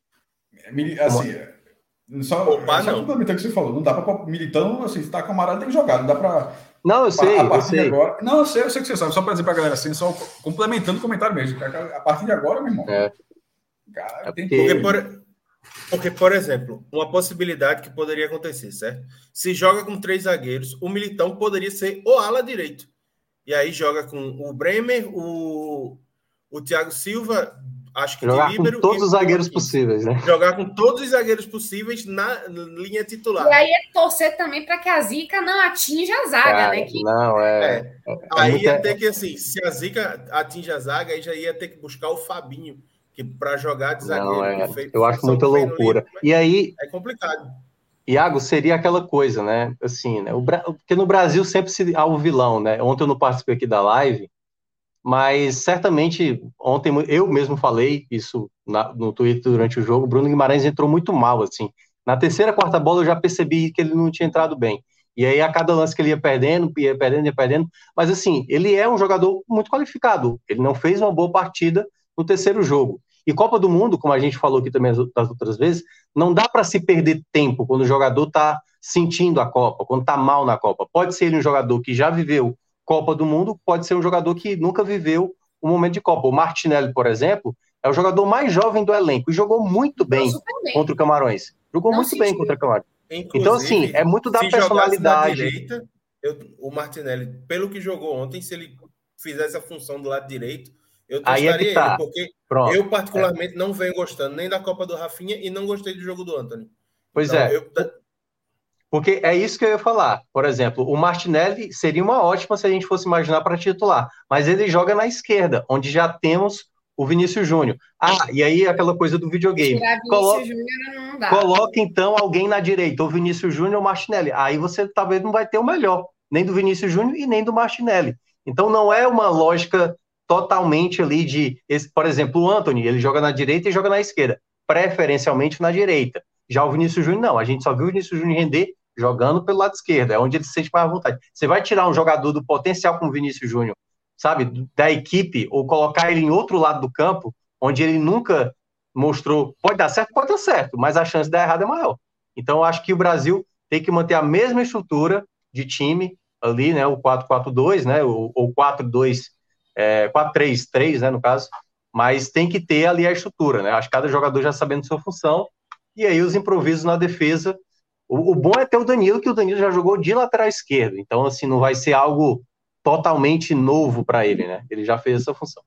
Tá? Assim, só, poupar, só não. complementando o que você falou, não dá pra... Militão, assim, se tá com amarelo, tem que jogar, não dá pra... Não, eu sei, a partir eu sei. De agora... Não, eu sei, eu sei que você sabe, só pra dizer pra galera assim, só complementando o comentário mesmo, a partir de agora, meu irmão... É. Cara, é tem porque... que... Porque, por, porque, por exemplo, uma possibilidade que poderia acontecer, certo? Se joga com três zagueiros, o Militão poderia ser o ala direito. E aí joga com o Bremer, o, o Thiago Silva, acho que jogar de líbero, com todos e, os zagueiros e possíveis, né? Jogar com todos os zagueiros possíveis na linha titular. E aí é torcer também para que a zica não atinja a zaga, Cara, né? Que... Não, é... É. é aí muita... ia ter que, assim, se a zica atinge a zaga, aí já ia ter que buscar o Fabinho, que para jogar de zagueiro... Não, é... que fez, eu acho muita loucura. Livro, e aí... É complicado. Iago, seria aquela coisa, né? Assim, né? O Bra... Porque no Brasil sempre se há o vilão, né? Ontem eu não participei aqui da live, mas certamente ontem eu mesmo falei isso na, no Twitter durante o jogo. O Bruno Guimarães entrou muito mal, assim. Na terceira, quarta bola eu já percebi que ele não tinha entrado bem. E aí a cada lance que ele ia perdendo, ia perdendo, ia perdendo. Mas assim, ele é um jogador muito qualificado. Ele não fez uma boa partida no terceiro jogo. E Copa do Mundo, como a gente falou aqui também das outras vezes, não dá para se perder tempo quando o jogador está sentindo a Copa, quando está mal na Copa. Pode ser ele um jogador que já viveu Copa do Mundo, pode ser um jogador que nunca viveu um momento de Copa. O Martinelli, por exemplo, é o jogador mais jovem do elenco e jogou muito bem, bem. contra o Camarões. Jogou não muito sentiu. bem contra o Camarões. Inclusive, então, assim, é muito da se personalidade. Direita, eu, o Martinelli, pelo que jogou ontem, se ele fizesse a função do lado direito, eu testaria Aí é que tá. ele, porque Pronto. eu particularmente é. não venho gostando nem da Copa do Rafinha e não gostei do jogo do Antony. Pois então, é. Eu... Porque é isso que eu ia falar. Por exemplo, o Martinelli seria uma ótima se a gente fosse imaginar para titular, mas ele joga na esquerda, onde já temos o Vinícius Júnior. Ah, e aí aquela coisa do videogame. Coloca, não dá. coloca então alguém na direita, ou Vinícius Júnior ou Martinelli. Aí você talvez não vai ter o melhor, nem do Vinícius Júnior e nem do Martinelli. Então não é uma lógica totalmente ali de... Esse, por exemplo, o Antony, ele joga na direita e joga na esquerda, preferencialmente na direita. Já o Vinícius Júnior, não. A gente só viu o Vinícius Júnior render jogando pelo lado esquerdo, é onde ele se sente mais à vontade. Você vai tirar um jogador do potencial como o Vinícius Júnior, sabe, da equipe, ou colocar ele em outro lado do campo, onde ele nunca mostrou... Pode dar certo, pode dar certo, mas a chance de dar errado é maior. Então, eu acho que o Brasil tem que manter a mesma estrutura de time ali, né, o quatro quatro dois, né, ou quatro dois... É, quatro três três, né, no caso, mas tem que ter ali a estrutura, né, acho que cada jogador já sabendo sua função, e aí os improvisos na defesa. O, o bom é ter o Danilo, que o Danilo já jogou de lateral esquerdo, então assim, não vai ser algo totalmente novo para ele, né? Ele já fez essa função.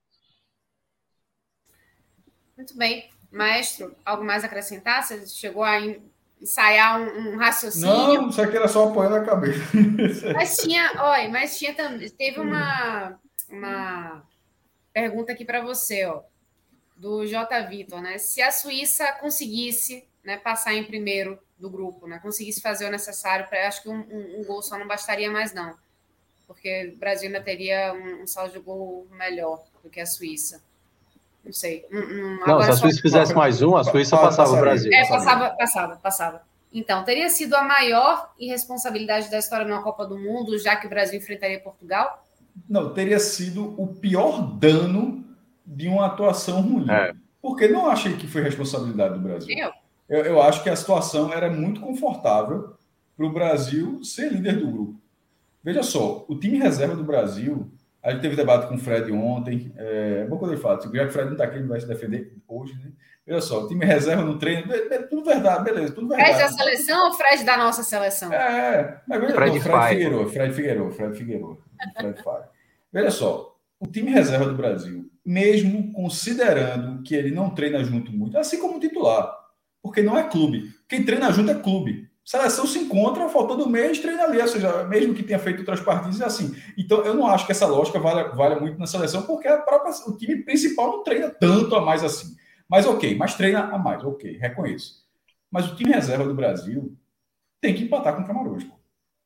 Muito bem. Maestro, algo mais a acrescentar? Você chegou a ensaiar um, um raciocínio? Não, isso aqui era só apoiando a cabeça. Mas tinha, olha, mas tinha também, teve uma, uma pergunta aqui para você, ó, do J. Vitor, né? Se a Suíça conseguisse, né, passar em primeiro do grupo, né, conseguisse fazer o necessário, para, acho que um, um, um gol só não bastaria mais, não. Porque o Brasil ainda teria um, um saldo de gol melhor do que a Suíça. Não sei. Um, um, não, se a Suíça só... fizesse mais um, a Suíça passava passaria, o Brasil. É, passava, passava, passava. Então, teria sido a maior irresponsabilidade da história numa Copa do Mundo, já que o Brasil enfrentaria Portugal? Não, teria sido o pior dano de uma atuação ruim. É. Porque não achei que foi responsabilidade do Brasil. Eu, eu, eu acho que a situação era muito confortável para o Brasil ser líder do grupo. Veja só, o time reserva do Brasil... A gente teve debate com o Fred ontem. É bom quando ele fala, já que o Fred não está aqui, ele vai se defender hoje, né? Olha só, o time reserva no treino, tudo verdade, beleza, tudo verdade. Fred da seleção ou Fred da nossa seleção? É, mas veja, Fred, não, Fred Figueiredo, Fred Figueiredo, Fred Figueiredo, Fred Fire. Veja só, o time reserva do Brasil, mesmo considerando que ele não treina junto muito, assim como o titular, porque não é clube. Quem treina junto é clube. Seleção se encontra, faltando um mês, treina ali, ou seja, mesmo que tenha feito outras partidas, é assim. Então, eu não acho que essa lógica vale, vale muito na seleção, porque a própria, o time principal não treina tanto a mais assim. Mas ok, mas treina a mais, ok, reconheço. Mas o time reserva do Brasil tem que empatar com o Camarões. Pô.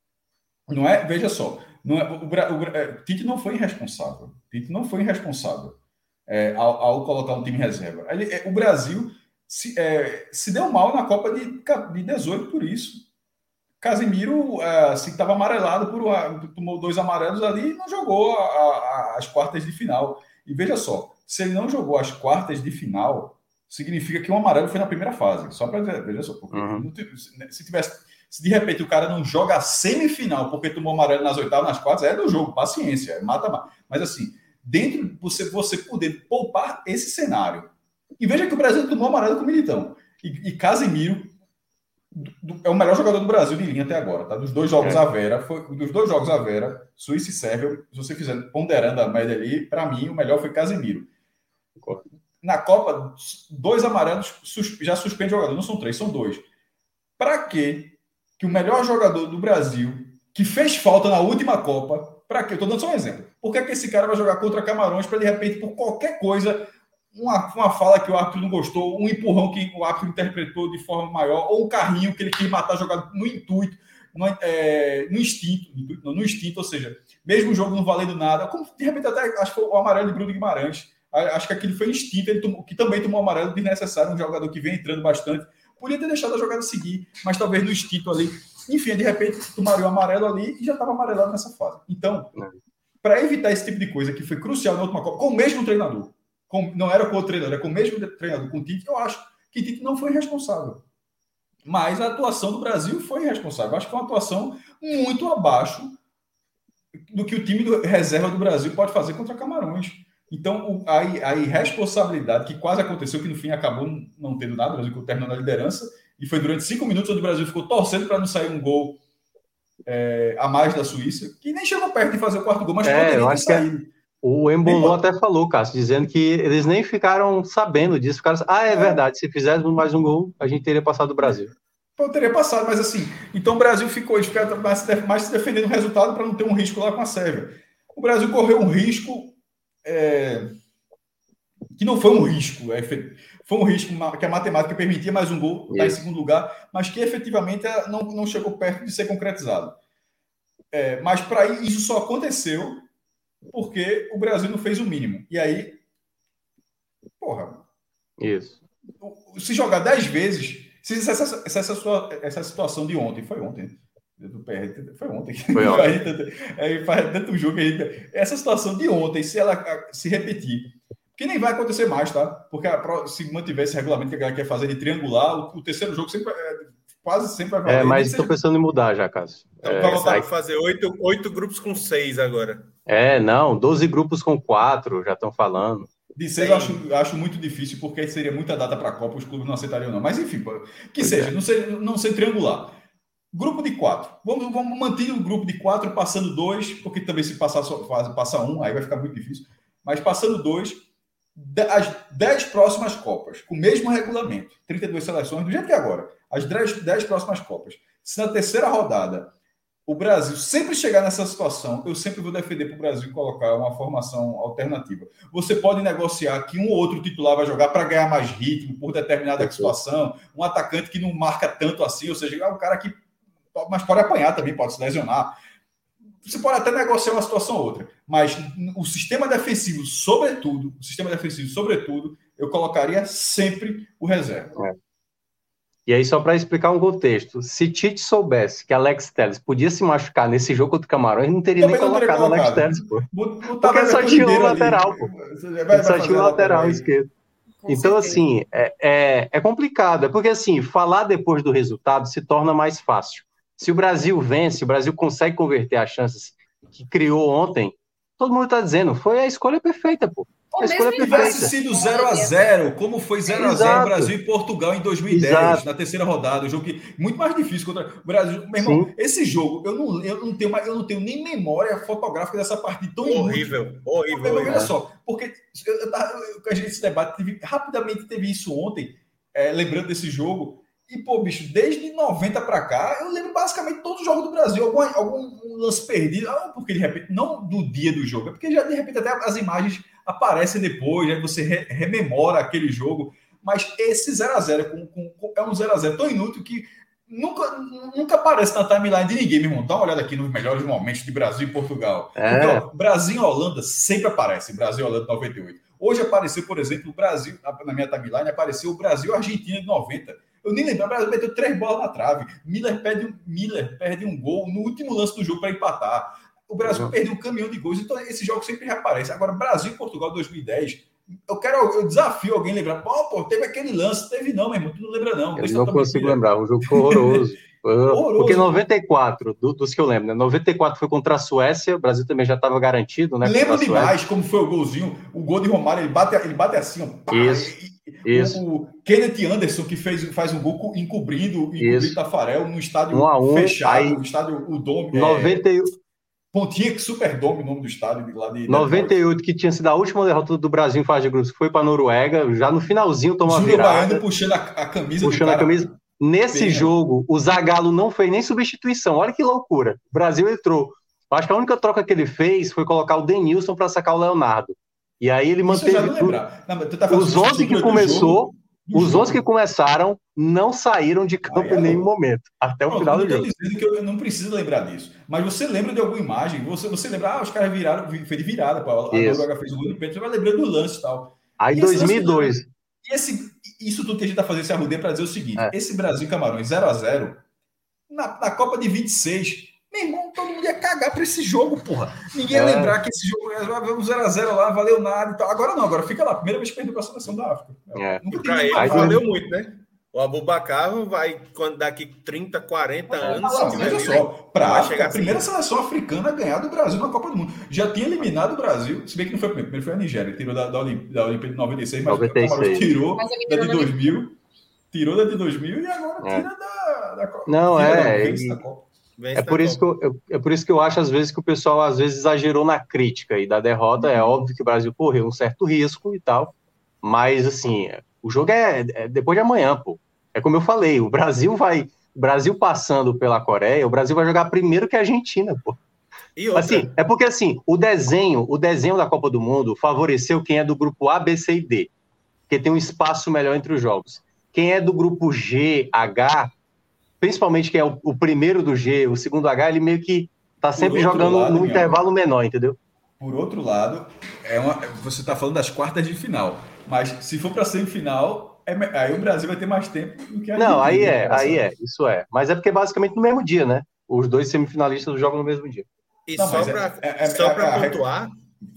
Não é? Veja só, não é, o, o, o, Tite não foi irresponsável. Tite não foi irresponsável é, ao, ao colocar um time reserva. Ele, é, o Brasil... Se, é, se deu mal na Copa de, de dezoito por isso. Casemiro é, assim, estava amarelado, por, tomou dois amarelos ali e não jogou a, a, as quartas de final. E veja só, se ele não jogou as quartas de final, significa que um amarelo foi na primeira fase. Só para ver, veja só, porque uhum. se tivesse, se de repente o cara não joga a semifinal porque tomou amarelo nas oitavas, nas quartas, é do jogo, paciência, mata mais. Mas assim, dentro você, você poder poupar esse cenário. E veja que o Brasil tomou amarelo com o Militão. E, e Casemiro do, é o melhor jogador do Brasil de linha até agora, tá? Dos dois jogos é. à Vera, foi, dos dois jogos à Vera, Suíça e Sérvia, se você fizer ponderando a média ali, para mim o melhor foi Casemiro. Na Copa, dois amarelos sus, já suspende o jogador, não são três, são dois. Para quê que o melhor jogador do Brasil, que fez falta na última Copa, para quê? Estou dando só um exemplo. Por que, que esse cara vai jogar contra Camarões para de repente, por qualquer coisa... Uma, uma fala que o árbitro não gostou, um empurrão que o árbitro interpretou de forma maior, ou um carrinho que ele quis matar jogado no intuito, no, é, no instinto, no, no instinto, ou seja, mesmo o jogo não valendo nada, como de repente até acho que foi o amarelo de Bruno Guimarães, acho que aquele foi instinto, ele tomou, que também tomou amarelo desnecessário, um jogador que vem entrando bastante, podia ter deixado a jogada seguir, mas talvez no instinto ali, enfim, de repente tomaria o amarelo ali e já estava amarelado nessa fase. Então, para evitar esse tipo de coisa que foi crucial na última Copa, com o mesmo treinador, Com, não era com o treinador, era com o mesmo treinador, com o Tite, eu acho que Tite não foi responsável. Mas a atuação do Brasil foi responsável. Eu acho que foi uma atuação muito abaixo do que o time do reserva do Brasil pode fazer contra Camarões. Então, o, a, a irresponsabilidade que quase aconteceu, que no fim acabou não tendo nada, o Brasil terminou na liderança, e foi durante cinco minutos onde o Brasil ficou torcendo para não sair um gol é, a mais da Suíça, que nem chegou perto de fazer o quarto gol, mas é, poderia ter saído. Que... O Embolo até falou, Cássio, dizendo que eles nem ficaram sabendo disso. Ficaram, ah, é verdade, se fizéssemos mais um gol, a gente teria passado o Brasil. Eu teria passado, mas assim, então o Brasil ficou mais, mais se defendendo o resultado para não ter um risco lá com a Sérvia. O Brasil correu um risco é, que não foi um risco, é, foi um risco que a matemática permitia mais um gol, estar em segundo lugar, mas que efetivamente não, não chegou perto de ser concretizado. É, mas para isso só aconteceu porque o Brasil não fez o mínimo. E aí, porra... Isso. Se jogar dez vezes... Se essa, essa, essa, essa situação de ontem... Foi ontem. Do P R, foi ontem. Foi ontem. Aí faz tanto jogo que a gente... Essa situação de ontem, se ela se repetir... Que nem vai acontecer mais, tá? Porque a, se mantiver esse regulamento que a galera quer fazer de triangular, o, o terceiro jogo sempre... Quase sempre vai valer. É, mas estou pensando em mudar já, Cássio. Então, é, vai voltar a fazer oito, oito grupos com seis agora. É, não, doze grupos com quatro, já estão falando. De seis eu acho, acho muito difícil, porque seria muita data para a Copa, os clubes não aceitariam não. Mas enfim, que pois seja, é. não, ser, não ser triangular. Grupo de quatro. Vamos, vamos manter o grupo de quatro, passando dois, porque também se passar só fase, passar um, aí vai ficar muito difícil. Mas passando dois, as dez próximas Copas, com o mesmo regulamento, trinta e duas seleções, do jeito que é agora, as dez próximas Copas. Se na terceira rodada o Brasil sempre chegar nessa situação, eu sempre vou defender para o Brasil colocar uma formação alternativa. Você pode negociar que um ou outro titular vai jogar para ganhar mais ritmo por determinada situação, um atacante que não marca tanto assim, ou seja, é um cara que mas pode apanhar também, pode se lesionar. Você pode até negociar uma situação ou outra, mas o sistema defensivo, sobretudo, o sistema defensivo, sobretudo, eu colocaria sempre o reserva. É. E aí, só para explicar um contexto, se Tite soubesse que Alex Telles podia se machucar nesse jogo contra o Camarões, ele não teria Também nem não colocado teria Alex Telles, pô. Porque ele só tinha o lateral, pô. Ele só tinha o lateral esquerdo. Então, assim, é, é, é complicado. É porque, assim, falar depois do resultado se torna mais fácil. Se o Brasil vence, o Brasil consegue converter as chances que criou ontem, todo mundo está dizendo, foi a escolha perfeita, pô. A escolha se tivesse sido zero a zero, como foi zero a zero Brasil e Portugal em dois mil e dez, Exato. Na terceira rodada, um jogo que muito mais difícil contra o Brasil. Meu irmão, Sim. esse jogo, eu não, eu, não tenho, eu não tenho nem memória fotográfica dessa partida tão horrível. Inútil. Horrível, Meu, horrível. Olha só, porque eu, eu, eu, a gente esse debate teve, rapidamente teve isso ontem, é, lembrando desse jogo. E, pô, bicho, desde noventa para cá, eu lembro basicamente todos os jogos do Brasil. Algum, algum lance perdido, ah, porque de repente, não do dia do jogo, é porque já de repente até as imagens aparecem depois, aí você re, rememora aquele jogo. Mas esse zero a zero com, com, com, é um zero a zero tão inútil que nunca, nunca aparece na timeline de ninguém, meu irmão. Dá uma olhada aqui nos melhores momentos de Brasil e Portugal. É. Porque, ó, Brasil e Holanda sempre aparece. Brasil e Holanda noventa e oito. Hoje apareceu, por exemplo, o Brasil, na minha timeline, apareceu o Brasil e Argentina de noventa. Eu nem lembro, o Brasil meteu três bolas na trave. Miller perde um, Miller perde um gol no último lance do jogo para empatar. O Brasil uhum. perdeu um caminhão de gols. Então, esse jogo sempre reaparece. Agora, Brasil e Portugal dois mil e dez, eu quero, eu desafio alguém lembrar. Pô, pô, teve aquele lance. Teve não, meu irmão. Tu não lembra, não. Eu não consigo lembrar. O jogo foi horroroso. horroroso. Porque noventa e quatro, do, dos que eu lembro, né? noventa e quatro foi contra a Suécia. O Brasil também já estava garantido, né? Lembro demais como foi o golzinho. O gol de Romário, ele bate, ele bate assim, ó. Pá, Isso. E, Isso. O Kenneth Anderson, que fez, faz um gol encobrindo o Tafarel no estádio um a um, fechado, aí, no estádio, o Dome. noventa e... é, Pontinha Superdome, o nome do estádio. Lá de noventa e oito, que tinha sido a última derrota do Brasil em fase de grupos, foi para a Noruega, já no finalzinho tomou a virada. Baiano puxando a, a camisa puxando do cara. a camisa. Nesse Pena. jogo, o Zagallo não fez nem substituição. Olha que loucura. O Brasil entrou. Acho que a única troca que ele fez foi colocar o Denilson para sacar o Leonardo. E aí ele Isso manteve tudo. Não, tá os onze que começou, os onze que começaram não saíram de campo ah, é, em nenhum momento, até pronto, o final do eu jogo. Estou dizendo que eu não preciso lembrar disso. Mas você lembra de alguma imagem, você, você lembra, ah, os caras viraram, foi de virada, a Noruega fez o gol de pênalti, você vai lembrando do lance e tal. Aí, em dois mil e dois. E esse, isso tudo que a gente está fazendo esse arrudeio para dizer o seguinte: é. esse Brasil e Camarões zero a zero, na, na Copa de vinte e seis, meu irmão, todo mundo ia cagar para esse jogo, porra. Ninguém ia é. lembrar que esse jogo era zero a zero lá, valeu nada e tal. Agora não, agora fica lá, primeira vez que perdeu para a seleção da África. É. Para ele valeu muito, muito, né? O Aboubakar vai, quando daqui trinta, quarenta anos... Ah, veja só, para a África, a primeira assim. seleção africana a ganhar do Brasil na Copa do Mundo. Já tinha eliminado o Brasil, se bem que não foi o primeiro, primeiro foi a Nigéria, tirou da, da, Olimp, da Olimpíada de noventa e seis, mas noventa e seis. O Camarões tirou da de dois mil, tirou da de dois mil e agora é. tira da, da Copa. Não, tira é... Da, da Copa. É por, isso que eu, é por isso que eu acho, às vezes, que o pessoal às vezes exagerou na crítica e da derrota. É óbvio que o Brasil correu um certo risco e tal, mas, assim, o jogo é, é depois de amanhã, pô. É como eu falei, o Brasil vai... O Brasil passando pela Coreia, o Brasil vai jogar primeiro que a Argentina, pô. E outra? Assim, é porque, assim, o desenho, o desenho da Copa do Mundo favoreceu quem é do grupo A, B, C e D, porque tem um espaço melhor entre os jogos. Quem é do grupo G, H... principalmente quem é o, o primeiro do G, o segundo H, ele meio que tá sempre jogando lado, num intervalo amigo. menor, entendeu? Por outro lado, é uma, você tá falando das quartas de final, mas se for para semifinal, é, aí o Brasil vai ter mais tempo do que a Não, aí é, aí é, isso é. Mas é porque basicamente no mesmo dia, né? Os dois semifinalistas jogam no mesmo dia. E Não, só para é, é, só é, para é, pontuar,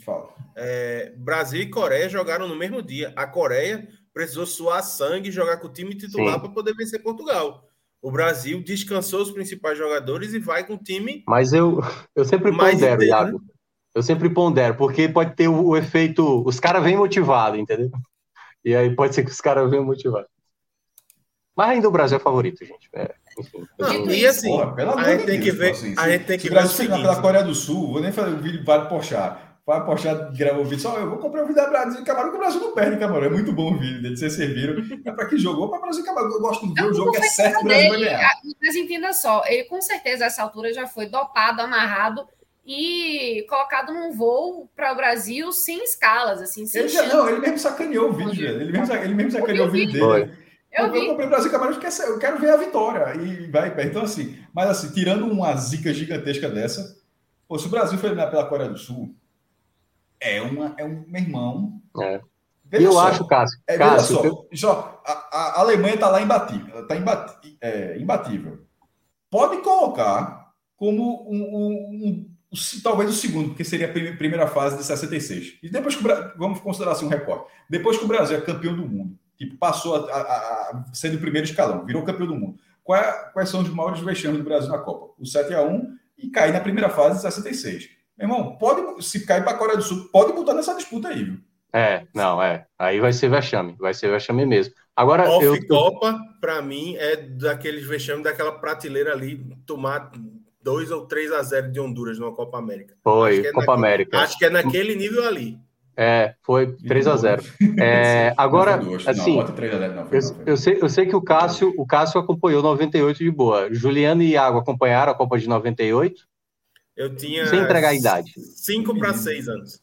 é, Brasil e Coreia jogaram no mesmo dia. A Coreia precisou suar sangue e jogar com o time titular para poder vencer Portugal. O Brasil descansou os principais jogadores e vai com o time... Mas eu, eu sempre pondero, Iago. Eu sempre pondero, porque pode ter o, o efeito... Os caras vêm motivados, entendeu? E aí pode ser que os caras venham motivados. Mas ainda o Brasil é favorito, gente. É, enfim. Não, e assim, Porra, pelo amor a gente de tem Deus, que ver, assim, a se- gente tem se que o ver o Brasil chegar seguinte. pela Coreia do Sul, vou nem fazer um vídeo para Pochar. Para Pochar gravou o vídeo só, eu vou comprar o vídeo da Brasil e Camarão, que o Brasil não perde, Camarão. É muito bom o vídeo dele, vocês serviram. É para que jogou? Para Brasil e Camarão. Eu gosto de ver o jogo, que é certo que o Brasil vai ganhar. Mas entenda só, ele com certeza a essa altura já foi dopado, amarrado e colocado num voo para o Brasil sem escalas, assim, sem Ele já, chance. não, ele mesmo sacaneou o vídeo, velho. Ele mesmo, ele mesmo sacaneou o vídeo Foi. dele. Eu Eu, vi. eu comprei o Brasil e Camarão, eu quero, eu quero ver a vitória. E vai, então assim, mas assim, tirando uma zica gigantesca dessa, pô, se o Brasil foi eliminado pela Coreia do Sul, é, uma, é um meu irmão. É. Veja E eu só, acho, Cássio, é, veja Cássio, só, eu- só, a, a Alemanha está lá imbatível. Ela está imbati, é, imbatível. Pode colocar como um, um, um, um- talvez o segundo, porque seria a prim- primeira fase de sessenta e seis. E depois que o Brasil, vamos considerar assim um recorte. Depois que o Brasil é campeão do mundo, tipo, passou a, a, a sendo o primeiro escalão, virou campeão do mundo. Qual é- quais são os maiores vexames do Brasil na Copa? O sete a um e cair na primeira fase de sessenta e seis. Meu irmão, pode, se cair para a Coreia do Sul, pode botar nessa disputa aí, viu? É, não, é. Aí vai ser vexame, vai ser vexame mesmo. Agora, eu, Off Copa, para mim, é daqueles vexames daquela prateleira ali, tomar dois ou três a zero de Honduras numa Copa América. Foi, Acho que é Copa naquele- América. Acho que é naquele nível ali. É, foi três a zero. É, agora, Não, foi duas, não, assim, bota três a zero, não, foi eu, não, foi eu, sei, eu sei que o Cássio, o Cássio acompanhou noventa e oito de boa. Juliano e Iago acompanharam a Copa de noventa e oito? Eu tinha Sem entregar a idade. cinco para seis anos.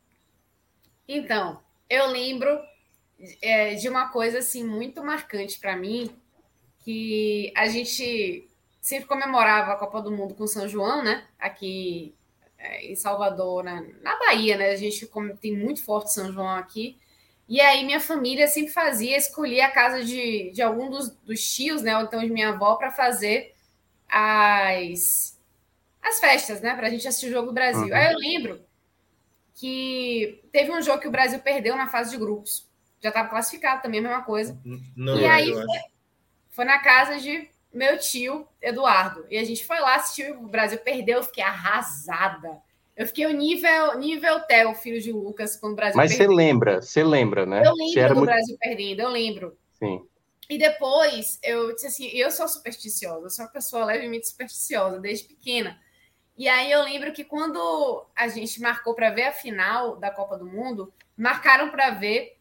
Então, eu lembro é, de uma coisa assim muito marcante para mim, que a gente sempre comemorava a Copa do Mundo com São João, né? Aqui é, em Salvador, na, na Bahia, né? A gente come- tem muito forte São João aqui. E aí minha família sempre fazia escolher a casa de, de algum dos, dos tios, né? Ou então de minha avó, para fazer as, as festas, né? Para a gente assistir o jogo do Brasil. Uhum. Aí eu lembro que teve um jogo que o Brasil perdeu na fase de grupos. Já estava classificado também, a mesma coisa. Não, E aí eu acho. Foi na casa de meu tio, Eduardo. E a gente foi lá assistir, o Brasil perdeu, eu fiquei arrasada. Eu fiquei o nível, nível Theo, filho de Lucas, quando o Brasil Mas você perdeu. lembra, você lembra, né? Eu Você lembro era do muito... Brasil perdendo, eu lembro. Sim. E depois, eu disse assim, eu sou supersticiosa, eu sou uma pessoa levemente supersticiosa, desde pequena. E aí eu lembro que quando a gente marcou para ver a final da Copa do Mundo, marcaram para ver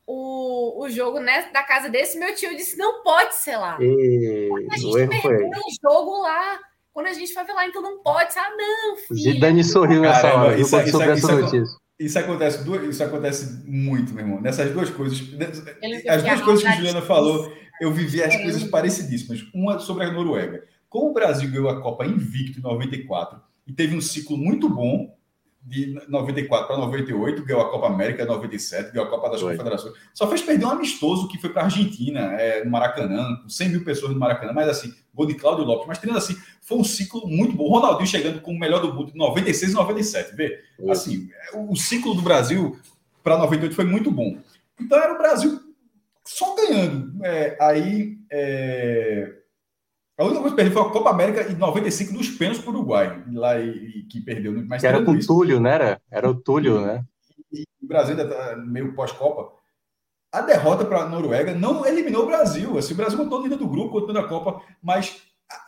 o, o jogo nessa, da casa desse meu tio. Eu disse, não pode ser lá. E... A O gente erro foi perdeu o jogo lá. Quando a gente foi ver lá, então não pode ser. Ah, não, filho. Zidane sorriu nessa Caramba, hora, viu, isso- quando isso- soube isso- essa notícia. Isso acontece, duas- isso acontece muito, meu irmão. Nessas duas coisas. Ele As fica duas coisas que a à Juliana vontade. falou, eu vivi as Caramba. coisas parecidíssimas. Uma sobre a Noruega. Como o Brasil ganhou a Copa invicto em noventa e quatro e teve um ciclo muito bom de noventa e quatro para noventa e oito, ganhou a Copa América em noventa e sete, ganhou a Copa das Foi. Confederações. Só fez perder um amistoso que foi para a Argentina, é, no Maracanã, com cem mil pessoas no Maracanã, mas assim, gol de Cláudio Lopes. Mas tendo assim, foi um ciclo muito bom. Ronaldinho chegando como o melhor do mundo em noventa e seis e noventa e sete. Vê? Assim, o, o ciclo do Brasil para noventa e oito foi muito bom. Então era o Brasil só ganhando. É, aí. É... A única coisa que perdeu foi a Copa América em noventa e cinco nos pênaltis para o Uruguai, lá e, e que perdeu. Mas Que era tirando com o isso, Túlio, né? Era, era o Túlio, né? e o Brasil ainda está meio pós-Copa. A derrota para a Noruega não eliminou o Brasil. Assim, o Brasil botou dentro do grupo, botou na Copa, mas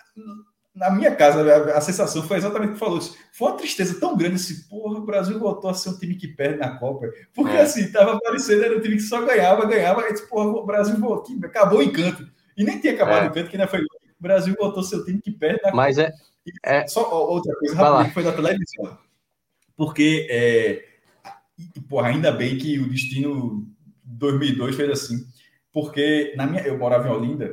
na minha casa a, a sensação foi exatamente o que falou. Foi uma tristeza tão grande assim, porra, o Brasil voltou a ser um time que perde na Copa. Porque É. assim, estava parecendo, era um time que só ganhava, ganhava, e disse, porra, o Brasil voltou, acabou o encanto. E nem tinha acabado É. o encanto, que ainda foi. O Brasil voltou a ser o time que perde na Mas é, Copa. é- Só ó, outra coisa Vai lá. rapidinho que foi da televisão. Porque, é, e, porra, ainda bem que o destino dois mil e dois fez assim. Porque na minha, eu morava em Olinda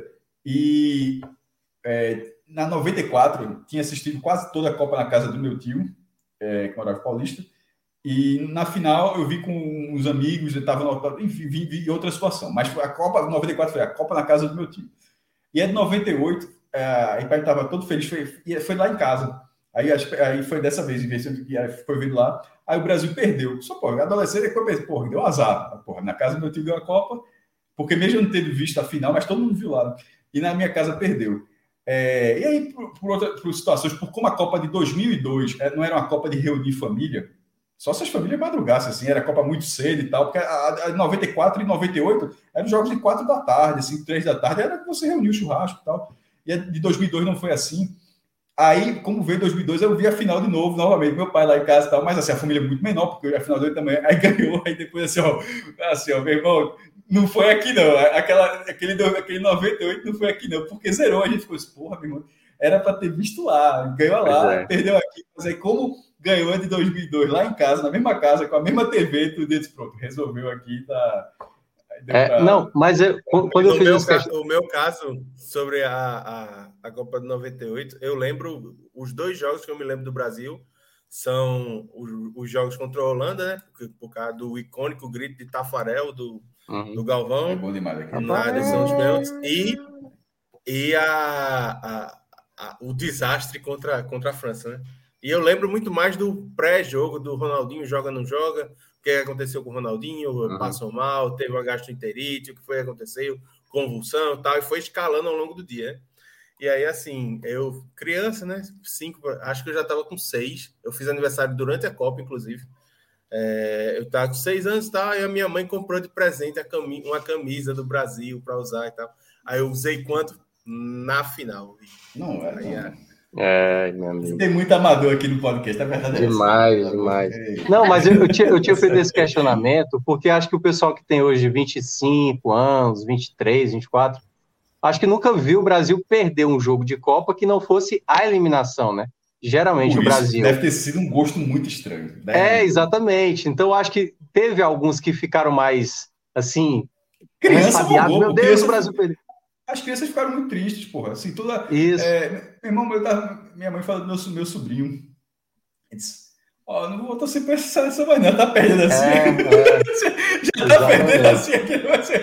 e é, na noventa e quatro tinha assistido quase toda a Copa na casa do meu tio, é, que morava em Paulista. E na final eu vi com os amigos, eu estava enfim, vi, vi outra situação. Mas a Copa de noventa e quatro foi a Copa na casa do meu tio. E a de noventa e oito, é, a pai estava todo feliz, foi, foi lá em casa. Aí, aí foi dessa vez, em vez de foi vindo lá. Aí o Brasil perdeu. Só, pô, adolescente, porra, deu azar. Porra, na casa do meu tio ganhou a Copa, porque mesmo não tendo visto a final, mas todo mundo viu lá. E na minha casa perdeu. É, e aí, por, por, outra, por situações, por como a Copa de dois mil e dois é, não era uma Copa de reunir família, Só se as famílias madrugassem, assim, era Copa muito cedo e tal, porque a, a noventa e quatro e noventa e oito eram jogos de quatro da tarde, assim, três da tarde, era que você reuniu o churrasco e tal. E a de dois mil e dois não foi assim. Aí, como veio dois mil e dois, eu vi a final de novo, novamente, meu pai lá em casa e tal, mas assim, a família é muito menor, porque a final de oito da manhã, aí ganhou, aí depois assim, ó, assim, ó, meu irmão, não foi aqui não, aquela, aquele, aquele noventa e oito não foi aqui não, porque zerou, a gente ficou assim, porra, meu irmão, era para ter visto lá, ganhou lá, é. perdeu aqui, mas aí como ganhou a de dois mil e dois lá em casa, na mesma casa, com a mesma T V, tudo disse, pronto, resolveu aqui, tá... É, pra... Não, mas eu, quando eu fiz meu esse caso, o meu caso sobre a, a, a Copa de noventa e oito, eu lembro, os dois jogos que eu me lembro do Brasil são os, os jogos contra a Holanda, né? Por, por causa do icônico grito de Tafarel do, uhum. do Galvão, é bom demais aqui. Na decisão dos pênaltis, e, e a, a, a, o desastre contra, contra a França, né? E eu lembro muito mais do pré-jogo, do Ronaldinho joga, não joga, o que aconteceu com o Ronaldinho, uhum. passou mal, teve uma gastroenterite, o que foi que aconteceu, convulsão e tal, e foi escalando ao longo do dia, né? E aí, assim, eu, criança, né, cinco, acho que eu já estava com seis, eu fiz aniversário durante a Copa, inclusive, é, eu estava com seis anos e tal, e a minha mãe comprou de presente a cami- uma camisa do Brasil para usar e tal, aí eu usei quanto? Na final. Não, é, aí, não. é, É, meu amigo. Tem muito amador aqui no podcast, é verdade. Demais, demais. Não, mas eu, eu, tinha, eu tinha feito esse questionamento, porque acho que o pessoal que tem hoje vinte e cinco anos, vinte e três, vinte e quatro, acho que nunca viu o Brasil perder um jogo de Copa que não fosse a eliminação, né? Geralmente Por o Brasil... Deve ter sido um gosto muito estranho. Deve... É, exatamente. Então, acho que teve alguns que ficaram mais, assim... Criança roubou, meu Deus, criança... o Brasil perdeu. As crianças ficaram muito tristes, porra. Assim, toda. Isso. É, meu irmão, eu tava, minha mãe falou do meu, meu sobrinho. Ele disse: Ó, oh, não vou torcer pra essa seleção, mas não, tá perdendo assim. É, é. Já tá perdendo assim. Aqui vai ser.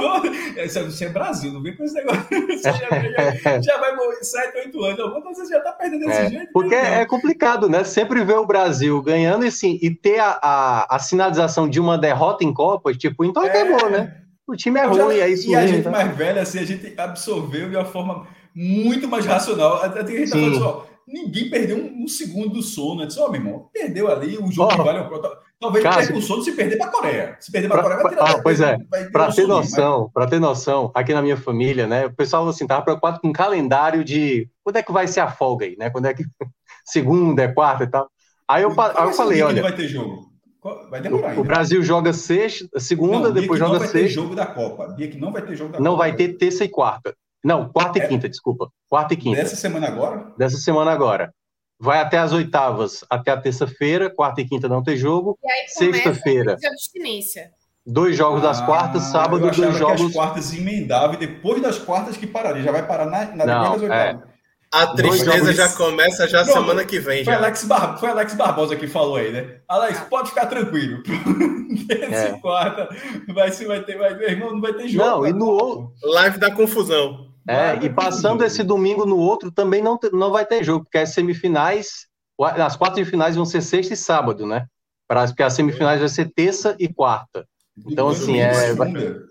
É. Isso é Brasil, não vem com esse negócio. Você já, já, já vai morrer sete, oito anos. Eu vou torcer, você já tá perdendo desse é. jeito. Porque é complicado, né? Sempre ver o Brasil ganhando e, sim, e ter a, a, a sinalização de uma derrota em Copa, tipo, então acabou, é. né? O time é ruim, já, é isso E mesmo, a gente tá? mais velha, assim, a gente absorveu de uma forma muito mais racional. Até que a gente tá falando assim, ó, ninguém perdeu um, um segundo do sono. Eu disse, ó, oh, meu irmão, perdeu ali, o jogo oh, que vale o próprio. Talvez perca o sono se perder para a Coreia. Se perder para a Coreia, vai tirar. Ah, pois é, para ter noção, mas... para ter noção, aqui na minha família, né, o pessoal assim, tava preocupado com o calendário de quando é que vai ser a folga aí, né? Quando é que segunda, é quarta e tal. Aí eu, aí eu falei, olha, não vai ter jogo. Vai demorar o, ainda. o Brasil joga sexta, segunda, não, depois joga sexta. Não vai ter jogo da Copa. Dia que não vai ter jogo da não Copa. Não vai ter terça e quarta. Não, quarta e é. quinta, desculpa. Quarta e quinta. Dessa semana agora? Dessa semana agora. Vai até as oitavas, até a terça-feira, quarta e quinta não tem jogo. Sexta-feira. De abstinência. Dois jogos ah, das quartas, sábado, eu dois jogos. Que as quartas emendavam e depois das quartas que pararia. Já vai parar na, na não, depois das oitavas. É. A tristeza já começa já Pronto, semana que vem. Foi já. Alex, Bar... foi Alex Barbosa que falou aí, né? Alex, pode ficar tranquilo. Esse é. quarta vai, se vai ter, vai ter, irmão, não vai ter jogo. Não, e no outro. Live da confusão. É, e passando esse domingo no outro também não, não vai ter jogo, porque as semifinais, as quartas de finais vão ser sexta e sábado, né? Porque as semifinais vai ser terça e quarta. Então, domingo, assim, é. Segunda.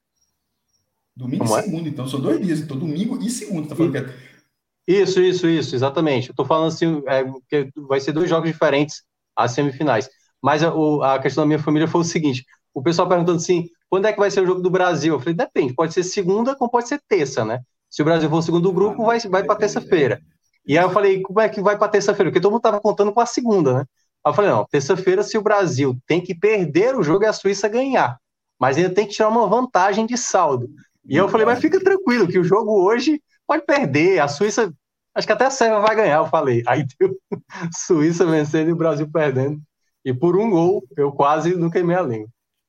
Domingo Como e segunda, é? Então são dois dias. Então, domingo e segunda, tá falando e... que é. Isso, isso, isso, exatamente. Eu tô falando assim, é, que vai ser dois jogos diferentes as semifinais. Mas a, o, a questão da minha família foi o seguinte: o pessoal perguntando assim, quando é que vai ser o jogo do Brasil? Eu falei, depende, pode ser segunda como pode ser terça, né? Se o Brasil for o segundo grupo, ah, vai, vai para terça-feira. E aí eu falei, como é que vai para terça-feira? Porque todo mundo tava contando com a segunda, né? Aí eu falei, não, terça-feira, se o Brasil tem que perder o jogo e a Suíça ganhar, mas ainda tem que tirar uma vantagem de saldo. E eu falei, mas fica tranquilo, que o jogo hoje pode perder, a Suíça, acho que até a Sérvia vai ganhar, eu falei. Aí deu Suíça vencendo e o Brasil perdendo. E por um gol, eu quase não queimei a língua.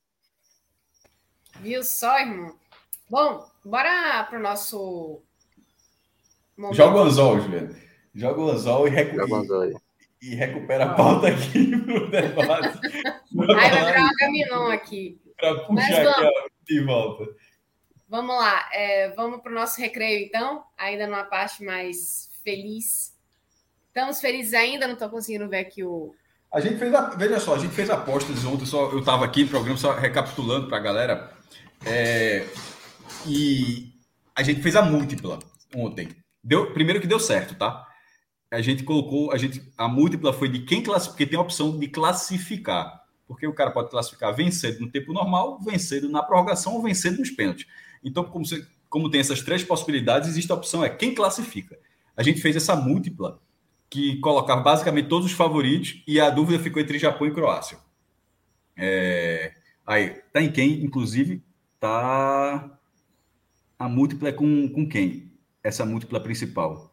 Viu só, irmão? Bom, bora pro nosso... Momento. Joga o anzol, Juliano. Joga o anzol e, recu... e, e recupera a pauta aqui pro debate. Aí vai virar uma gaminão aqui. Para puxar aqui ó, de volta. Vamos lá, é, vamos para o nosso recreio, então, ainda numa parte mais feliz. Estamos felizes ainda, não estou conseguindo ver aqui o... A gente fez, a, veja só, a gente fez apostas ontem, só, eu estava aqui no programa, só recapitulando para a galera, é, e a gente fez a múltipla ontem. Deu, primeiro que deu certo, tá? a gente colocou, a, gente, a múltipla foi de quem classifica, porque tem a opção de classificar. Porque o cara pode classificar vencendo no tempo normal, vencendo na prorrogação ou vencendo nos pênaltis. Então, como, você, como tem essas três possibilidades, existe a opção, é quem classifica. A gente fez essa múltipla que colocava basicamente todos os favoritos e a dúvida ficou entre Japão e Croácia. É, aí, tá em quem, inclusive, tá a múltipla é com, com quem? Essa múltipla principal.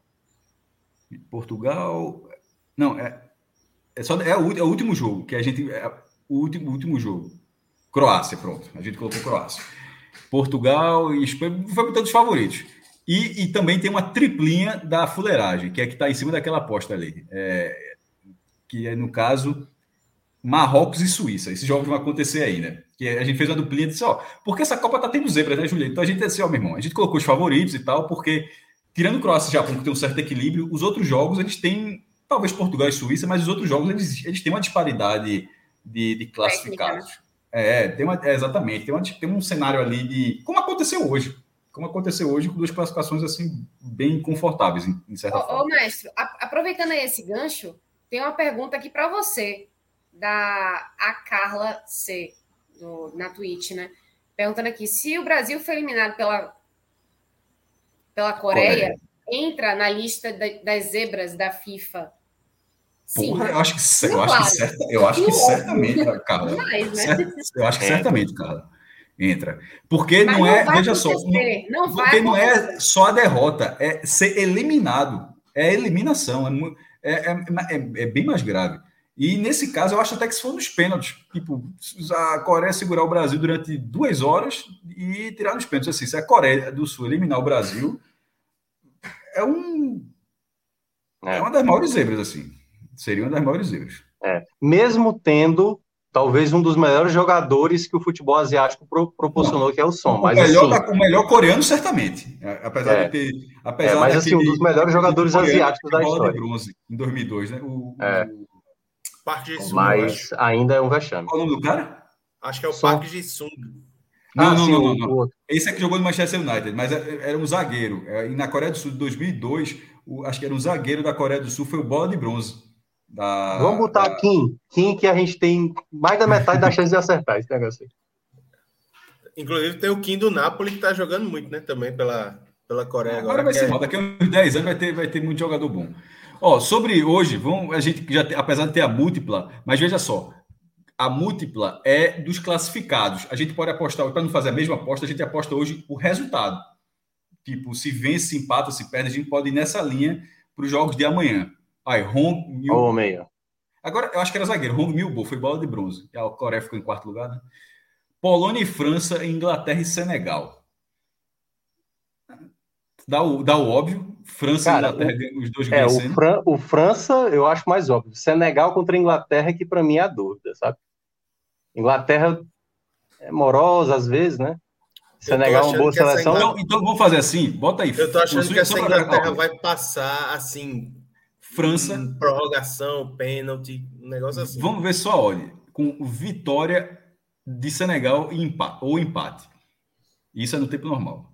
Portugal... Não, é, é, só, é, o, é o último jogo, que a gente... É o último, o último jogo. Croácia, pronto. A gente colocou Croácia. Portugal e Espanha, foi botando os favoritos. E, e também tem uma triplinha da fuleiragem, que é que está em cima daquela aposta ali. É, que é, no caso, Marrocos e Suíça. Esses jogos vão acontecer aí, né? Que a gente fez uma duplinha e disse, ó, porque essa Copa tá tendo zebra, né, Juliano? Então a gente disse, ó, meu irmão, a gente colocou os favoritos e tal, porque, tirando Croácia e Japão, que tem um certo equilíbrio, os outros jogos, eles têm, talvez Portugal e Suíça, mas os outros jogos, eles, eles têm uma disparidade de, de classificados. Técnica, né? É, tem uma, é, exatamente. Tem, uma, tem um cenário ali de... Como aconteceu hoje. Como aconteceu hoje, com duas classificações, assim, bem confortáveis, em, em certa ô, forma. Ô, mestre, a, aproveitando aí esse gancho, tem uma pergunta aqui para você, da a Carla C, do, na Twitch, né? Perguntando aqui, se o Brasil foi eliminado pela, pela Coreia, Coreia, entra na lista da, das zebras da FIFA? Sim. Porra, eu acho que, eu acho que, certa, eu acho que certamente, Carla. Mais, né? Eu acho que certamente, Carla. Entra. Porque não, não é, veja só, não, não porque não é só a derrota, é ser eliminado. É eliminação. É, é, é, é bem mais grave. E nesse caso, eu acho até que se for nos pênaltis, tipo, a Coreia segurar o Brasil durante duas horas e tirar nos pênaltis. Assim, se a Coreia do Sul eliminar o Brasil, é um. É, é uma das maiores zebras, assim. Seria uma das maiores zebras. É. Mesmo tendo. Talvez um dos melhores jogadores que o futebol asiático pro, proporcionou, não, que é o Som. O, mas, melhor, assim, o melhor coreano, certamente. Apesar é, de ter. Apesar é, mas, assim, um dos melhores jogadores asiáticos da história. De bronze, em dois mil e dois, né? O, é. o... Park Ji-sung. Mas ainda é um vexame. Qual o nome do cara? Acho que é o Som. Park Ji-sung. Não, ah, não, sim, não, não, não. Esse é que jogou no Manchester United, mas era um zagueiro. E na Coreia do Sul, de dois mil e dois, o, acho que era um zagueiro da Coreia do Sul, foi o bola de bronze. Da, Vamos botar da... Kim. Kim, que a gente tem mais da metade da chance de acertar esse negócio aí. Inclusive tem o Kim do Napoli, que tá jogando muito, né? Também pela, pela Coreia. Agora, agora vai ser é... bom. Daqui a uns dez anos vai ter, vai ter muito jogador bom. Ó, sobre hoje, vamos, a gente já tem, apesar de ter a múltipla, mas veja só, a múltipla é dos classificados. A gente pode apostar, para não fazer a mesma aposta, a gente aposta hoje o resultado. Tipo, se vence, se empata, se perde, a gente pode ir nessa linha para os jogos de amanhã. Aí, Hong Mil... oh, meio. Agora, eu acho que era zagueiro. Hong Milbo foi bola de bronze. A Coreia ficou em quarto lugar, né? Polônia e França, Inglaterra e Senegal. Dá o, dá o óbvio. França Cara, e Inglaterra, o, os dois é, o, Fran, o França, eu acho mais óbvio. Senegal contra a Inglaterra, que para mim é a dúvida, sabe? Inglaterra é morosa às vezes, né? Senegal é uma boa seleção. Inglaterra... Então, então vamos fazer assim. Bota aí. Eu tô achando que essa Inglaterra vai passar assim. França. Hum, prorrogação, pênalti, um negócio assim. Vamos ver só, olha, com vitória de Senegal e empate, ou empate. Isso é no tempo normal.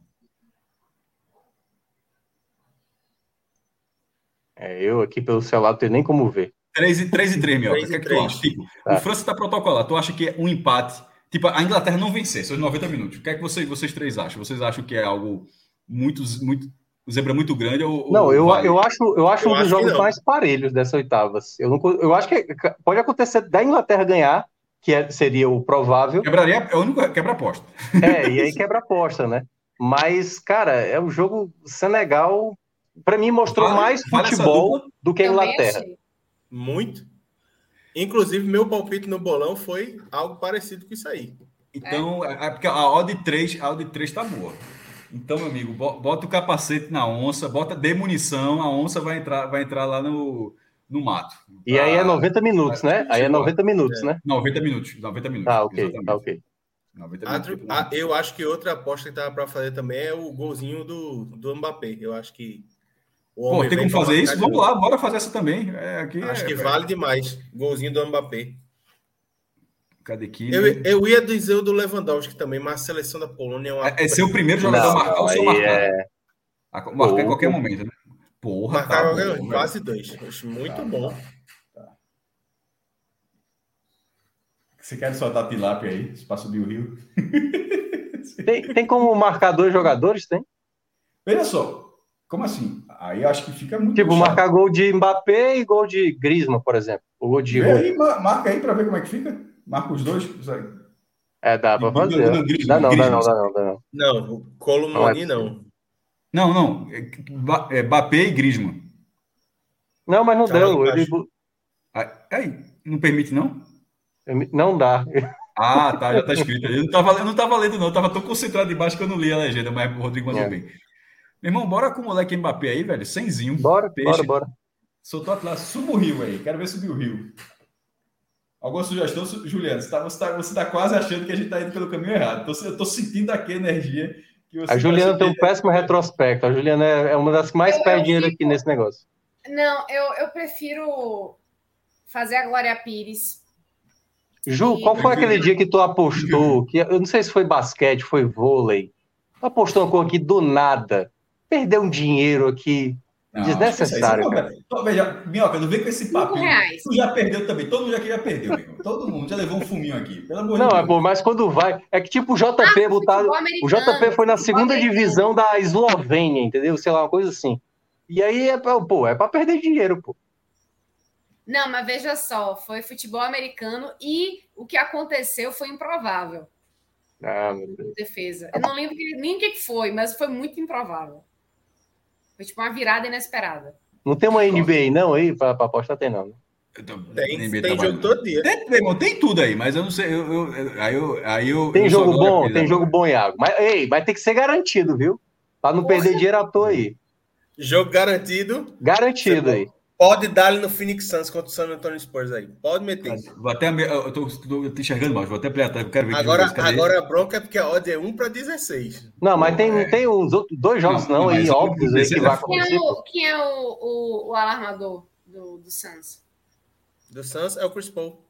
É, eu aqui pelo celular não tenho nem como ver. três e três, Mioca. O que é que tu acha? Tipo, tá. O França está protocolado. Tu acha que é um empate? Tipo, a Inglaterra não vencer, seus noventa minutos. O que é que vocês, vocês três acham? Vocês acham que é algo muito... muito zebra muito grande ou... Não, ou eu, vale? eu acho, eu acho eu um dos acho jogos mais parelhos dessa oitavas. Eu, não, eu acho que pode acontecer da Inglaterra ganhar, que é, seria o provável. Quebraria, é o único quebra-aposta. É, e aí quebra-aposta, né? Mas, cara, é um jogo Senegal, para mim, mostrou vale, mais futebol vale do que a Inglaterra. Muito. Inclusive, meu palpite no bolão foi algo parecido com isso aí. Então, é. É porque a odd três, a odd três tá boa. Então, meu amigo, bota o capacete na onça, bota de munição, a onça vai entrar, vai entrar lá no, no mato. E pra... aí é noventa minutos, né? Aí é noventa minutos, é. né? noventa minutos, noventa minutos. Ah, ok, exatamente. Tá ok. Outro, a, eu acho que outra aposta que tava para fazer também é o golzinho do, do Mbappé. Eu acho que o Pô, tem como fazer isso? Vamos lá, bora fazer essa também. É, aqui acho é, que é, vale demais. Golzinho do Mbappé. Cadê aqui? Eu, eu ia dizer o do Lewandowski também, mas a seleção da Polônia é uma... É, é ser o primeiro jogador a marcar o seu marcado. É... A marcar em qualquer momento, né? Porra, Marcaram tá bom, quase dois. Muito tá, bom. Tá, tá. Você quer soltar a tilápia aí? Para subir o rio? Tem, tem como marcar dois jogadores, tem? Veja só, como assim? Aí acho que fica muito Tipo, puxado. marcar gol de Mbappé e gol de Griezmann, por exemplo. O gol de Vê aí, marca aí para ver como é que fica. Marca os dois. É, dá para fazer. Não, não, Griezmann, dá não, dá Griezmann. não, dá não, dá não. Não, o Colomoni não. Não, não. É Mbappé e Griezmann. Não, mas não Tá deu. lá Ele... Aí, não permite, não? Não dá. Ah, tá, já tá escrito. Eu não tava, eu não tava lendo, não. Eu tava tão concentrado embaixo que eu não li a legenda, mas o Rodrigo mandou É. bem. Meu irmão, bora com o moleque Mbappé aí, velho. Cenzinho. Bora, peixe. bora, bora. Soltou a classe. Suba o rio aí. Quero ver subir o rio. Alguma sugestão, Juliano? Você tá, você, tá, você tá quase achando que a gente tá indo pelo caminho errado. Tô, eu tô sentindo aqui a energia que você A Juliana tá tem um péssimo retrospecto. A Juliana é, é uma das que mais Eu- perde eu dinheiro fico- aqui nesse negócio. Não, eu, eu prefiro fazer a Glória Pires. Ju, E- qual foi aquele dia que tu apostou? Que eu não sei se foi basquete, foi vôlei. Tu apostou uma coisa aqui do nada. Perdeu um dinheiro aqui. Não, Desnecessário, não, cara. Então, veja, Minhoca, não vem com esse Cinco papinho. reais. Tu já perdeu também. Todo mundo já, já perdeu, meu irmão. Todo mundo já levou um fuminho aqui. Pelo amor Não, de é Deus. bom, mas quando vai. É que tipo o J P Ah, botaram. futebol O americano, J P foi na futebol segunda americano. divisão da Eslovênia, entendeu? Sei lá, uma coisa assim. E aí, é pra, pô, é pra perder dinheiro, pô. Não, mas veja só, foi futebol americano e o que aconteceu foi improvável. Ah, meu Deus. Defesa. Eu não lembro que- nem o que que foi, mas foi muito improvável. Foi tipo uma virada inesperada. Não tem uma N B A não aí pra, pra apostar? Tem não. Né? Tem, tem jogo todo dia. Tem, meu irmão, tem tudo aí, mas eu não sei. Eu, eu- eu- aí eu, aí eu, Tem eu sou jogo agora bom, aquele tem da- jogo bom, Iago. Mas, ei, vai ter que ser garantido, viu? Pra não perder dinheiro à toa aí. Jogo garantido. Garantido aí. Pode dar ali no Phoenix Suns contra o San Antonio Spurs aí. Pode meter. Vou até, eu tô, tô te enxergando mal, vou até ampliar, eu quero ver que Agora, jogo é esse, cadê? agora a bronca é porque a odd é um para dezesseis. Não, mas tem, é. tem uns outros, dois jogos Não, não, mas aí, eu- óbvios aí que eu- vai Quem é acontecer. o, pô. quem é o, o, o alarmador do, do Suns? Do Suns é o Chris Paul.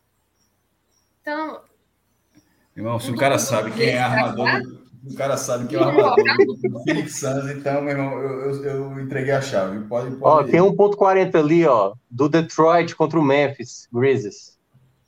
Então, Irmão, se o Um cara duplo sabe duplo quem é desse, armador, tá do- o cara sabe quem é o armador do, do Phoenix Suns, então, meu irmão, eu, eu, eu entreguei a chave. Pode, Ó, pode. tem um ponto quarenta ali, ó, do Detroit contra o Memphis Grizzlies.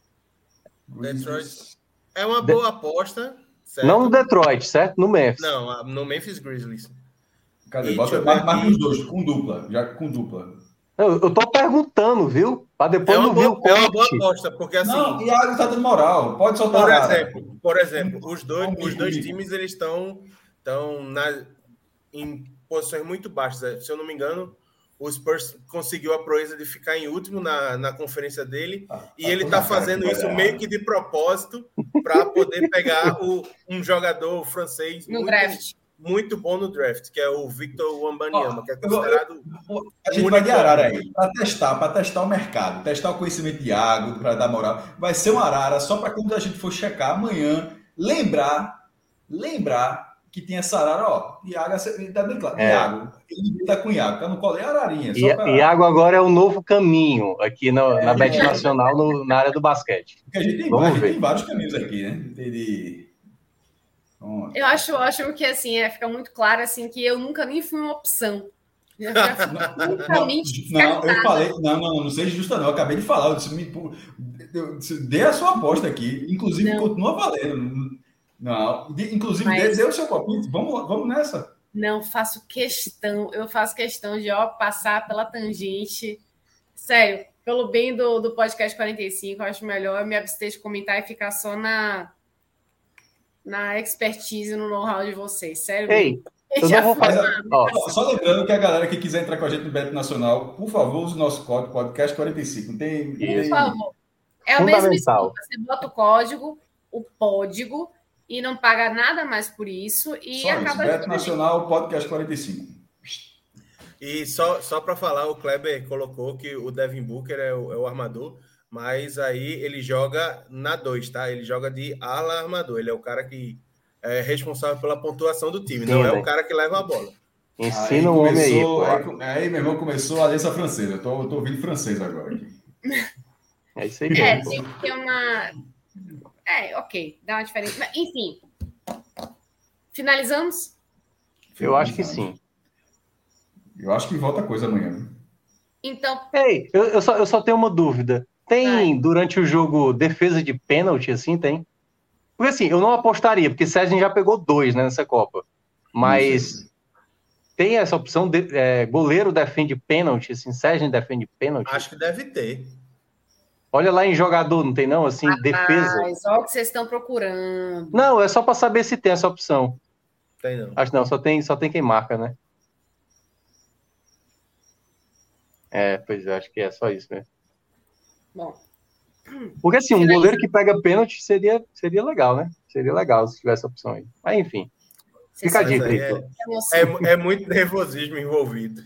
Detroit é uma boa aposta. Certo? Não no Detroit, certo? No Memphis. Não, a- no Memphis Grizzlies. Cadê? E Bota, deixa eu ver marca, marca aqui. os dois, com dupla, já com dupla. Eu, eu tô perguntando, viu? Pra depois É uma, não vir boa, o é uma boa corte. aposta, porque assim, Não, e a água tá dando moral, pode soltar por a área. exemplo, por exemplo, os dois, Comigo, os dois comigo. times eles estão estão na, em posições muito baixas. Se eu não me engano, o Spurs conseguiu a proeza de ficar em último na, na conferência dele Tá, e tá ele toda está a cara fazendo que vai isso dar. meio que de propósito para poder pegar o, um jogador francês no muito, draft. muito bom no draft, que é o Victor Wembanyama, Ó, que é eu vou- considerado A gente vai de arara aí, para testar, para testar o mercado, testar o conhecimento de água, para dar moral. Vai ser uma arara só para quando a gente for checar amanhã, lembrar, lembrar que tem essa arara, ó, Iago, tá bem claro, É. Iago, ele tá com Iago, tá no colo, é ararinha, só E, pra, Iago agora é o novo caminho aqui na, na Bet Nacional, no- na área do basquete. porque a gente tem, Vamos a gente ver. tem vários caminhos aqui, né? Tem de... Pronto. Eu acho, eu acho que assim, é, fica muito claro assim, que eu nunca nem fui uma opção. Já, já fui totalmente Não, eu descartada. falei, não, não, não seja justa, não. Eu acabei de falar, eu disse, me, eu disse, dê a sua aposta aqui, inclusive Não. continua valendo. Não, de- inclusive Mas- dê, dê o seu palpite, vamos, vamos nessa. Não, faço questão, eu faço questão de ó, passar pela tangente. Sério, pelo bem do, do podcast quarenta e cinco, eu acho melhor me abster de comentar e ficar só na, na expertise, no know-how de vocês. Sério. Ei, eu Já não vou fui fazer. uma- Ó, Só, só lembrando que a galera que quiser entrar com a gente no Beto Nacional, por favor, use o nosso código podcast quarenta e cinco. Não tem, não Por tem- favor. É o mesmo Fundamental. esquema. Você bota o código, o código, e não paga nada mais por isso. E Só isso, acaba Beto ajudando. Nacional, podcast quarenta e cinco. E só, só para falar, o Kleber colocou que o Devin Booker é o, é o armador, mas aí ele joga na dois, tá? Ele joga de ala armador. Ele é o cara que é responsável pela pontuação do time, Sim, não é velho. o cara que leva a bola. Ensina o homem aí, começou, pô. aí, aí, meu irmão, começou a aliança francesa. Eu tô, eu tô ouvindo francês agora. Aqui. É isso aí É, mesmo. pô. tem que ter uma. É, ok, dá uma diferença. Mas, enfim. Finalizamos? Eu acho que sim. Eu acho que volta coisa amanhã. Viu? Então. Ei, eu, eu, só, eu só tenho uma dúvida. Tem, Vai. durante o jogo, defesa de pênalti, assim, tem? Porque assim, eu não apostaria, porque Sérgio já pegou dois, né, nessa Copa. Mas tem essa opção, de, é, goleiro defende pênalti, assim, Sérgio defende pênalti? Acho que deve ter. Olha lá em jogador, não tem não, assim, Rapaz, defesa. Mas olha o que vocês estão procurando. Não, é só para saber se tem essa opção. Tem não. Acho que não, só tem, só tem quem marca, né? É, pois é, acho que é só isso mesmo. Bom. Porque assim, um goleiro que pega pênalti seria, seria legal, né? Seria legal se tivesse essa opção aí. Mas enfim. Você fica a dica aí. É, é, é muito nervosismo envolvido.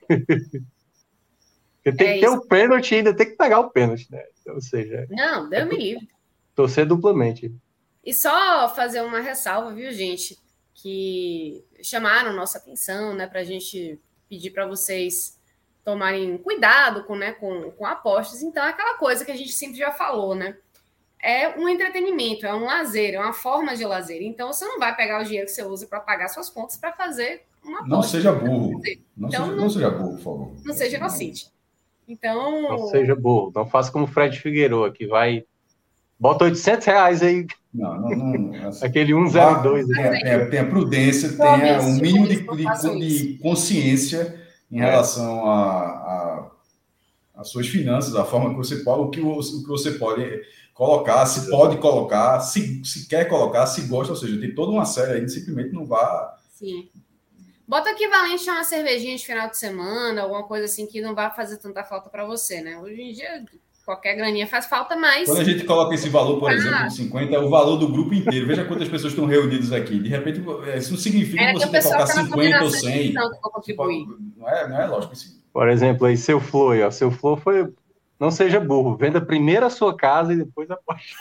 Porque tem é que ter o pênalti e ainda tem que pegar o pênalti, né? Então, ou seja... Não, Deus me livre. Torcer duplamente. E só fazer uma ressalva, viu, gente? Que chamaram nossa atenção, né? Pra gente pedir para vocês tomarem cuidado com, né, com, com apostas. Então, é aquela coisa que a gente sempre já falou, né? É um entretenimento, é um lazer, é uma forma de lazer. Então, você não vai pegar o dinheiro que você usa para pagar suas contas para fazer uma aposta. Não seja burro. Não, então, seja, não, não seja burro, por favor. Não seja inocente. Então... Não seja burro. Não faça como o Fred Figueiredo, que vai... Bota oitocentos reais aí. Não, não, não. Assim, aquele cento e dois. Tenha, tenha, tenha prudência, tenha um mínimo de, de, de consciência em relação a, a, a suas finanças, a forma que você pode, o que, o, o que você pode colocar, se pode colocar, se, se quer colocar, se gosta, ou seja, tem toda uma série aí, simplesmente não vá... Sim. Bota o equivalente a uma cervejinha de final de semana, alguma coisa assim que não vai fazer tanta falta para você, né? Hoje em dia, qualquer graninha faz falta, mas... Quando a gente coloca esse valor, por ah. exemplo, de cinquenta, é o valor do grupo inteiro. Veja quantas pessoas estão reunidas aqui. De repente, isso não significa é que você tem que colocar cinquenta ou cem. Contribuir. Não é, não é lógico assim. Por exemplo, aí, seu Flow, ó. Seu Flow foi... Não seja burro. Venda primeiro a sua casa e depois a parte.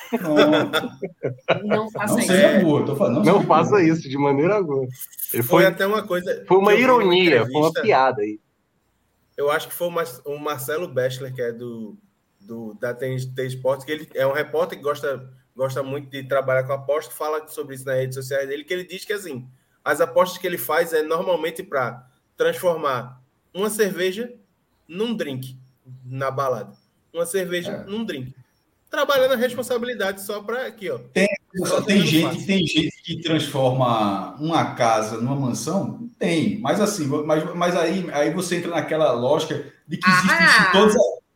Não, não faça não isso. Seja burro, tô falando, não não faça burro. isso, de maneira alguma. Ele foi, foi até uma coisa... Foi uma ironia, foi uma piada aí. Eu acho que foi o Marcelo Bechler, que é do... do da T Esportes, que ele é um repórter que gosta, gosta muito de trabalhar com aposta, fala sobre isso nas redes sociais dele, que ele diz que assim, as apostas que ele faz é normalmente para transformar uma cerveja num drink na balada. Uma cerveja é. num drink. Trabalhando a responsabilidade só para aqui, ó. Tem, tem gente, tem gente que transforma uma casa numa mansão? Tem, mas assim, mas, mas aí, aí você entra naquela lógica de que existe ah. todas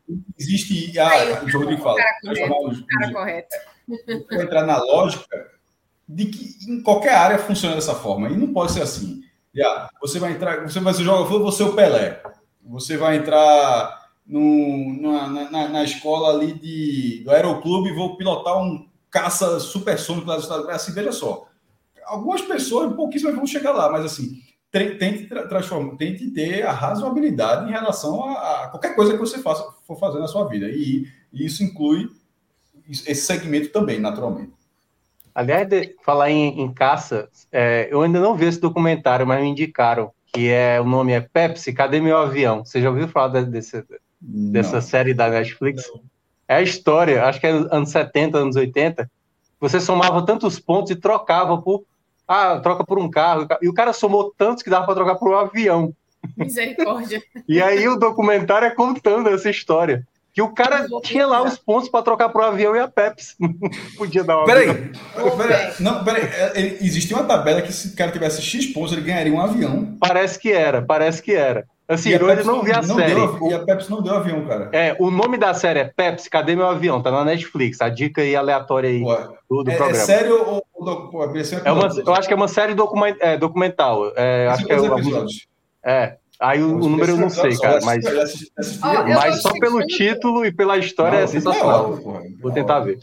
existe a, o jogo de fala. O cara correto. Vai entrar na lógica de que em qualquer área funciona dessa forma. E não pode ser assim. Já, você vai entrar, você vai ser jogador, você é o Pelé. Você vai entrar no, na, na, na escola ali de, do Aeroclube e vou pilotar um caça supersônico lá dos Estados Unidos. Assim, veja só. Algumas pessoas, pouquíssimas vão chegar lá, mas assim, tente, transformar, tente ter a razoabilidade em relação a, a qualquer coisa que você faça, for fazer na sua vida. E, e isso inclui esse segmento também, naturalmente. Aliás, de falar em, em caça, é, eu ainda não vi esse documentário, mas me indicaram que é, o nome é Pepsi, Cadê Meu Avião? Você já ouviu falar desse, dessa série da Netflix? Não. É a história, acho que é anos setenta, anos oitenta, você somava tantos pontos e trocava por... Ah, troca por um carro. E o cara somou tantos que dava para trocar por um avião. Misericórdia. E aí o documentário é contando essa história. Que o cara tinha lá os pontos para trocar por um avião e a Pepsi. Não podia dar uma... Peraí. Peraí. Não, peraí. Existia uma tabela que se o cara tivesse X pontos, ele ganharia um avião. Parece que era, parece que era. Assim, eu ainda não vi a não série. Deu, e a Pepsi não deu avião, cara. É, o nome da série é Pepsi, Cadê Meu Avião? Tá na Netflix. A dica aí aleatória aí do, do é, programa. É sério ou... ou é uma, eu acho que é uma série document, é, documental. É, acho que é, episódios. é. Aí o, o número eu não sei, cara. Mas, oh, mas só pelo título e pela história não, é sensacional. É ótimo, Vou tentar ver.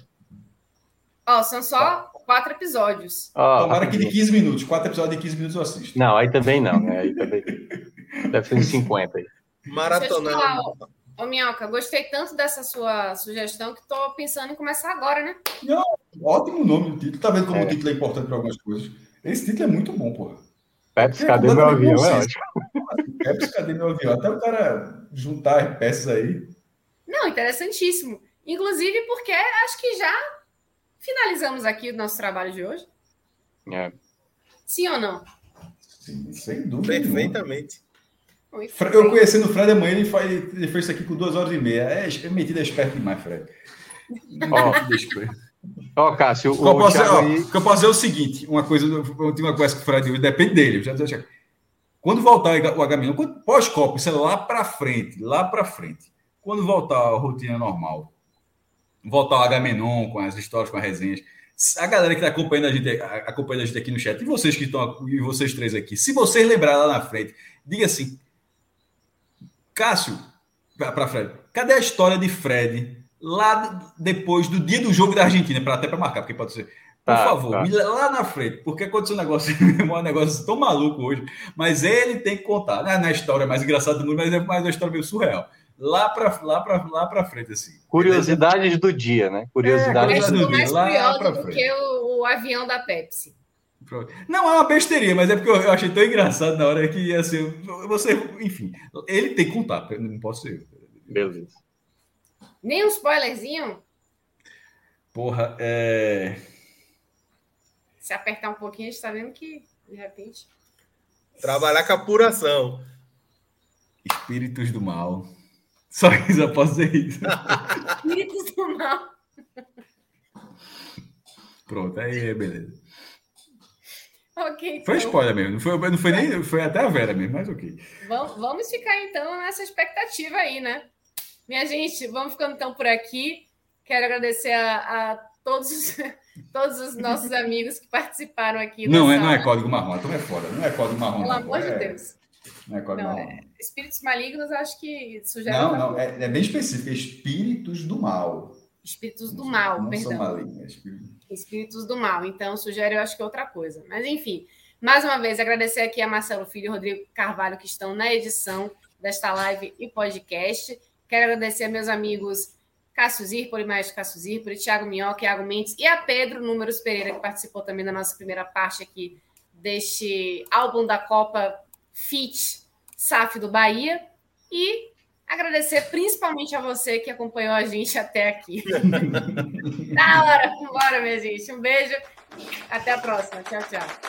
Ó, oh, são só quatro episódios. Oh, Tomara que de quinze minutos. Quatro episódios de quinze minutos eu assisto. Não, aí também não, né? Aí também... Deve ser uns cinquenta aí. Maratonando. Ô, Minhoca, gostei tanto dessa sua sugestão que tô pensando em começar agora, né? Não, ótimo nome do título. Tá vendo como é. o título é importante para algumas coisas? Esse título é muito bom, porra. Pepsi, cadê meu avião? É ótimo. Pepsi, cadê meu avião? Até o cara juntar peças aí. Não, interessantíssimo. Inclusive porque acho que já finalizamos aqui o nosso trabalho de hoje. É. Sim ou não? Sim, sem dúvida. Perfeitamente. Eu conhecendo o Fred amanhã, ele, faz, ele fez isso aqui com duas horas e meia. É, é metido esperto demais, Fred. Ó, oh, Cássio, o, o que, eu posso, ó, aí... que eu posso dizer é o seguinte: uma coisa, eu tive uma conversa com o Fred hoje, depende dele. Já, já, quando voltar o Agamenon, pós-Copa, isso é lá para frente, lá para frente. Quando voltar a rotina normal, voltar o Agamenon com as histórias, com as resenhas, a galera que está acompanhando a gente, acompanhando a gente aqui no chat, e vocês que estão, e vocês três aqui, se vocês lembrarem lá na frente, diga assim, Cássio, para Fred, cadê a história de Fred lá depois do dia do jogo da Argentina, para até para marcar, porque pode ser, por tá, favor, tá. lá na frente, porque aconteceu um negócio, um negócio tão maluco hoje, mas ele tem que contar, não é a história mais engraçada do mundo, mas é mais uma história meio surreal. Lá para lá para lá para frente assim. Curiosidades beleza? Do dia, né? Curiosidades é, do dia. Mais curioso do que o, o avião da Pepsi. Não é uma besteirinha, mas é porque eu achei tão engraçado na hora que assim, você, enfim, ele tem que contar, não posso ser. Beleza. Nem um spoilerzinho? Porra, é. Se apertar um pouquinho, a gente tá vendo que de repente trabalhar com apuração. Espíritos do mal. Só isso, eu posso dizer isso. Espíritos do mal. Pronto, aí beleza. Ok. Então. Foi spoiler mesmo, não foi, não foi nem. Foi até a Vera mesmo, mas ok. Vamos, vamos ficar então nessa expectativa aí, né? Minha gente, vamos ficando então por aqui. Quero agradecer a, a todos, os, todos os nossos amigos que participaram aqui. Não, é, não é código marrom, então é fora. Não é código marrom. Pelo não, amor é... de Deus. Não é código não, marrom. É... Espíritos malignos, acho que sugere. Não, não, é, é bem específico. Espíritos do mal. Espíritos do mal, não perdão. São malignos, é espírito... Espíritos do mal. Então, sugere, eu acho que é outra coisa. Mas, enfim, mais uma vez, agradecer aqui a Marcelo Filho e Rodrigo Carvalho, que estão na edição desta live e podcast. Quero agradecer a meus amigos Cássio Zirpoli, mais Cássio Zirpoli, Thiago Minhoca, Iago Mendes e a Pedro Números Pereira, que participou também da nossa primeira parte aqui deste álbum da Copa Fit S A F do Bahia. E agradecer principalmente a você que acompanhou a gente até aqui. Da hora, vambora, minha gente. Um beijo. Até a próxima. Tchau, tchau.